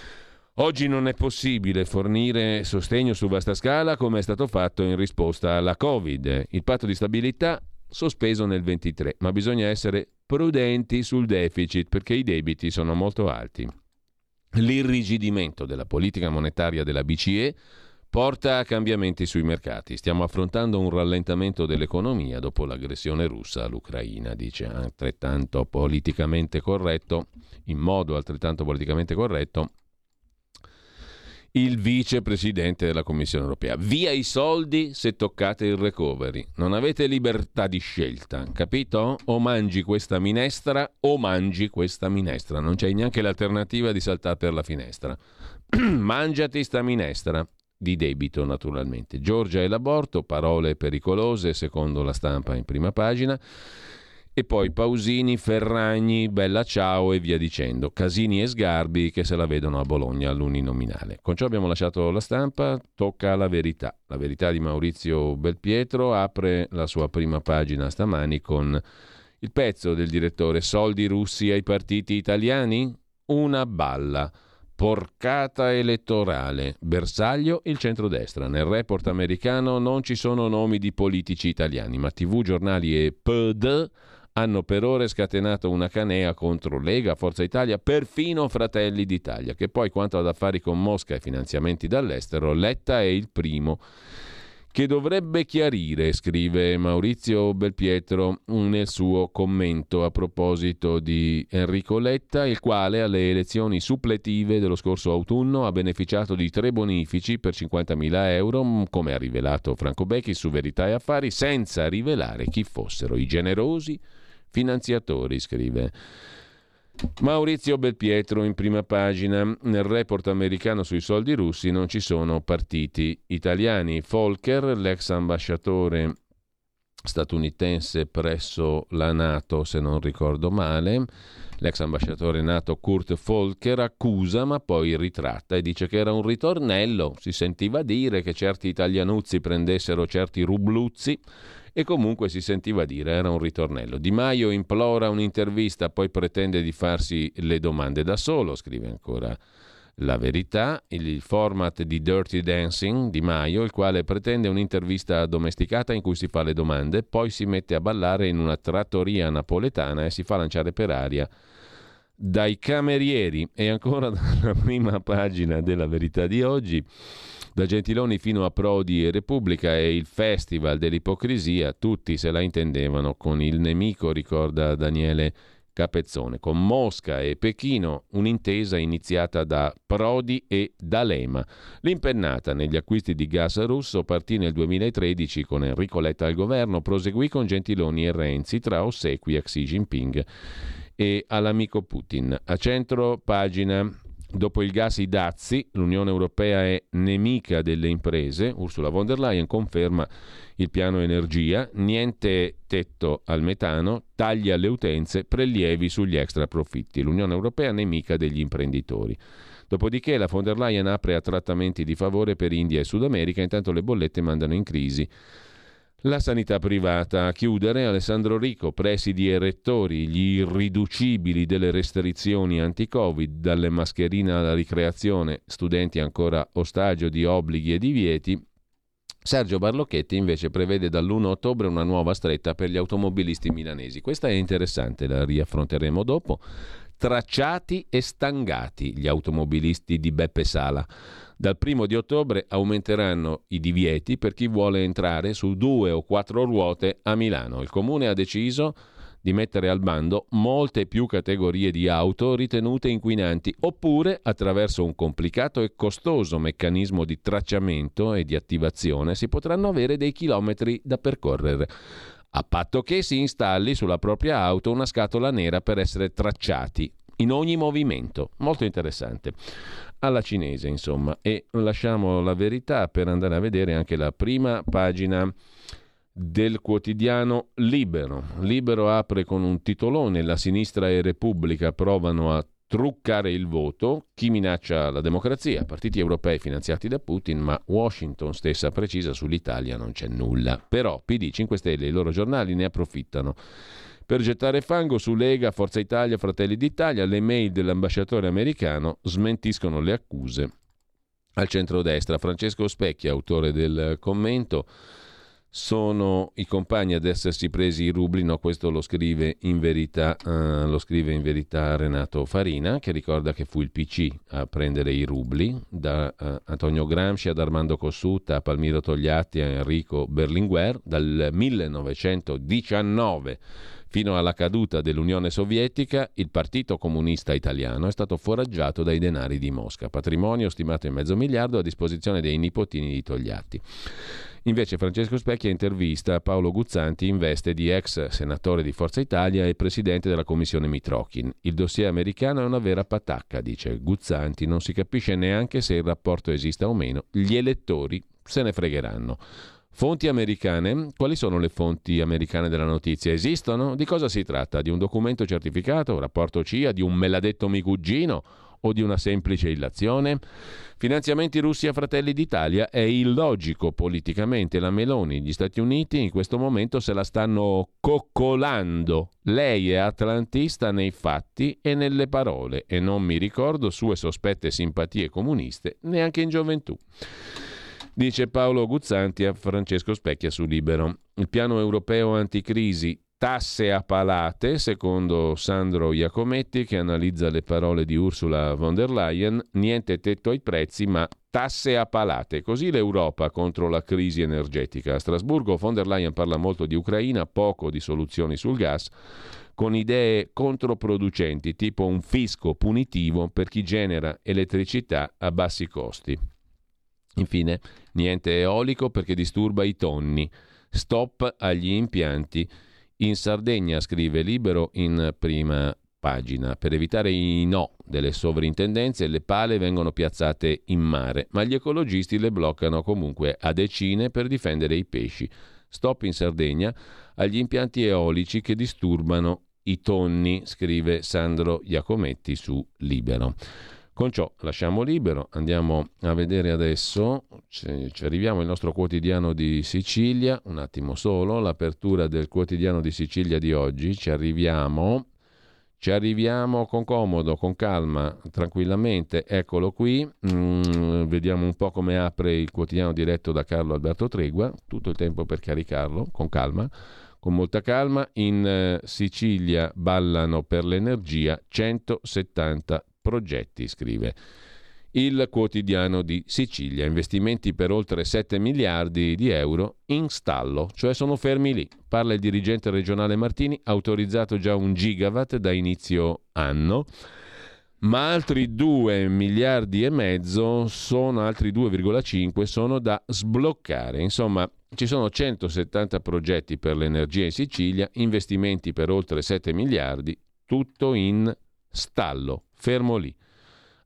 Oggi non è possibile fornire sostegno su vasta scala come è stato fatto in risposta alla Covid. Il patto di stabilità sospeso nel ventitré, ma bisogna essere prudenti sul deficit perché i debiti sono molto alti. L'irrigidimento della politica monetaria della B C E porta a cambiamenti sui mercati. Stiamo affrontando un rallentamento dell'economia dopo l'aggressione russa all'Ucraina, dice altrettanto politicamente corretto, in modo altrettanto politicamente corretto, il vicepresidente della Commissione europea. Via i soldi se toccate il recovery. Non avete libertà di scelta, capito? O mangi questa minestra o mangi questa minestra. Non c'è neanche l'alternativa di saltare per la finestra. Mangiati sta minestra. Di debito, naturalmente. Giorgia e l'aborto, parole pericolose, secondo la Stampa in prima pagina. E poi Pausini, Ferragni, Bella Ciao e via dicendo. Casini e Sgarbi che se la vedono a Bologna all'uninominale. Con ciò abbiamo lasciato la Stampa, tocca la Verità. La Verità di Maurizio Belpietro apre la sua prima pagina stamani con il pezzo del direttore: soldi russi ai partiti italiani? Una balla. Porcata elettorale. Bersaglio il centrodestra. Nel report americano non ci sono nomi di politici italiani, ma tivù, giornali e P D hanno per ore scatenato una canea contro Lega, Forza Italia, perfino Fratelli d'Italia, che poi, quanto ad affari con Mosca e finanziamenti dall'estero, Letta è il primo che dovrebbe chiarire, scrive Maurizio Belpietro nel suo commento a proposito di Enrico Letta, il quale alle elezioni suppletive dello scorso autunno ha beneficiato di tre bonifici per cinquantamila euro, come ha rivelato Franco Becchi su Verità e Affari, senza rivelare chi fossero i generosi finanziatori, scrive Maurizio Belpietro in prima pagina. Nel report americano sui soldi russi non ci sono partiti italiani. Volker, l'ex ambasciatore statunitense presso la NATO, se non ricordo male, l'ex ambasciatore NATO Kurt Volker accusa ma poi ritratta e dice che era un ritornello. Si sentiva dire che certi italianuzzi prendessero certi rubluzzi e comunque si sentiva dire era un ritornello. Di Maio implora un'intervista, poi pretende di farsi le domande da solo, scrive ancora La Verità, il format di Dirty Dancing Di Maio, il quale pretende un'intervista addomesticata in cui si fa le domande, poi si mette a ballare in una trattoria napoletana e si fa lanciare per aria dai camerieri. E ancora dalla prima pagina della Verità di oggi: da Gentiloni fino a Prodi e Repubblica è il festival dell'ipocrisia, tutti se la intendevano con il nemico, ricorda Daniele Capezzone. Con Mosca e Pechino un'intesa iniziata da Prodi e D'Alema. L'impennata negli acquisti di gas russo partì nel duemilatredici con Enrico Letta al governo, proseguì con Gentiloni e Renzi tra ossequi a Xi Jinping e all'amico Putin. A centro pagina Dopo il gas i dazi, l'Unione Europea è nemica delle imprese. Ursula von der Leyen conferma il piano energia, niente tetto al metano, tagli alle utenze, prelievi sugli extra profitti. L'Unione Europea nemica degli imprenditori. Dopodiché la von der Leyen apre a trattamenti di favore per India e Sud America, intanto le bollette mandano in crisi la sanità privata. A chiudere Alessandro Rico, presidi e rettori, gli irriducibili delle restrizioni anti-Covid, dalle mascherine alla ricreazione, studenti ancora ostaggio di obblighi e divieti. Sergio Barlocchetti invece prevede dall'primo ottobre una nuova stretta per gli automobilisti milanesi. Questa è interessante, la riaffronteremo dopo. Tracciati e stangati gli automobilisti di Beppe Sala. Dal primo di ottobre aumenteranno i divieti per chi vuole entrare su due o quattro ruote a Milano. Il Comune ha deciso di mettere al bando molte più categorie di auto ritenute inquinanti, oppure attraverso un complicato e costoso meccanismo di tracciamento e di attivazione si potranno avere dei chilometri da percorrere, a patto che si installi sulla propria auto una scatola nera per essere tracciati in ogni movimento. Molto interessante. Alla cinese, insomma. E lasciamo La Verità per andare a vedere anche la prima pagina del quotidiano Libero. Libero apre con un titolone: la sinistra e Repubblica provano a truccare il voto, chi minaccia la democrazia, partiti europei finanziati da Putin, ma Washington stessa precisa sull'Italia non c'è nulla. Però P D, cinque Stelle e i loro giornali ne approfittano per gettare fango su Lega, Forza Italia, Fratelli d'Italia. Le mail dell'ambasciatore americano smentiscono le accuse al centrodestra. Francesco Specchi, autore del commento: sono i compagni ad essersi presi i rubli. No, questo lo scrive in verità, uh, lo scrive in verità Renato Farina, che ricorda che fu il P C a prendere i rubli, da uh, Antonio Gramsci ad Armando Cossutta, a Palmiro Togliatti, a Enrico Berlinguer, dal millenovecentodiciannove fino alla caduta dell'Unione Sovietica. Il Partito Comunista Italiano è stato foraggiato dai denari di Mosca, patrimonio stimato in mezzo miliardo a disposizione dei nipotini di Togliatti. Invece Francesco Specchi intervista Paolo Guzzanti in veste di ex senatore di Forza Italia e presidente della commissione Mitrokhin. Il dossier americano è una vera patacca, dice Guzzanti, non si capisce neanche se il rapporto esista o meno, gli elettori se ne fregheranno. Fonti americane? Quali sono le fonti americane della notizia? Esistono? Di cosa si tratta? Di un documento certificato? Rapporto C I A? Di un me l'ha detto mi cugino? O di una semplice illazione? Finanziamenti russi a Fratelli d'Italia? È illogico politicamente. La Meloni, gli Stati Uniti in questo momento se la stanno coccolando. Lei è atlantista nei fatti e nelle parole e non mi ricordo sue sospette simpatie comuniste neanche in gioventù. Dice Paolo Guzzanti a Francesco Specchia su Libero. Il piano europeo anticrisi, tasse a palate, secondo Sandro Iacometti, che analizza le parole di Ursula von der Leyen, niente tetto ai prezzi, ma tasse a palate. Così l'Europa contro la crisi energetica. A Strasburgo von der Leyen parla molto di Ucraina, poco di soluzioni sul gas, con idee controproducenti, tipo un fisco punitivo per chi genera elettricità a bassi costi. Infine, niente eolico perché disturba i tonni. Stop agli impianti in Sardegna, scrive Libero in prima pagina. Per evitare i no delle sovrintendenze, le pale vengono piazzate in mare, ma gli ecologisti le bloccano comunque a decine per difendere i pesci. Stop in Sardegna agli impianti eolici che disturbano i tonni, scrive Sandro Iacometti su Libero. Con ciò lasciamo Libero, andiamo a vedere adesso, ci, ci arriviamo al nostro quotidiano di Sicilia, un attimo solo, l'apertura del quotidiano di Sicilia di oggi, ci arriviamo, ci arriviamo con comodo, con calma, tranquillamente, eccolo qui, mm, vediamo un po' come apre il quotidiano diretto da Carlo Alberto Tregua, tutto il tempo per caricarlo, con calma. Con molta calma, in eh, Sicilia ballano per l'energia centosettanta progetti, scrive il quotidiano di Sicilia. Investimenti per oltre sette miliardi di euro in stallo, cioè sono fermi lì. Parla il dirigente regionale Martini, autorizzato già un gigawatt da inizio anno, ma altri due miliardi e mezzo sono, altri due virgola cinque sono da sbloccare. Insomma, ci sono centosettanta progetti per l'energia in Sicilia, investimenti per oltre sette miliardi, tutto in stallo, fermo lì.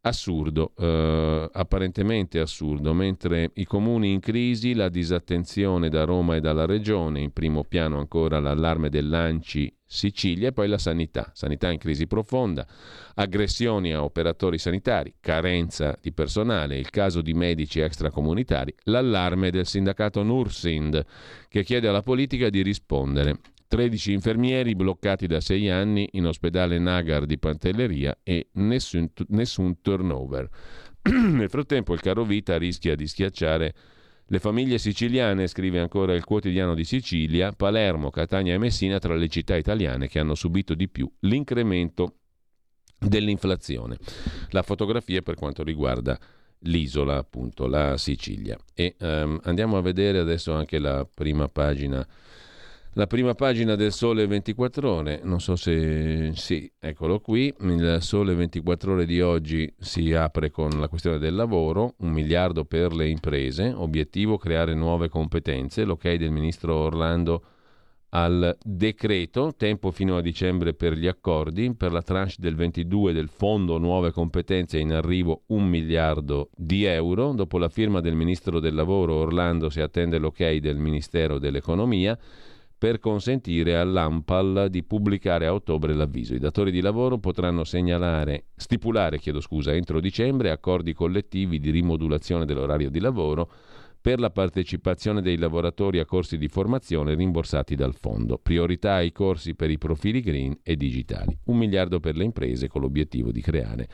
Assurdo, eh, apparentemente assurdo, mentre i comuni in crisi, la disattenzione da Roma e dalla Regione, in primo piano ancora l'allarme dell'A N C I Sicilia e poi la sanità, sanità in crisi profonda, aggressioni a operatori sanitari, carenza di personale, il caso di medici extracomunitari, l'allarme del sindacato Nursind che chiede alla politica di rispondere. tredici infermieri bloccati da sei anni in ospedale Nagar di Pantelleria e nessun, nessun turnover. Nel frattempo il caro vita rischia di schiacciare le famiglie siciliane, scrive ancora il Quotidiano di Sicilia, Palermo, Catania e Messina tra le città italiane che hanno subito di più l'incremento dell'inflazione. La fotografia per quanto riguarda l'isola, appunto, la Sicilia. E um, andiamo a vedere adesso anche la prima pagina La prima pagina del Sole ventiquattro Ore, non so se... sì, eccolo qui, il Sole ventiquattro Ore di oggi si apre con la questione del lavoro, un miliardo per le imprese, obiettivo creare nuove competenze, l'ok del ministro Orlando al decreto, tempo fino a dicembre per gli accordi, per la tranche del ventidue del Fondo Nuove Competenze in arrivo un miliardo di euro, dopo la firma del ministro del lavoro Orlando si attende l'ok del Ministero dell'Economia, per consentire all'ANPAL di pubblicare a ottobre l'avviso. I datori di lavoro potranno segnalare, stipulare, chiedo scusa, entro dicembre accordi collettivi di rimodulazione dell'orario di lavoro per la partecipazione dei lavoratori a corsi di formazione rimborsati dal fondo. Priorità ai corsi per i profili green e digitali. Un miliardo per le imprese con l'obiettivo di creare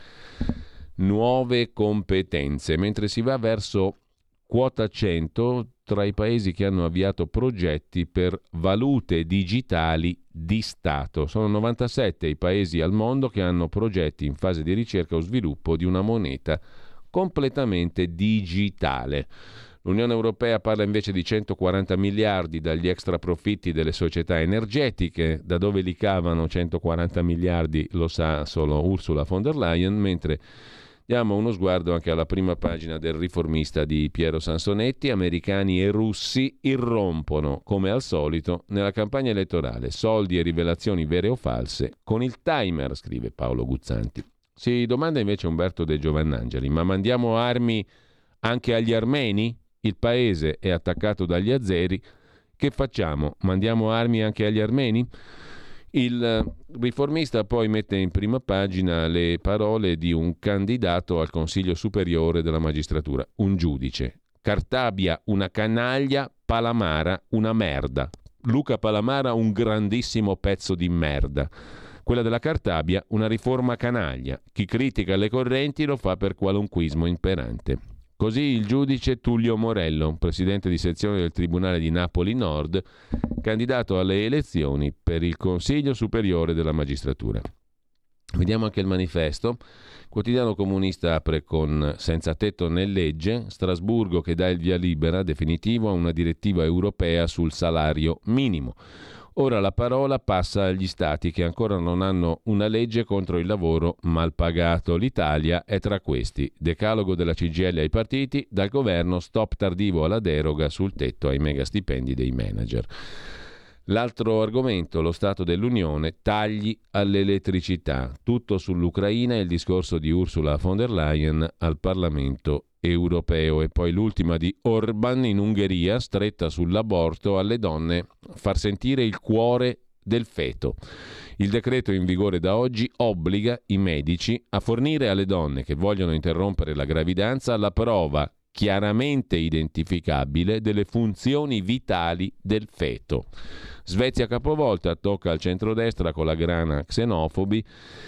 nuove competenze, mentre si va verso quota cento tra i paesi che hanno avviato progetti per valute digitali di Stato. Sono novantasette i paesi al mondo che hanno progetti in fase di ricerca o sviluppo di una moneta completamente digitale. L'Unione Europea parla invece di centoquaranta miliardi dagli extra profitti delle società energetiche. Da dove li cavano centoquaranta miliardi lo sa solo Ursula von der Leyen, mentre diamo uno sguardo anche alla prima pagina del Riformista di Piero Sansonetti. Americani e russi irrompono, come al solito, nella campagna elettorale. Soldi e rivelazioni vere o false con il timer, scrive Paolo Guzzanti. Si domanda invece Umberto De Giovannangeli, ma mandiamo armi anche agli armeni? Il paese è attaccato dagli azeri. Che facciamo? Mandiamo armi anche agli armeni? Il Riformista poi mette in prima pagina le parole di un candidato al Consiglio Superiore della Magistratura, un giudice. Cartabia una canaglia, Palamara una merda. Luca Palamara un grandissimo pezzo di merda. Quella della Cartabia una riforma canaglia. Chi critica le correnti lo fa per qualunquismo imperante. Così il giudice Tullio Morello, presidente di sezione del Tribunale di Napoli Nord, candidato alle elezioni per il Consiglio Superiore della Magistratura. Vediamo anche il Manifesto. Il quotidiano comunista apre con senza tetto né legge, Strasburgo che dà il via libera definitivo a una direttiva europea sul salario minimo. Ora la parola passa agli stati che ancora non hanno una legge contro il lavoro mal pagato. L'Italia è tra questi. Decalogo della C G I L ai partiti, dal governo stop tardivo alla deroga sul tetto ai mega stipendi dei manager. L'altro argomento, lo Stato dell'Unione, tagli all'elettricità. Tutto sull'Ucraina e il discorso di Ursula von der Leyen al Parlamento europeo. E poi l'ultima di Orban in Ungheria, stretta sull'aborto, alle donne far sentire il cuore del feto. Il decreto in vigore da oggi obbliga i medici a fornire alle donne che vogliono interrompere la gravidanza la prova chiaramente identificabile delle funzioni vitali del feto. Svezia capovolta, tocca al centrodestra con la grana xenofobi.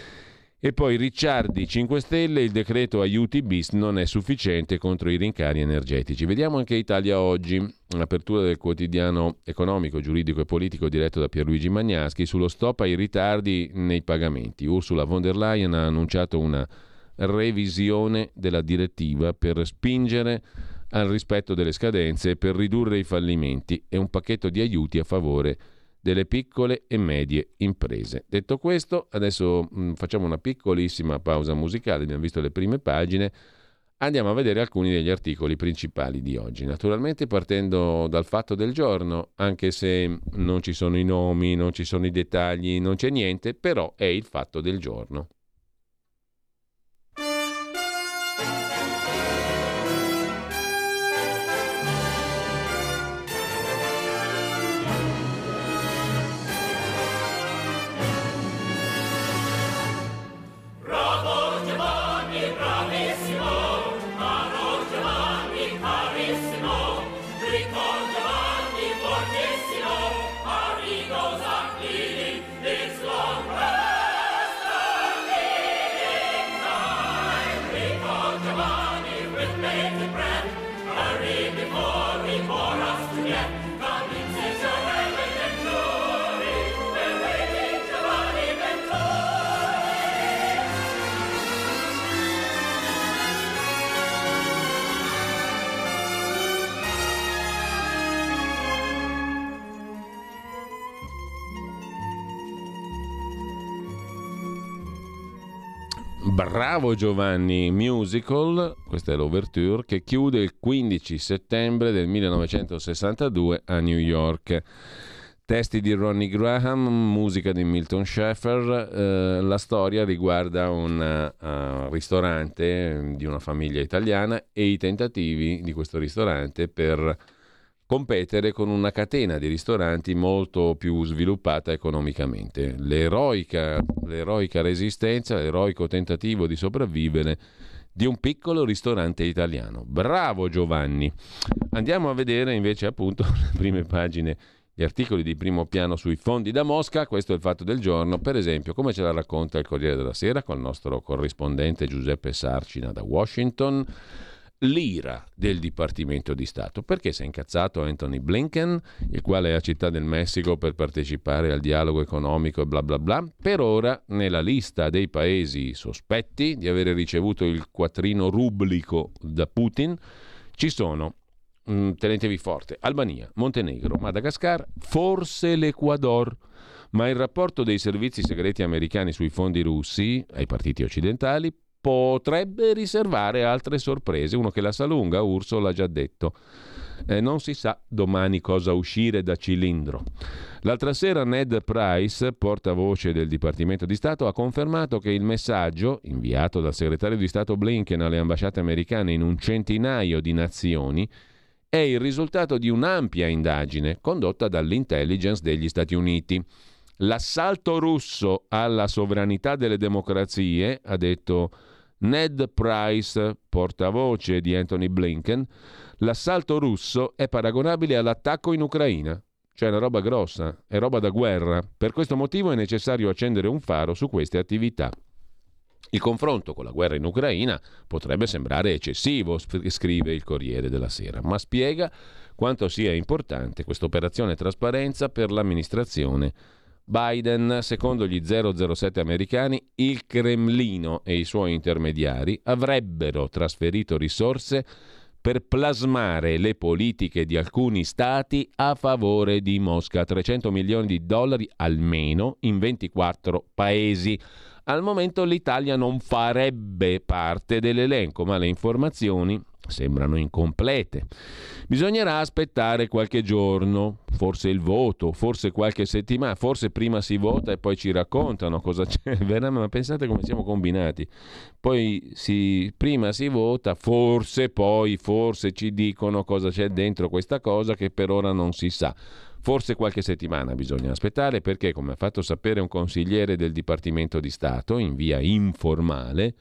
E poi Ricciardi, cinque Stelle, il decreto aiuti bis non è sufficiente contro i rincari energetici. Vediamo anche Italia Oggi, l'apertura del quotidiano economico, giuridico e politico diretto da Pierluigi Magnaschi, sullo stop ai ritardi nei pagamenti. Ursula von der Leyen ha annunciato una revisione della direttiva per spingere al rispetto delle scadenze e per ridurre i fallimenti e un pacchetto di aiuti a favore delle piccole e medie imprese. Detto questo, adesso mh, facciamo una piccolissima pausa musicale, abbiamo visto le prime pagine, andiamo a vedere alcuni degli articoli principali di oggi, naturalmente partendo dal fatto del giorno, anche se non ci sono i nomi, non ci sono i dettagli, non c'è niente, però è il fatto del giorno. Bravo Giovanni Musical, questa è l'ouverture, che chiude il quindici settembre del millenovecentosessantadue a New York. Testi di Ronnie Graham, musica di Milton Schaeffer. Eh, la storia riguarda un uh, ristorante di una famiglia italiana e i tentativi di questo ristorante per competere con una catena di ristoranti molto più sviluppata economicamente. L'eroica, l'eroica resistenza, l'eroico tentativo di sopravvivere di un piccolo ristorante italiano. Bravo Giovanni! Andiamo a vedere invece appunto le prime pagine, gli articoli di primo piano sui fondi da Mosca. Questo è il fatto del giorno, per esempio, come ce la racconta il Corriere della Sera con il nostro corrispondente Giuseppe Sarcina da Washington. L'ira del Dipartimento di Stato. Perché si è incazzato Anthony Blinken, il quale è a Città del Messico per partecipare al dialogo economico e bla bla bla? Per ora, nella lista dei paesi sospetti di avere ricevuto il quattrino rublico da Putin, ci sono, mh, tenetevi forte, Albania, Montenegro, Madagascar, forse l'Ecuador. Ma il rapporto dei servizi segreti americani sui fondi russi ai partiti occidentali potrebbe riservare altre sorprese. Uno che la sa lunga, Urso l'ha già detto. Eh, non si sa domani cosa uscire da cilindro. L'altra sera Ned Price, portavoce del Dipartimento di Stato, ha confermato che il messaggio inviato dal segretario di Stato Blinken alle ambasciate americane in un centinaio di nazioni è il risultato di un'ampia indagine condotta dall'intelligence degli Stati Uniti. L'assalto russo alla sovranità delle democrazie, ha detto Ned Price, portavoce di Anthony Blinken, l'assalto russo è paragonabile all'attacco in Ucraina. Cioè è una roba grossa, è roba da guerra. Per questo motivo è necessario accendere un faro su queste attività. Il confronto con la guerra in Ucraina potrebbe sembrare eccessivo, scrive il Corriere della Sera, ma spiega quanto sia importante questa operazione trasparenza per l'amministrazione Biden. Secondo gli zero zero sette americani, il Cremlino e i suoi intermediari avrebbero trasferito risorse per plasmare le politiche di alcuni stati a favore di Mosca, trecento milioni di dollari almeno in ventiquattro paesi. Al momento l'Italia non farebbe parte dell'elenco, ma le informazioni sembrano incomplete. Bisognerà aspettare qualche giorno, forse il voto, forse qualche settimana, forse prima si vota e poi ci raccontano cosa c'è. Ma pensate come siamo combinati. Poi si, prima si vota, forse poi, forse ci dicono cosa c'è dentro questa cosa che per ora non si sa. Forse qualche settimana bisogna aspettare perché, come ha fatto sapere un consigliere del Dipartimento di Stato in via informale,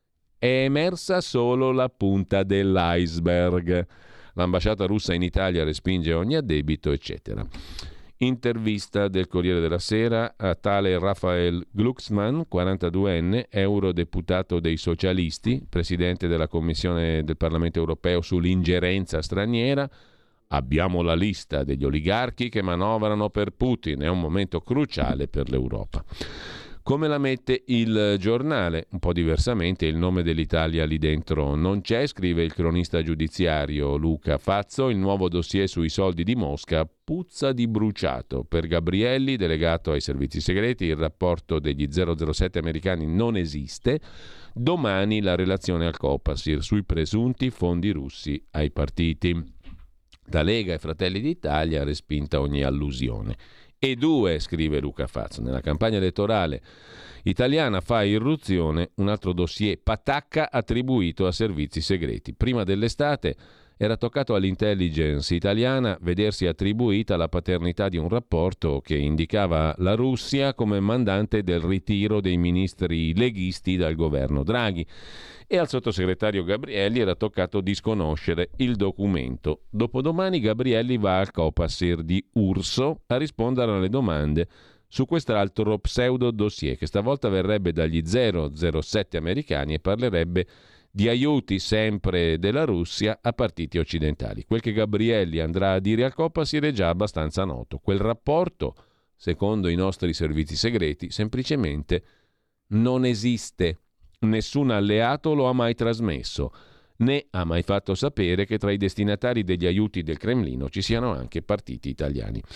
è emersa solo la punta dell'iceberg. L'ambasciata russa in Italia respinge ogni addebito, eccetera. Intervista del Corriere della Sera a tale Rafael Glucksmann, quarantaduenne, eurodeputato dei socialisti, presidente della Commissione del Parlamento Europeo sull'ingerenza straniera. Abbiamo la lista degli oligarchi che manovrano per Putin, è un momento cruciale per l'Europa. Come la mette il giornale? Un po' diversamente, il nome dell'Italia lì dentro non c'è, scrive il cronista giudiziario Luca Fazzo. Il nuovo dossier sui soldi di Mosca puzza di bruciato. Per Gabrielli, delegato ai servizi segreti, il rapporto degli zero zero sette americani non esiste. Domani la relazione al Copasir sui presunti fondi russi ai partiti. Da Lega e Fratelli d'Italia respinta ogni allusione. E due, scrive Luca Fazzo, nella campagna elettorale italiana fa irruzione un altro dossier patacca attribuito a servizi segreti. Prima dell'estate era toccato all'intelligence italiana vedersi attribuita la paternità di un rapporto che indicava la Russia come mandante del ritiro dei ministri leghisti dal governo Draghi. E al sottosegretario Gabrielli era toccato disconoscere il documento. Dopodomani Gabrielli va al Copasir di Urso a rispondere alle domande su quest'altro pseudo dossier che stavolta verrebbe dagli zero zero sette americani e parlerebbe di aiuti sempre della Russia a partiti occidentali. Quel che Gabrielli andrà a dire al Copasir è già abbastanza noto. Quel rapporto, secondo i nostri servizi segreti, semplicemente non esiste. Nessun alleato lo ha mai trasmesso, né ha mai fatto sapere che tra i destinatari degli aiuti del Cremlino ci siano anche partiti italiani.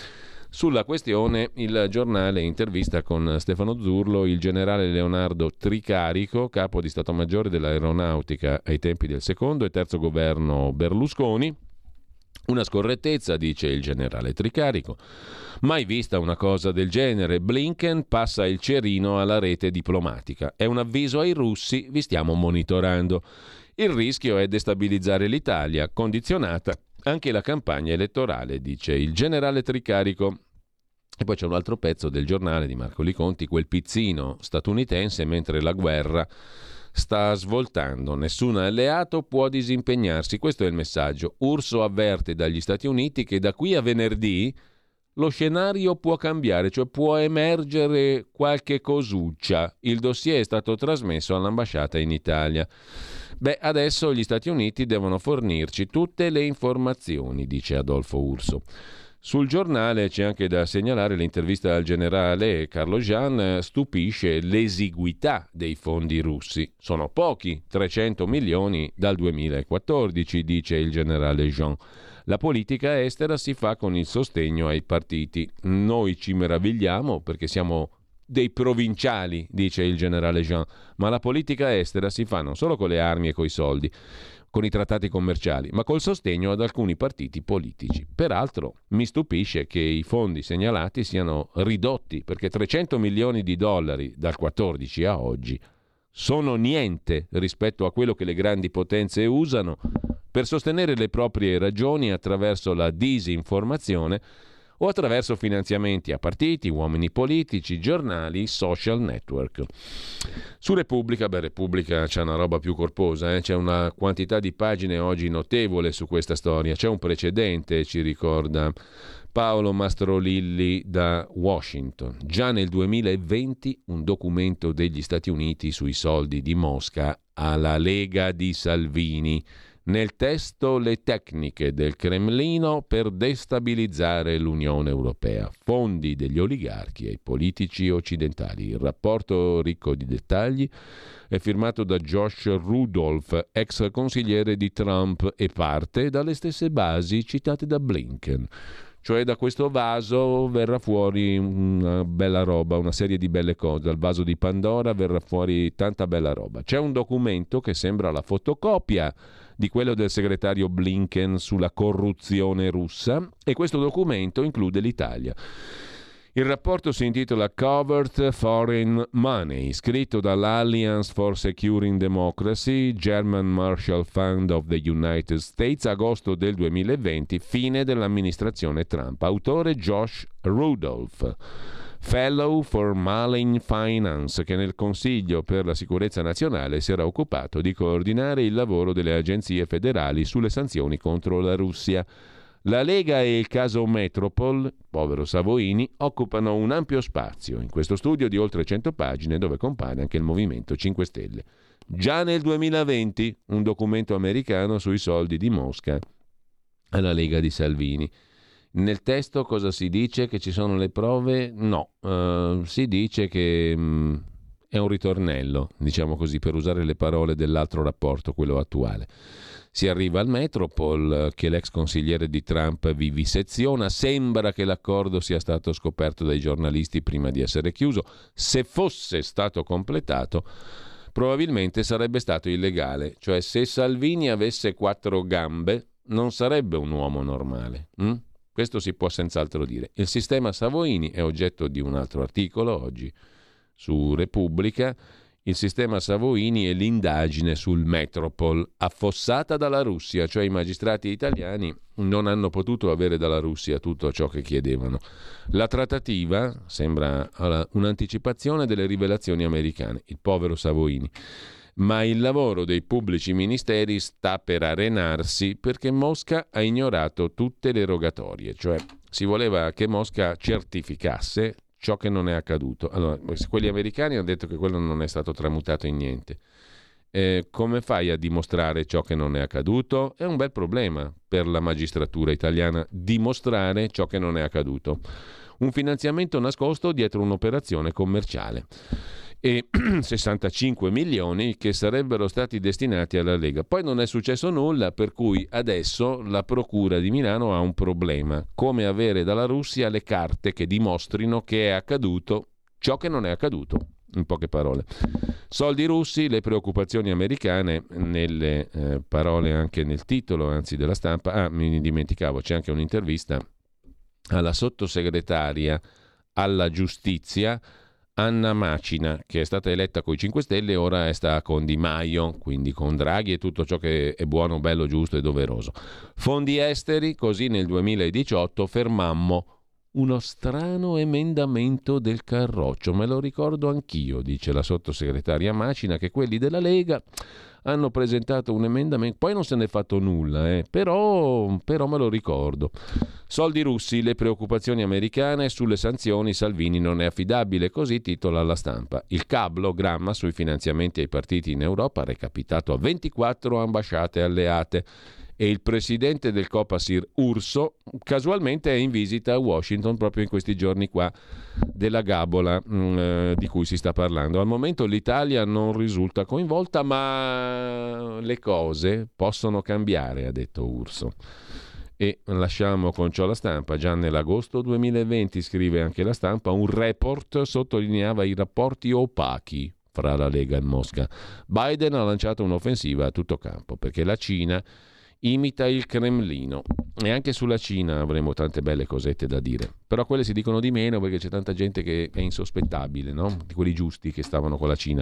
Sulla questione il giornale intervista con Stefano Zurlo il generale Leonardo Tricarico, capo di Stato Maggiore dell'Aeronautica ai tempi del secondo e terzo governo Berlusconi. Una scorrettezza, dice il generale Tricarico. Mai vista una cosa del genere. Blinken passa il cerino alla rete diplomatica. È un avviso ai russi, vi stiamo monitorando. Il rischio è destabilizzare l'Italia, condizionata anche la campagna elettorale, dice il generale Tricarico. E poi c'è un altro pezzo del giornale di Marco Liconti, quel pizzino statunitense mentre la guerra sta svoltando. Nessun alleato può disimpegnarsi. Questo è il messaggio. Urso avverte dagli Stati Uniti che da qui a venerdì lo scenario può cambiare, cioè può emergere qualche cosuccia. Il dossier è stato trasmesso all'ambasciata in Italia. Beh, adesso gli Stati Uniti devono fornirci tutte le informazioni, dice Adolfo Urso. Sul giornale c'è anche da segnalare l'intervista al generale Carlo Jean. Stupisce l'esiguità dei fondi russi. Sono pochi, trecento milioni dal duemilaquattordici, dice il generale Jean. La politica estera si fa con il sostegno ai partiti. Noi ci meravigliamo perché siamo dei provinciali, dice il generale Jean, ma la politica estera si fa non solo con le armi e coi soldi, con i trattati commerciali, ma col sostegno ad alcuni partiti politici. Peraltro mi stupisce che i fondi segnalati siano ridotti, perché trecento milioni di dollari dal quattordici a oggi sono niente rispetto a quello che le grandi potenze usano per sostenere le proprie ragioni attraverso la disinformazione o attraverso finanziamenti a partiti, uomini politici, giornali, social network. Su Repubblica, beh, Repubblica c'è una roba più corposa, eh? C'è una quantità di pagine oggi notevole su questa storia. C'è un precedente, ci ricorda Paolo Mastrolilli da Washington. Già nel duemilaventi un documento degli Stati Uniti sui soldi di Mosca alla Lega di Salvini. Nel testo le tecniche del Cremlino per destabilizzare l'Unione Europea, fondi degli oligarchi ai politici occidentali. Il rapporto ricco di dettagli è firmato da Josh Rudolph, ex consigliere di Trump, e parte dalle stesse basi citate da Blinken. Cioè da questo vaso verrà fuori una bella roba, una serie di belle cose. Dal vaso di Pandora verrà fuori tanta bella roba. C'è un documento che sembra la fotocopia di quello del segretario Blinken sulla corruzione russa, e questo documento include l'Italia. Il rapporto si intitola Covert Foreign Money, scritto dall'Alliance for Securing Democracy, German Marshall Fund of the United States, agosto del duemilaventi, fine dell'amministrazione Trump. Autore Josh Rudolph, Fellow for Malign Finance, che nel Consiglio per la Sicurezza Nazionale si era occupato di coordinare il lavoro delle agenzie federali sulle sanzioni contro la Russia. La Lega e il caso Metropol, povero Savoini, occupano un ampio spazio in questo studio di oltre cento pagine dove compare anche il Movimento cinque Stelle. Già nel duemilaventi un documento americano sui soldi di Mosca alla Lega di Salvini. Nel testo cosa si dice? Che ci sono le prove? No, uh, si dice che um, è un ritornello, diciamo così, per usare le parole dell'altro rapporto, quello attuale. Si arriva al Metropol, che l'ex consigliere di Trump viviseziona. Sembra che l'accordo sia stato scoperto dai giornalisti prima di essere chiuso. Se fosse stato completato, probabilmente sarebbe stato illegale. Cioè, se Salvini avesse quattro gambe, non sarebbe un uomo normale. Hm? Questo si può senz'altro dire. Il sistema Savoini è oggetto di un altro articolo oggi su Repubblica. Il sistema Savoini e l'indagine sul Metropol, affossata dalla Russia, cioè i magistrati italiani non hanno potuto avere dalla Russia tutto ciò che chiedevano. La trattativa sembra un'anticipazione delle rivelazioni americane, il povero Savoini. Ma il lavoro dei pubblici ministeri sta per arenarsi perché Mosca ha ignorato tutte le rogatorie, cioè si voleva che Mosca certificasse ciò che non è accaduto. Allora, quelli americani hanno detto che quello non è stato tramutato in niente. Eh, come fai a dimostrare ciò che non è accaduto? È un bel problema per la magistratura italiana dimostrare ciò che non è accaduto. Un finanziamento nascosto dietro un'operazione commerciale. e sessantacinque milioni che sarebbero stati destinati alla Lega. Poi non è successo nulla, per cui adesso la Procura di Milano ha un problema: come avere dalla Russia le carte che dimostrino che è accaduto ciò che non è accaduto. In poche parole, soldi russi, le preoccupazioni americane, nelle eh, parole anche nel titolo, anzi della Stampa. Ah, mi dimenticavo, c'è anche un'intervista alla sottosegretaria alla giustizia Anna Macina, che è stata eletta coi cinque Stelle e ora sta con Di Maio, quindi con Draghi e tutto ciò che è buono, bello, giusto e doveroso. Fondi esteri, così nel duemiladiciotto fermammo uno strano emendamento del Carroccio. Me lo ricordo anch'io, dice la sottosegretaria Macina, che quelli della Lega hanno presentato un emendamento, poi non se n'è fatto nulla, eh. però, però me lo ricordo. Soldi russi, le preoccupazioni americane sulle sanzioni, Salvini non è affidabile, così titola la Stampa. Il cablogramma sui finanziamenti ai partiti in Europa recapitato a ventiquattro ambasciate alleate. E il presidente del Copasir Urso casualmente è in visita a Washington proprio in questi giorni qua della gabola mh, eh, di cui si sta parlando. Al momento l'Italia non risulta coinvolta, ma le cose possono cambiare, ha detto Urso. E lasciamo con ciò la Stampa. Già nell'agosto duemilaventi, scrive anche la Stampa, un report sottolineava i rapporti opachi fra la Lega e Mosca. Biden ha lanciato un'offensiva a tutto campo perché la Cina imita il Cremlino, e anche sulla Cina avremo tante belle cosette da dire, però quelle si dicono di meno perché c'è tanta gente che è insospettabile, no? Di quelli giusti che stavano con la Cina.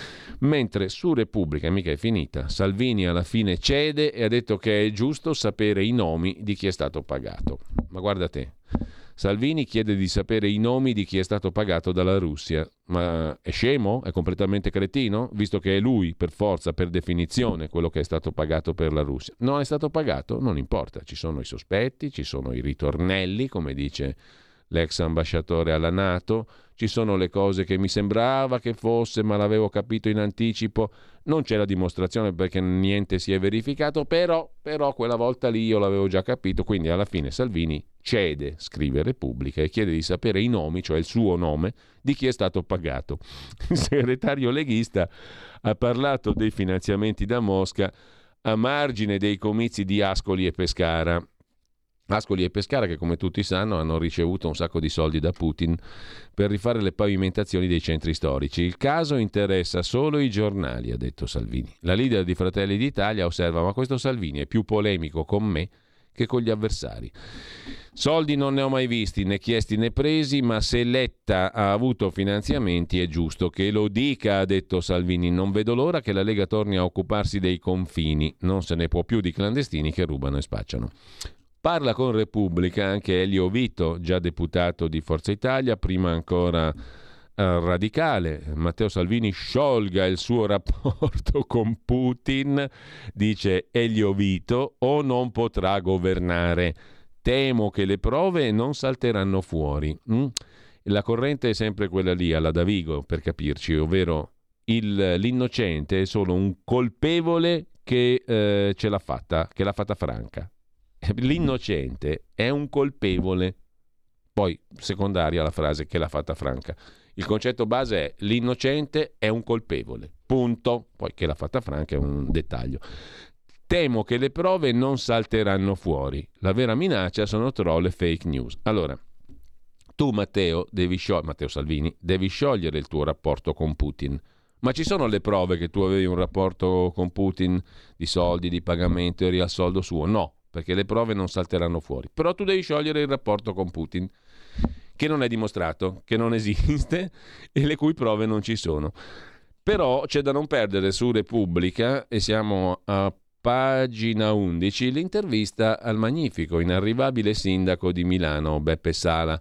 Mentre su Repubblica, mica è finita, Salvini alla fine cede e ha detto che è giusto sapere i nomi di chi è stato pagato. Ma guarda te, Salvini chiede di sapere i nomi di chi è stato pagato dalla Russia. Ma è scemo? È completamente cretino? Visto che è lui, per forza, per definizione, quello che è stato pagato per la Russia. Non è stato pagato? Non importa. Ci sono i sospetti, ci sono i ritornelli, come dice l'ex ambasciatore alla NATO, ci sono le cose che mi sembrava che fosse, ma l'avevo capito in anticipo. Non c'è la dimostrazione perché niente si è verificato, però, però quella volta lì io l'avevo già capito. Quindi alla fine Salvini cede, scrive Repubblica, e chiede di sapere i nomi, cioè il suo nome, di chi è stato pagato. Il segretario leghista ha parlato dei finanziamenti da Mosca a margine dei comizi di Ascoli e Pescara. Ascoli e Pescara che, come tutti sanno, hanno ricevuto un sacco di soldi da Putin per rifare le pavimentazioni dei centri storici. Il caso interessa solo i giornali, ha detto Salvini. La leader di Fratelli d'Italia osserva: ma questo Salvini è più polemico con me che con gli avversari. Soldi non ne ho mai visti, né chiesti né presi, ma se Letta ha avuto finanziamenti è giusto che lo dica, ha detto Salvini. Non vedo l'ora che la Lega torni a occuparsi dei confini. Non se ne può più di clandestini che rubano e spacciano. Parla con Repubblica anche Elio Vito, già deputato di Forza Italia, prima ancora eh, radicale. Matteo Salvini sciolga il suo rapporto con Putin, dice Elio Vito, o non potrà governare. Temo che le prove non salteranno fuori. Mm? La corrente è sempre quella lì, alla Davigo, per capirci, ovvero il, l'innocente è solo un colpevole che eh, ce l'ha fatta, che l'ha fatta franca. L'innocente è un colpevole. Poi secondaria la frase che l'ha fatta franca. Il concetto base è: l'innocente è un colpevole, punto. Poi che l'ha fatta franca è un dettaglio. Temo che le prove non salteranno fuori. La vera minaccia sono troll e fake news. Allora, tu Matteo, devi sciogliere, Matteo Salvini, devi sciogliere il tuo rapporto con Putin. Ma ci sono le prove che tu avevi un rapporto con Putin di soldi, di pagamento, eri al soldo suo? No, perché le prove non salteranno fuori. Però tu devi sciogliere il rapporto con Putin, che non è dimostrato, che non esiste e le cui prove non ci sono. Però c'è da non perdere su Repubblica, e siamo a pagina undici, l'intervista al magnifico, inarrivabile sindaco di Milano, Beppe Sala.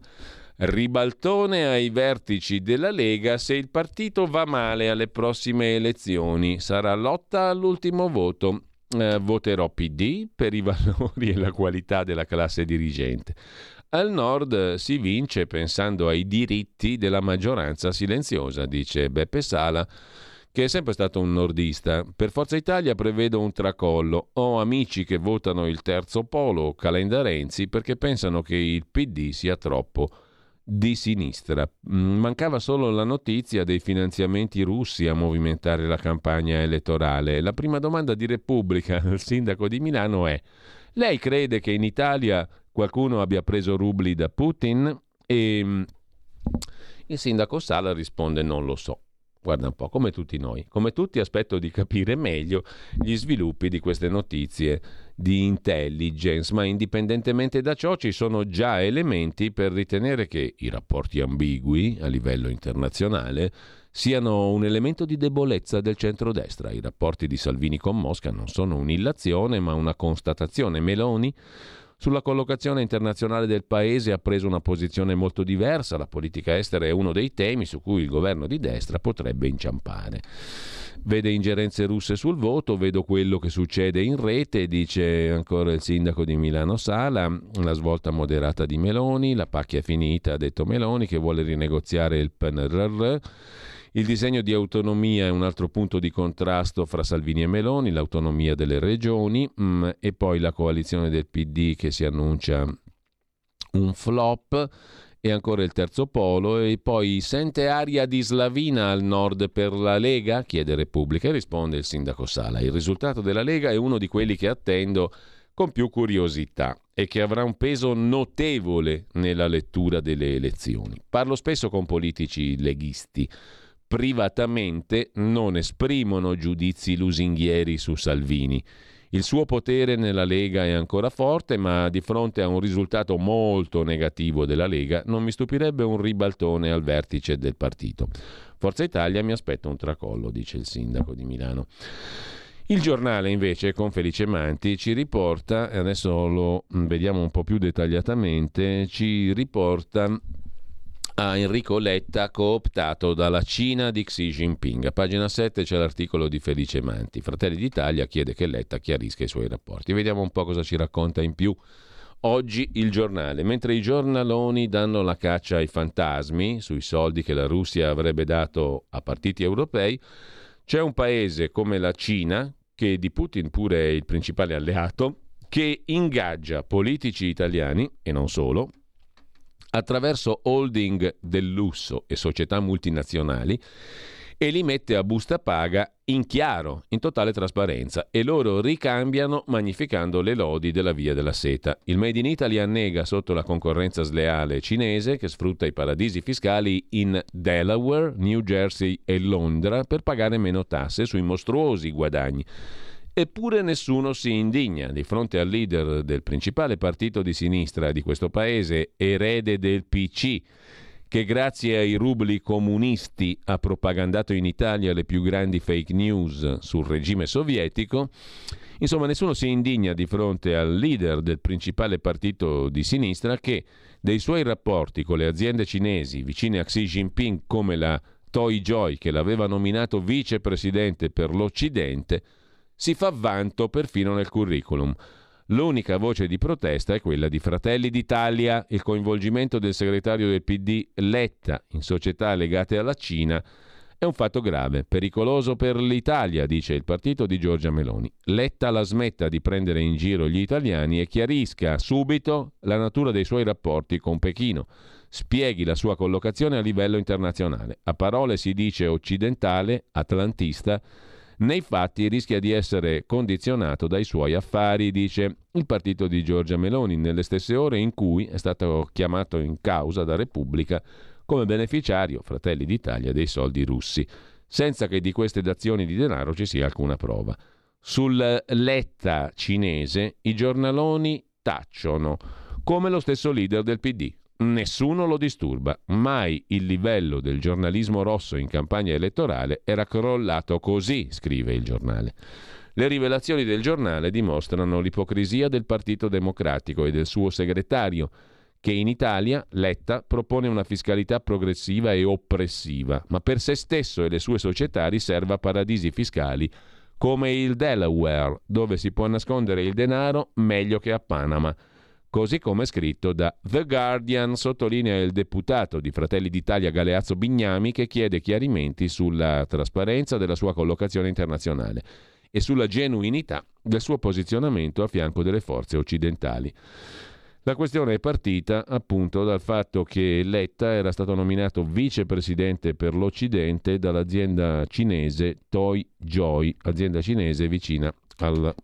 Ribaltone ai vertici della Lega se il partito va male alle prossime elezioni. Sarà lotta all'ultimo voto. Eh, voterò P D per i valori e la qualità della classe dirigente. Al nord si vince pensando ai diritti della maggioranza silenziosa, dice Beppe Sala, che è sempre stato un nordista. Per Forza Italia prevedo un tracollo. Ho amici che votano il terzo polo, Calenda Renzi, perché pensano che il P D sia troppo di sinistra. Mancava solo la notizia dei finanziamenti russi a movimentare la campagna elettorale. La prima domanda di Repubblica al sindaco di Milano è: lei crede che in Italia qualcuno abbia preso rubli da Putin? E il sindaco Sala risponde: non lo so. Guarda un po', come tutti noi, come tutti aspetto di capire meglio gli sviluppi di queste notizie di intelligence, ma indipendentemente da ciò ci sono già elementi per ritenere che i rapporti ambigui a livello internazionale siano un elemento di debolezza del centrodestra. I rapporti di Salvini con Mosca non sono un'illazione, ma una constatazione. Meloni sulla collocazione internazionale del paese ha preso una posizione molto diversa. La politica estera è uno dei temi su cui il governo di destra potrebbe inciampare. Vede ingerenze russe sul voto, vedo quello che succede in rete, dice ancora il sindaco di Milano Sala, la svolta moderata di Meloni, la pacchia è finita, ha detto Meloni, che vuole rinegoziare il P N R R. Il disegno di autonomia è un altro punto di contrasto fra Salvini e Meloni, l'autonomia delle regioni, mh, e poi la coalizione del P D che si annuncia un flop, e ancora il terzo polo, e poi sente aria di Slavina al nord per la Lega? Chiede Repubblica, e risponde il sindaco Sala: il risultato della Lega è uno di quelli che attendo con più curiosità e che avrà un peso notevole nella lettura delle elezioni. Parlo spesso con politici leghisti. Privatamente non esprimono giudizi lusinghieri su Salvini. Il suo potere nella Lega è ancora forte, ma di fronte a un risultato molto negativo della Lega non mi stupirebbe un ribaltone al vertice del partito. Forza Italia mi aspetta un tracollo, dice il sindaco di Milano. Il Giornale invece con Felice Manti ci riporta, e adesso lo vediamo un po' più dettagliatamente, ci riporta a Enrico Letta cooptato dalla Cina di Xi Jinping. A pagina sette c'è l'articolo di Felice Manti. Fratelli d'Italia chiede che Letta chiarisca i suoi rapporti. Vediamo un po' cosa ci racconta in più oggi il Giornale. Mentre i giornaloni danno la caccia ai fantasmi sui soldi che la Russia avrebbe dato a partiti europei, c'è un paese come la Cina, che di Putin pure è il principale alleato, che ingaggia politici italiani, e non solo, attraverso holding del lusso e società multinazionali, e li mette a busta paga in chiaro, in totale trasparenza, e loro ricambiano magnificando le lodi della Via della Seta. Il Made in Italy annega sotto la concorrenza sleale cinese, che sfrutta i paradisi fiscali in Delaware, New Jersey e Londra per pagare meno tasse sui mostruosi guadagni. Eppure nessuno si indigna di fronte al leader del principale partito di sinistra di questo paese, erede del P C, che grazie ai rubli comunisti ha propagandato in Italia le più grandi fake news sul regime sovietico. Insomma, nessuno si indigna di fronte al leader del principale partito di sinistra, che dei suoi rapporti con le aziende cinesi vicine a Xi Jinping, come la Toy Joy, che l'aveva nominato vicepresidente per l'Occidente, si fa vanto perfino nel curriculum. L'unica voce di protesta è quella di Fratelli d'Italia. Il coinvolgimento del segretario del P D Letta in società legate alla Cina è un fatto grave, pericoloso per l'Italia, dice il partito di Giorgia Meloni. Letta la smetta di prendere in giro gli italiani e chiarisca subito la natura dei suoi rapporti con Pechino. Spieghi la sua collocazione a livello internazionale. A parole si dice occidentale, atlantista, nei fatti rischia di essere condizionato dai suoi affari, dice il partito di Giorgia Meloni, nelle stesse ore in cui è stato chiamato in causa da Repubblica come beneficiario, Fratelli d'Italia, dei soldi russi, senza che di queste dazioni di denaro ci sia alcuna prova. Sul Letta cinese i giornaloni tacciono, come lo stesso leader del P D. Nessuno lo disturba. Mai il livello del giornalismo rosso in campagna elettorale era crollato così, scrive il Giornale. Le rivelazioni del Giornale dimostrano l'ipocrisia del Partito Democratico e del suo segretario, che in Italia, Letta, propone una fiscalità progressiva e oppressiva, ma per se stesso e le sue società riserva paradisi fiscali come il Delaware, dove si può nascondere il denaro meglio che a Panama. Così come scritto da The Guardian, sottolinea il deputato di Fratelli d'Italia Galeazzo Bignami, che chiede chiarimenti sulla trasparenza della sua collocazione internazionale e sulla genuinità del suo posizionamento a fianco delle forze occidentali. La questione è partita appunto dal fatto che Letta era stato nominato vicepresidente per l'Occidente dall'azienda cinese Toyjoy, azienda cinese vicina al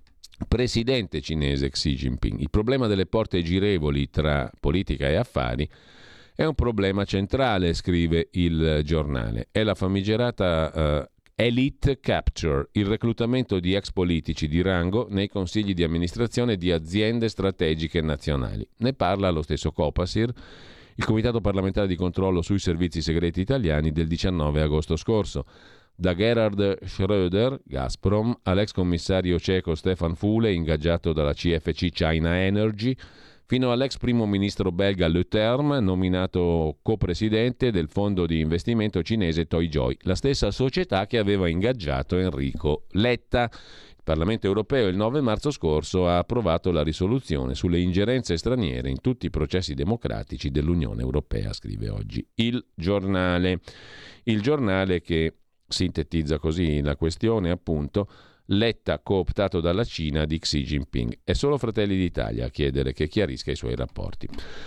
presidente cinese Xi Jinping. Il problema delle porte girevoli tra politica e affari è un problema centrale, scrive il giornale. È la famigerata uh, Elite Capture, il reclutamento di ex politici di rango nei consigli di amministrazione di aziende strategiche nazionali. Ne parla lo stesso Copasir, il Comitato parlamentare di controllo sui servizi segreti italiani del diciannove agosto scorso. Da Gerhard Schröder, Gazprom, all'ex commissario ceco Stefan Füle, ingaggiato dalla C F C China Energy, fino all'ex primo ministro belga Le Terme, nominato copresidente del fondo di investimento cinese Toyjoy, la stessa società che aveva ingaggiato Enrico Letta. Il Parlamento europeo il nove marzo scorso ha approvato la risoluzione sulle ingerenze straniere in tutti i processi democratici dell'Unione Europea, scrive oggi il giornale. Il giornale che sintetizza così la questione, appunto: Letta cooptato dalla Cina di Xi Jinping. È solo Fratelli d'Italia a chiedere che chiarisca i suoi rapporti.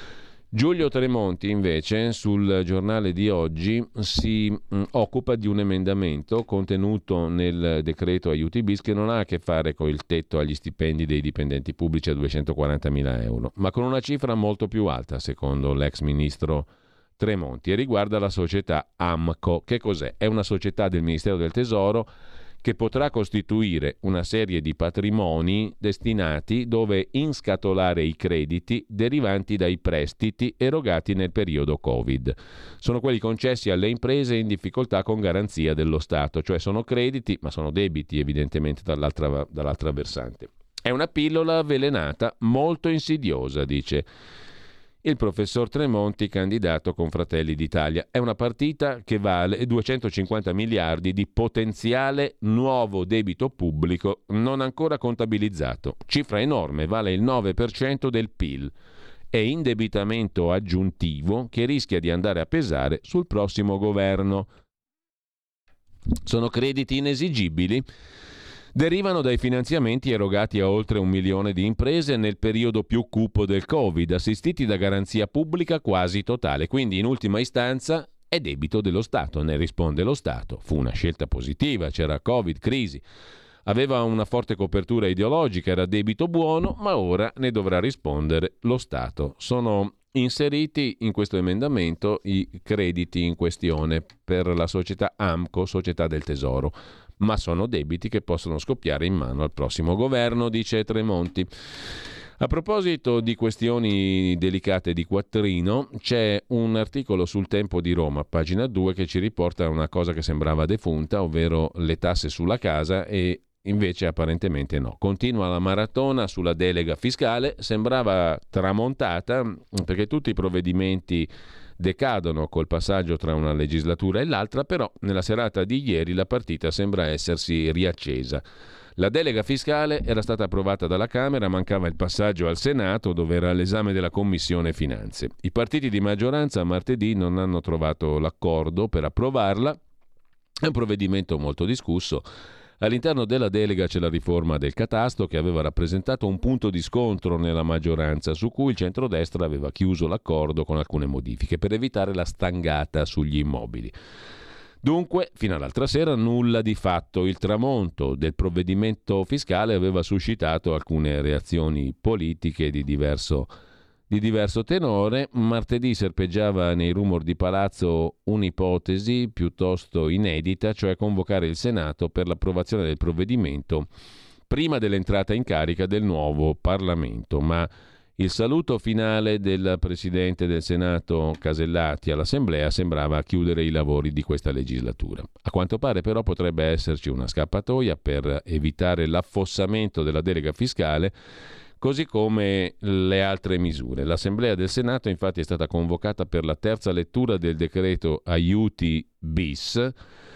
Giulio Tremonti invece sul giornale di oggi si mh, occupa di un emendamento contenuto nel decreto aiuti bis che non ha a che fare con il tetto agli stipendi dei dipendenti pubblici a duecentoquarantamila euro, ma con una cifra molto più alta secondo l'ex ministro Tremonti, e riguarda la società Amco. Che cos'è? È una società del Ministero del Tesoro che potrà costituire una serie di patrimoni destinati dove inscatolare i crediti derivanti dai prestiti erogati nel periodo Covid. Sono quelli concessi alle imprese in difficoltà con garanzia dello Stato, cioè sono crediti ma sono debiti evidentemente dall'altra, dall'altra versante. È una pillola avvelenata molto insidiosa, dice il professor Tremonti, candidato con Fratelli d'Italia. È una partita che vale duecentocinquanta miliardi di potenziale nuovo debito pubblico non ancora contabilizzato. Cifra enorme, vale il nove per cento del P I L. È indebitamento aggiuntivo che rischia di andare a pesare sul prossimo governo. Sono crediti inesigibili? Derivano dai finanziamenti erogati a oltre un milione di imprese nel periodo più cupo del Covid, assistiti da garanzia pubblica quasi totale. Quindi, in ultima istanza, è debito dello Stato, ne risponde lo Stato. Fu una scelta positiva, c'era Covid, crisi. Aveva una forte copertura ideologica, era debito buono, ma ora ne dovrà rispondere lo Stato. Sono inseriti in questo emendamento i crediti in questione per la società Amco, società del Tesoro, ma sono debiti che possono scoppiare in mano al prossimo governo, dice Tremonti. A proposito di questioni delicate di quattrino, c'è un articolo sul Tempo di Roma, pagina due, che ci riporta una cosa che sembrava defunta, ovvero le tasse sulla casa, e invece apparentemente no. Continua la maratona sulla delega fiscale, sembrava tramontata perché tutti i provvedimenti decadono col passaggio tra una legislatura e l'altra, però nella serata di ieri la partita sembra essersi riaccesa. La delega fiscale era stata approvata dalla Camera, mancava il passaggio al Senato, dove era l'esame della Commissione Finanze. I partiti di maggioranza martedì non hanno trovato l'accordo per approvarla. È un provvedimento molto discusso. All'interno della delega c'è la riforma del catasto, che aveva rappresentato un punto di scontro nella maggioranza, su cui il centrodestra aveva chiuso l'accordo con alcune modifiche per evitare la stangata sugli immobili. Dunque, fino all'altra sera nulla di fatto. Il tramonto del provvedimento fiscale aveva suscitato alcune reazioni politiche di diverso di diverso tenore. Martedì serpeggiava nei rumor di palazzo un'ipotesi piuttosto inedita, cioè convocare il Senato per l'approvazione del provvedimento prima dell'entrata in carica del nuovo Parlamento, ma il saluto finale del Presidente del Senato Casellati all'Assemblea sembrava chiudere i lavori di questa legislatura. A quanto pare però potrebbe esserci una scappatoia per evitare l'affossamento della delega fiscale, così come le altre misure. L'Assemblea del Senato infatti è stata convocata per la terza lettura del decreto aiuti bis,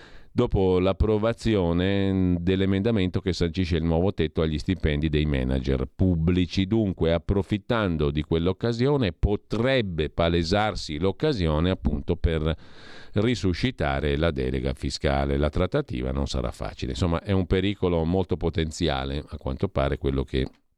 dopo l'approvazione dell'emendamento che sancisce il nuovo tetto agli stipendi dei manager pubblici. Dunque, approfittando di quell'occasione, potrebbe palesarsi l'occasione appunto per risuscitare la delega fiscale. La trattativa non sarà facile. Insomma, è un pericolo molto potenziale, a quanto pare, quello che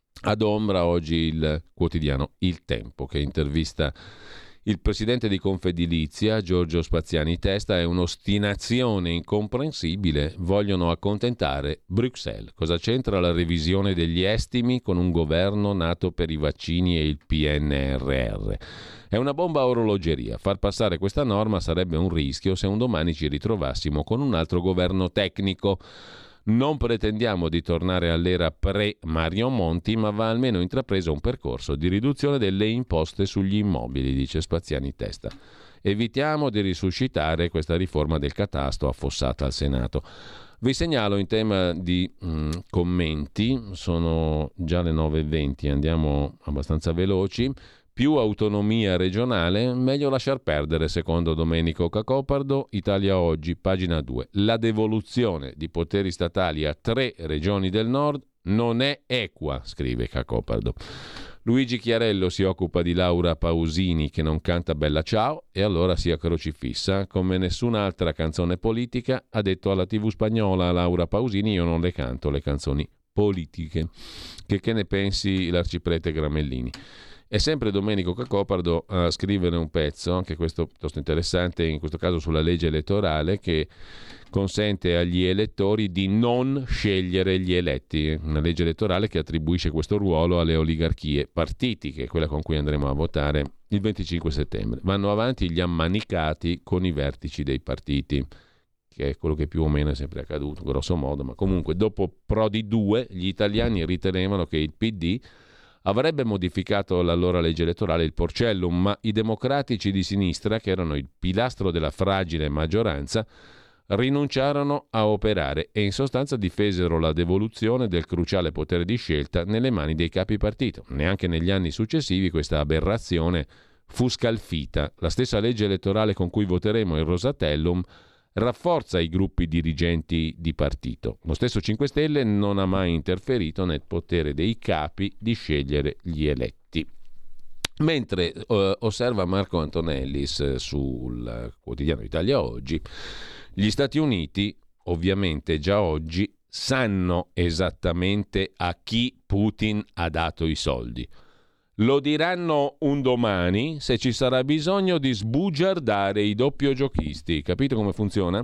Ad ombra oggi il quotidiano Il Tempo, che intervista il presidente di Confedilizia, Giorgio Spaziani Testa. È un'ostinazione incomprensibile, vogliono accontentare Bruxelles. Cosa c'entra la revisione degli estimi con un governo nato per i vaccini e il P N R R? È una bomba a orologeria. Far passare questa norma sarebbe un rischio se un domani ci ritrovassimo con un altro governo tecnico. Non pretendiamo di tornare all'era pre-Mario Monti, ma va almeno intrapreso un percorso di riduzione delle imposte sugli immobili, dice Spaziani Testa. Evitiamo di risuscitare questa riforma del catasto affossata al Senato. Vi segnalo in tema di mh, commenti, sono già le nove e venti, andiamo abbastanza veloci. Più autonomia regionale, meglio lasciar perdere, secondo Domenico Cacopardo. Italia Oggi, pagina due. La devoluzione di poteri statali a tre regioni del nord non è equa, scrive Cacopardo. Luigi Chiarello si occupa di Laura Pausini, che non canta Bella Ciao, e allora sia crocifissa. Come nessun'altra canzone politica, ha detto alla tivù spagnola Laura Pausini: io non le canto le canzoni politiche. Che, che ne pensi l'arciprete Gramellini? È sempre Domenico Cacopardo a scrivere un pezzo, anche questo piuttosto interessante, in questo caso sulla legge elettorale, che consente agli elettori di non scegliere gli eletti. Una legge elettorale che attribuisce questo ruolo alle oligarchie partitiche, quella con cui andremo a votare il venticinque settembre. Vanno avanti gli ammanicati con i vertici dei partiti, che è quello che più o meno è sempre accaduto, grosso modo, ma comunque dopo Prodi due gli italiani ritenevano che il P D avrebbe modificato l'allora legge elettorale, il Porcellum, ma i democratici di sinistra, che erano il pilastro della fragile maggioranza, rinunciarono a operare e in sostanza difesero la devoluzione del cruciale potere di scelta nelle mani dei capi partito. Neanche negli anni successivi questa aberrazione fu scalfita. La stessa legge elettorale con cui voteremo il Rosatellum rafforza i gruppi dirigenti di partito. Lo stesso cinque Stelle non ha mai interferito nel potere dei capi di scegliere gli eletti. Mentre eh, osserva Marco Antonellis sul quotidiano Italia Oggi, gli Stati Uniti ovviamente già oggi sanno esattamente a chi Putin ha dato i soldi. Lo diranno un domani se ci sarà bisogno di sbugiardare i doppiogiochisti. Capito come funziona?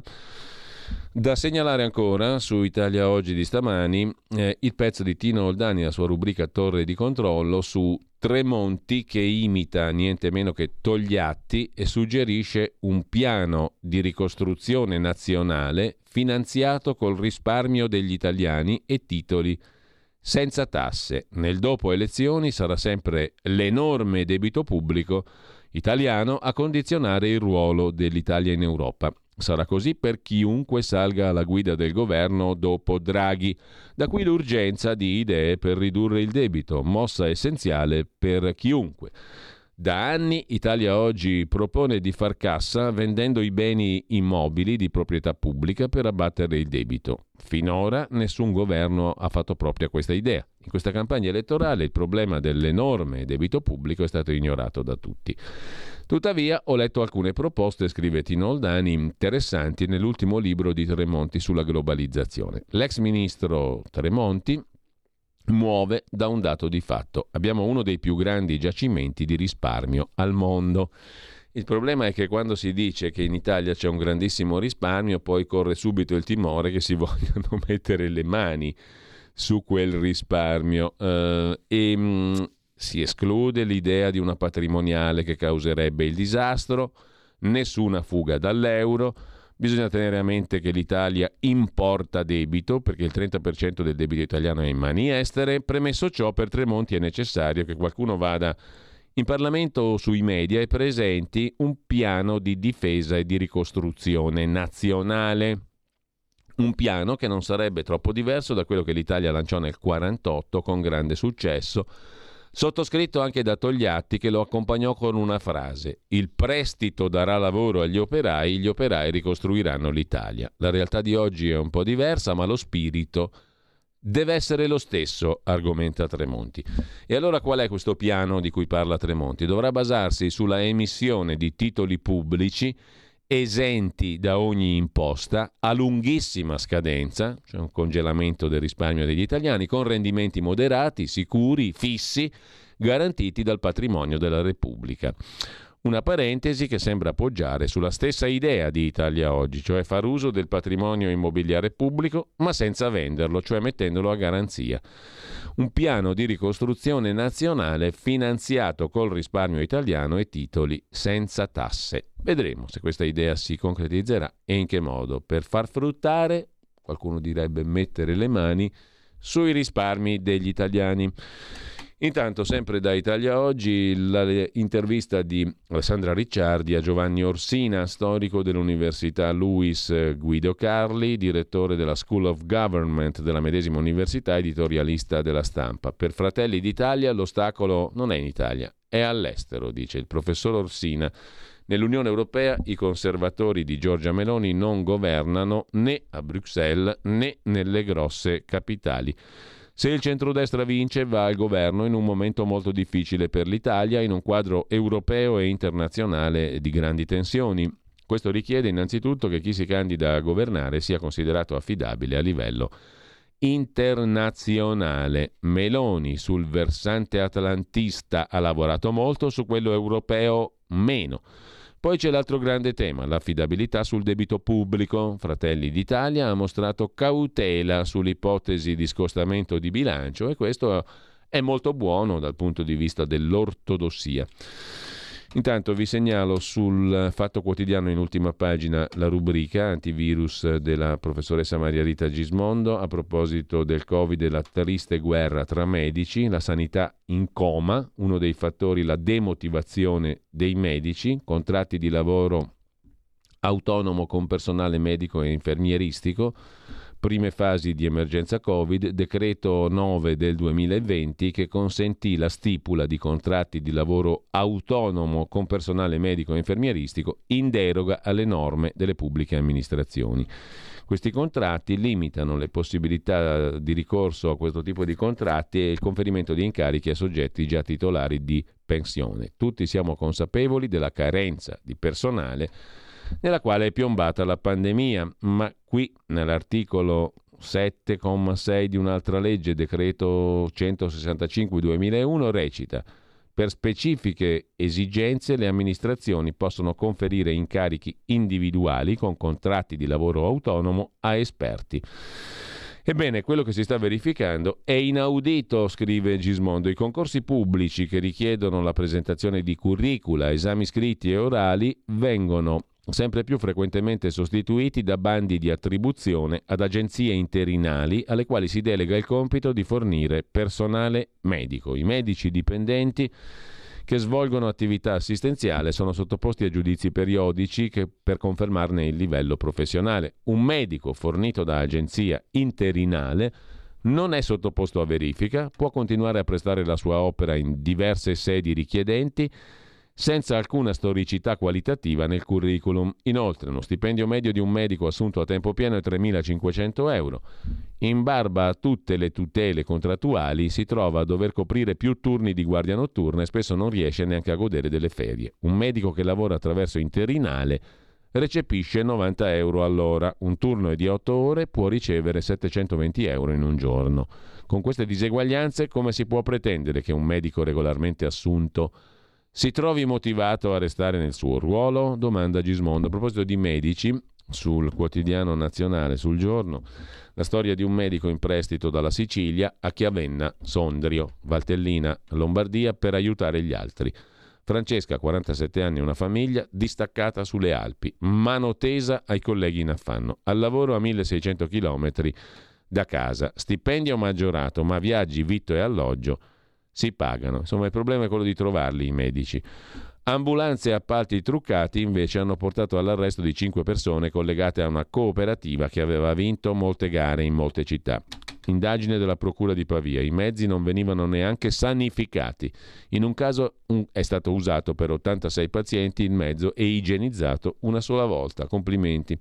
Da segnalare ancora su Italia Oggi di stamani eh, il pezzo di Tino Oldani, la sua rubrica Torre di controllo, su Tremonti che imita niente meno che Togliatti e suggerisce un piano di ricostruzione nazionale finanziato col risparmio degli italiani e titoli senza tasse. Nel dopo elezioni sarà sempre l'enorme debito pubblico italiano a condizionare il ruolo dell'Italia in Europa. Sarà così per chiunque salga alla guida del governo dopo Draghi. Da qui l'urgenza di idee per ridurre il debito, mossa essenziale per chiunque. Da anni Italia Oggi propone di far cassa vendendo i beni immobili di proprietà pubblica per abbattere il debito. Finora nessun governo ha fatto propria questa idea. In questa campagna elettorale il problema dell'enorme debito pubblico è stato ignorato da tutti. Tuttavia ho letto alcune proposte, scrive Tino Oldani, interessanti nell'ultimo libro di Tremonti sulla globalizzazione. L'ex ministro Tremonti muove da un dato di fatto. Abbiamo uno dei più grandi giacimenti di risparmio al mondo. Il problema è che quando si dice che in Italia c'è un grandissimo risparmio, poi corre subito il timore che si vogliano mettere le mani su quel risparmio uh, e mh, si esclude l'idea di una patrimoniale che causerebbe il disastro, nessuna fuga dall'euro. Bisogna tenere a mente che l'Italia importa debito perché il trenta per cento del debito italiano è in mani estere. Premesso ciò, per Tremonti è necessario che qualcuno vada in Parlamento o sui media e presenti un piano di difesa e di ricostruzione nazionale. Un piano che non sarebbe troppo diverso da quello che l'Italia lanciò nel quarantotto con grande successo, sottoscritto anche da Togliatti, che lo accompagnò con una frase: il prestito darà lavoro agli operai, gli operai ricostruiranno l'Italia. La realtà di oggi è un po' diversa, ma lo spirito deve essere lo stesso, argomenta Tremonti. E allora qual è questo piano di cui parla Tremonti? Dovrà basarsi sulla emissione di titoli pubblici esenti da ogni imposta, a lunghissima scadenza, cioè un congelamento del risparmio degli italiani, con rendimenti moderati, sicuri, fissi, garantiti dal patrimonio della Repubblica. Una parentesi che sembra appoggiare sulla stessa idea di Italia Oggi, cioè far uso del patrimonio immobiliare pubblico ma senza venderlo, cioè mettendolo a garanzia. Un piano di ricostruzione nazionale finanziato col risparmio italiano e titoli senza tasse. Vedremo se questa idea si concretizzerà e in che modo, per far fruttare, qualcuno direbbe mettere le mani, sui risparmi degli italiani. Intanto, sempre da Italia Oggi, l'intervista di Alessandra Ricciardi a Giovanni Orsina, storico dell'Università Luis Guido Carli, direttore della School of Government della medesima università, editorialista della Stampa. Per Fratelli d'Italia l'ostacolo non è in Italia, è all'estero, dice il professor Orsina. Nell'Unione Europea i conservatori di Giorgia Meloni non governano né a Bruxelles né nelle grosse capitali. Se il centrodestra vince, va al governo in un momento molto difficile per l'Italia, in un quadro europeo e internazionale di grandi tensioni. Questo richiede innanzitutto che chi si candida a governare sia considerato affidabile a livello internazionale. Meloni sul versante atlantista ha lavorato molto, su quello europeo meno. Poi c'è l'altro grande tema, l'affidabilità sul debito pubblico. Fratelli d'Italia ha mostrato cautela sull'ipotesi di scostamento di bilancio e questo è molto buono dal punto di vista dell'ortodossia. Intanto vi segnalo sul Fatto Quotidiano in ultima pagina la rubrica antivirus della professoressa Maria Rita Gismondo a proposito del Covid e la triste guerra tra medici, la sanità in coma, uno dei fattori la demotivazione dei medici, contratti di lavoro autonomo con personale medico e infermieristico, prime fasi di emergenza Covid, decreto nove del duemilaventi che consentì la stipula di contratti di lavoro autonomo con personale medico e infermieristico in deroga alle norme delle pubbliche amministrazioni. Questi contratti limitano le possibilità di ricorso a questo tipo di contratti e il conferimento di incarichi a soggetti già titolari di pensione. Tutti siamo consapevoli della carenza di personale nella quale è piombata la pandemia, ma qui nell'articolo sette comma sei di un'altra legge, decreto centosessantacinque duemilauno, recita: per specifiche esigenze le amministrazioni possono conferire incarichi individuali con contratti di lavoro autonomo a esperti. Ebbene, quello che si sta verificando è inaudito, scrive Gismondo. I concorsi pubblici che richiedono la presentazione di curricula, esami scritti e orali vengono sempre più frequentemente sostituiti da bandi di attribuzione ad agenzie interinali alle quali si delega il compito di fornire personale medico. I medici dipendenti che svolgono attività assistenziale sono sottoposti a giudizi periodici che, per confermarne il livello professionale. Un medico fornito da agenzia interinale non è sottoposto a verifica, può continuare a prestare la sua opera in diverse sedi richiedenti senza alcuna storicità qualitativa nel curriculum. Inoltre, uno stipendio medio di un medico assunto a tempo pieno è tremilacinquecento euro. In barba a tutte le tutele contrattuali, si trova a dover coprire più turni di guardia notturna e spesso non riesce neanche a godere delle ferie. Un medico che lavora attraverso interinale recepisce novanta euro all'ora. Un turno di otto ore può ricevere settecentoventi euro in un giorno. Con queste diseguaglianze, come si può pretendere che un medico regolarmente assunto si trovi motivato a restare nel suo ruolo? Domanda Gismondo. A proposito di medici, sul quotidiano nazionale, sul Giorno, la storia di un medico in prestito dalla Sicilia a Chiavenna, Sondrio, Valtellina, Lombardia, per aiutare gli altri. Francesca, quarantasette anni e una famiglia, distaccata sulle Alpi, mano tesa ai colleghi in affanno, al lavoro a milleseicento chilometri da casa, stipendio maggiorato, ma viaggi, vitto e alloggio si pagano. Insomma, il problema è quello di trovarli i medici. Ambulanze e appalti truccati invece hanno portato all'arresto di cinque persone collegate a una cooperativa che aveva vinto molte gare in molte città. Indagine della Procura di Pavia. I mezzi non venivano neanche sanificati. In un caso un, è stato usato per ottantasei pazienti il mezzo e igienizzato una sola volta. Complimenti.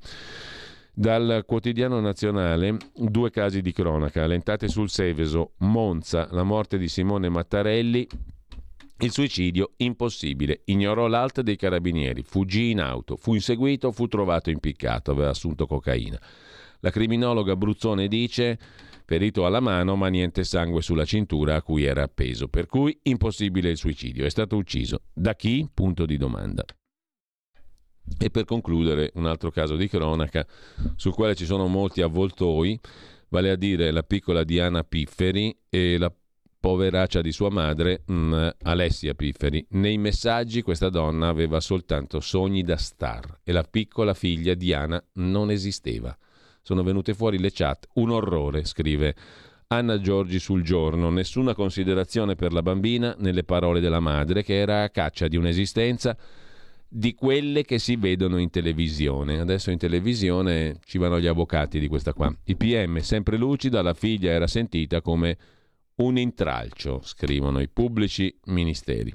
Dal Quotidiano Nazionale, due casi di cronaca. Lentate sul Seveso, Monza, la morte di Simone Mattarelli Il suicidio impossibile, ignorò l'alta dei carabinieri, fuggì in auto, fu inseguito, fu trovato impiccato, aveva assunto cocaina. La criminologa Bruzzone dice: ferito alla mano ma niente sangue sulla cintura a cui era appeso, per cui impossibile il suicidio. È stato ucciso. Da chi? Punto di domanda. E per concludere un altro caso di cronaca sul quale ci sono molti avvoltoi, vale a dire la piccola Diana Pifferi e la poveraccia di sua madre, mh, Alessia Pifferi. Nei messaggi questa donna aveva soltanto sogni da star e la piccola figlia Diana non esisteva. Sono venute fuori le chat, un orrore, scrive Anna Giorgi sul Giorno, nessuna considerazione per la bambina nelle parole della madre che era a caccia di un'esistenza di quelle che si vedono in televisione. Adesso in televisione ci vanno gli avvocati di questa qua. I P M sempre lucida, la figlia era sentita come un intralcio, scrivono i pubblici ministeri.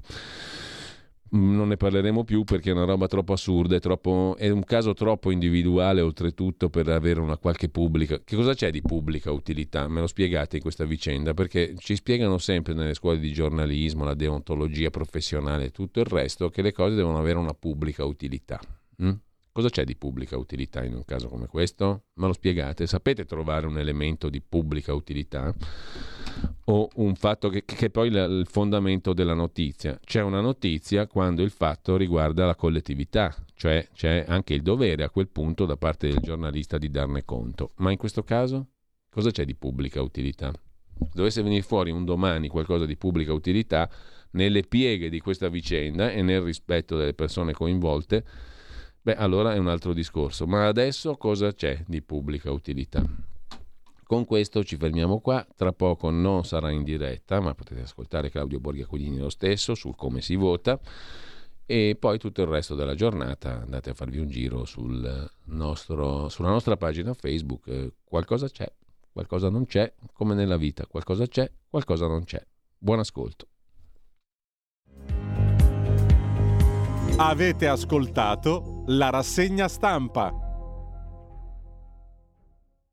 Non ne parleremo più perché è una roba troppo assurda, è, troppo, è un caso troppo individuale oltretutto per avere una qualche pubblica. Che cosa c'è di pubblica utilità? Me lo spiegate in questa vicenda? Perché ci spiegano sempre nelle scuole di giornalismo, la deontologia professionale e tutto il resto, che le cose devono avere una pubblica utilità. Mm? Cosa c'è di pubblica utilità in un caso come questo? Me lo spiegate? Sapete trovare un elemento di pubblica utilità? O un fatto che, che è poi la, il fondamento della notizia? C'è una notizia quando il fatto riguarda la collettività, cioè c'è anche il dovere a quel punto da parte del giornalista di darne conto. Ma in questo caso cosa c'è di pubblica utilità? Se dovesse venire fuori un domani qualcosa di pubblica utilità nelle pieghe di questa vicenda e nel rispetto delle persone coinvolte, beh, allora è un altro discorso. Ma adesso cosa c'è di pubblica utilità? Con questo ci fermiamo qua. Tra poco non sarà in diretta, ma potete ascoltare Claudio Borghi Acquilini lo stesso sul come si vota. E poi tutto il resto della giornata andate a farvi un giro sul nostro, sulla nostra pagina Facebook. Eh, qualcosa c'è, qualcosa non c'è, come nella vita. Qualcosa c'è, qualcosa non c'è. Buon ascolto. Avete ascoltato la rassegna stampa.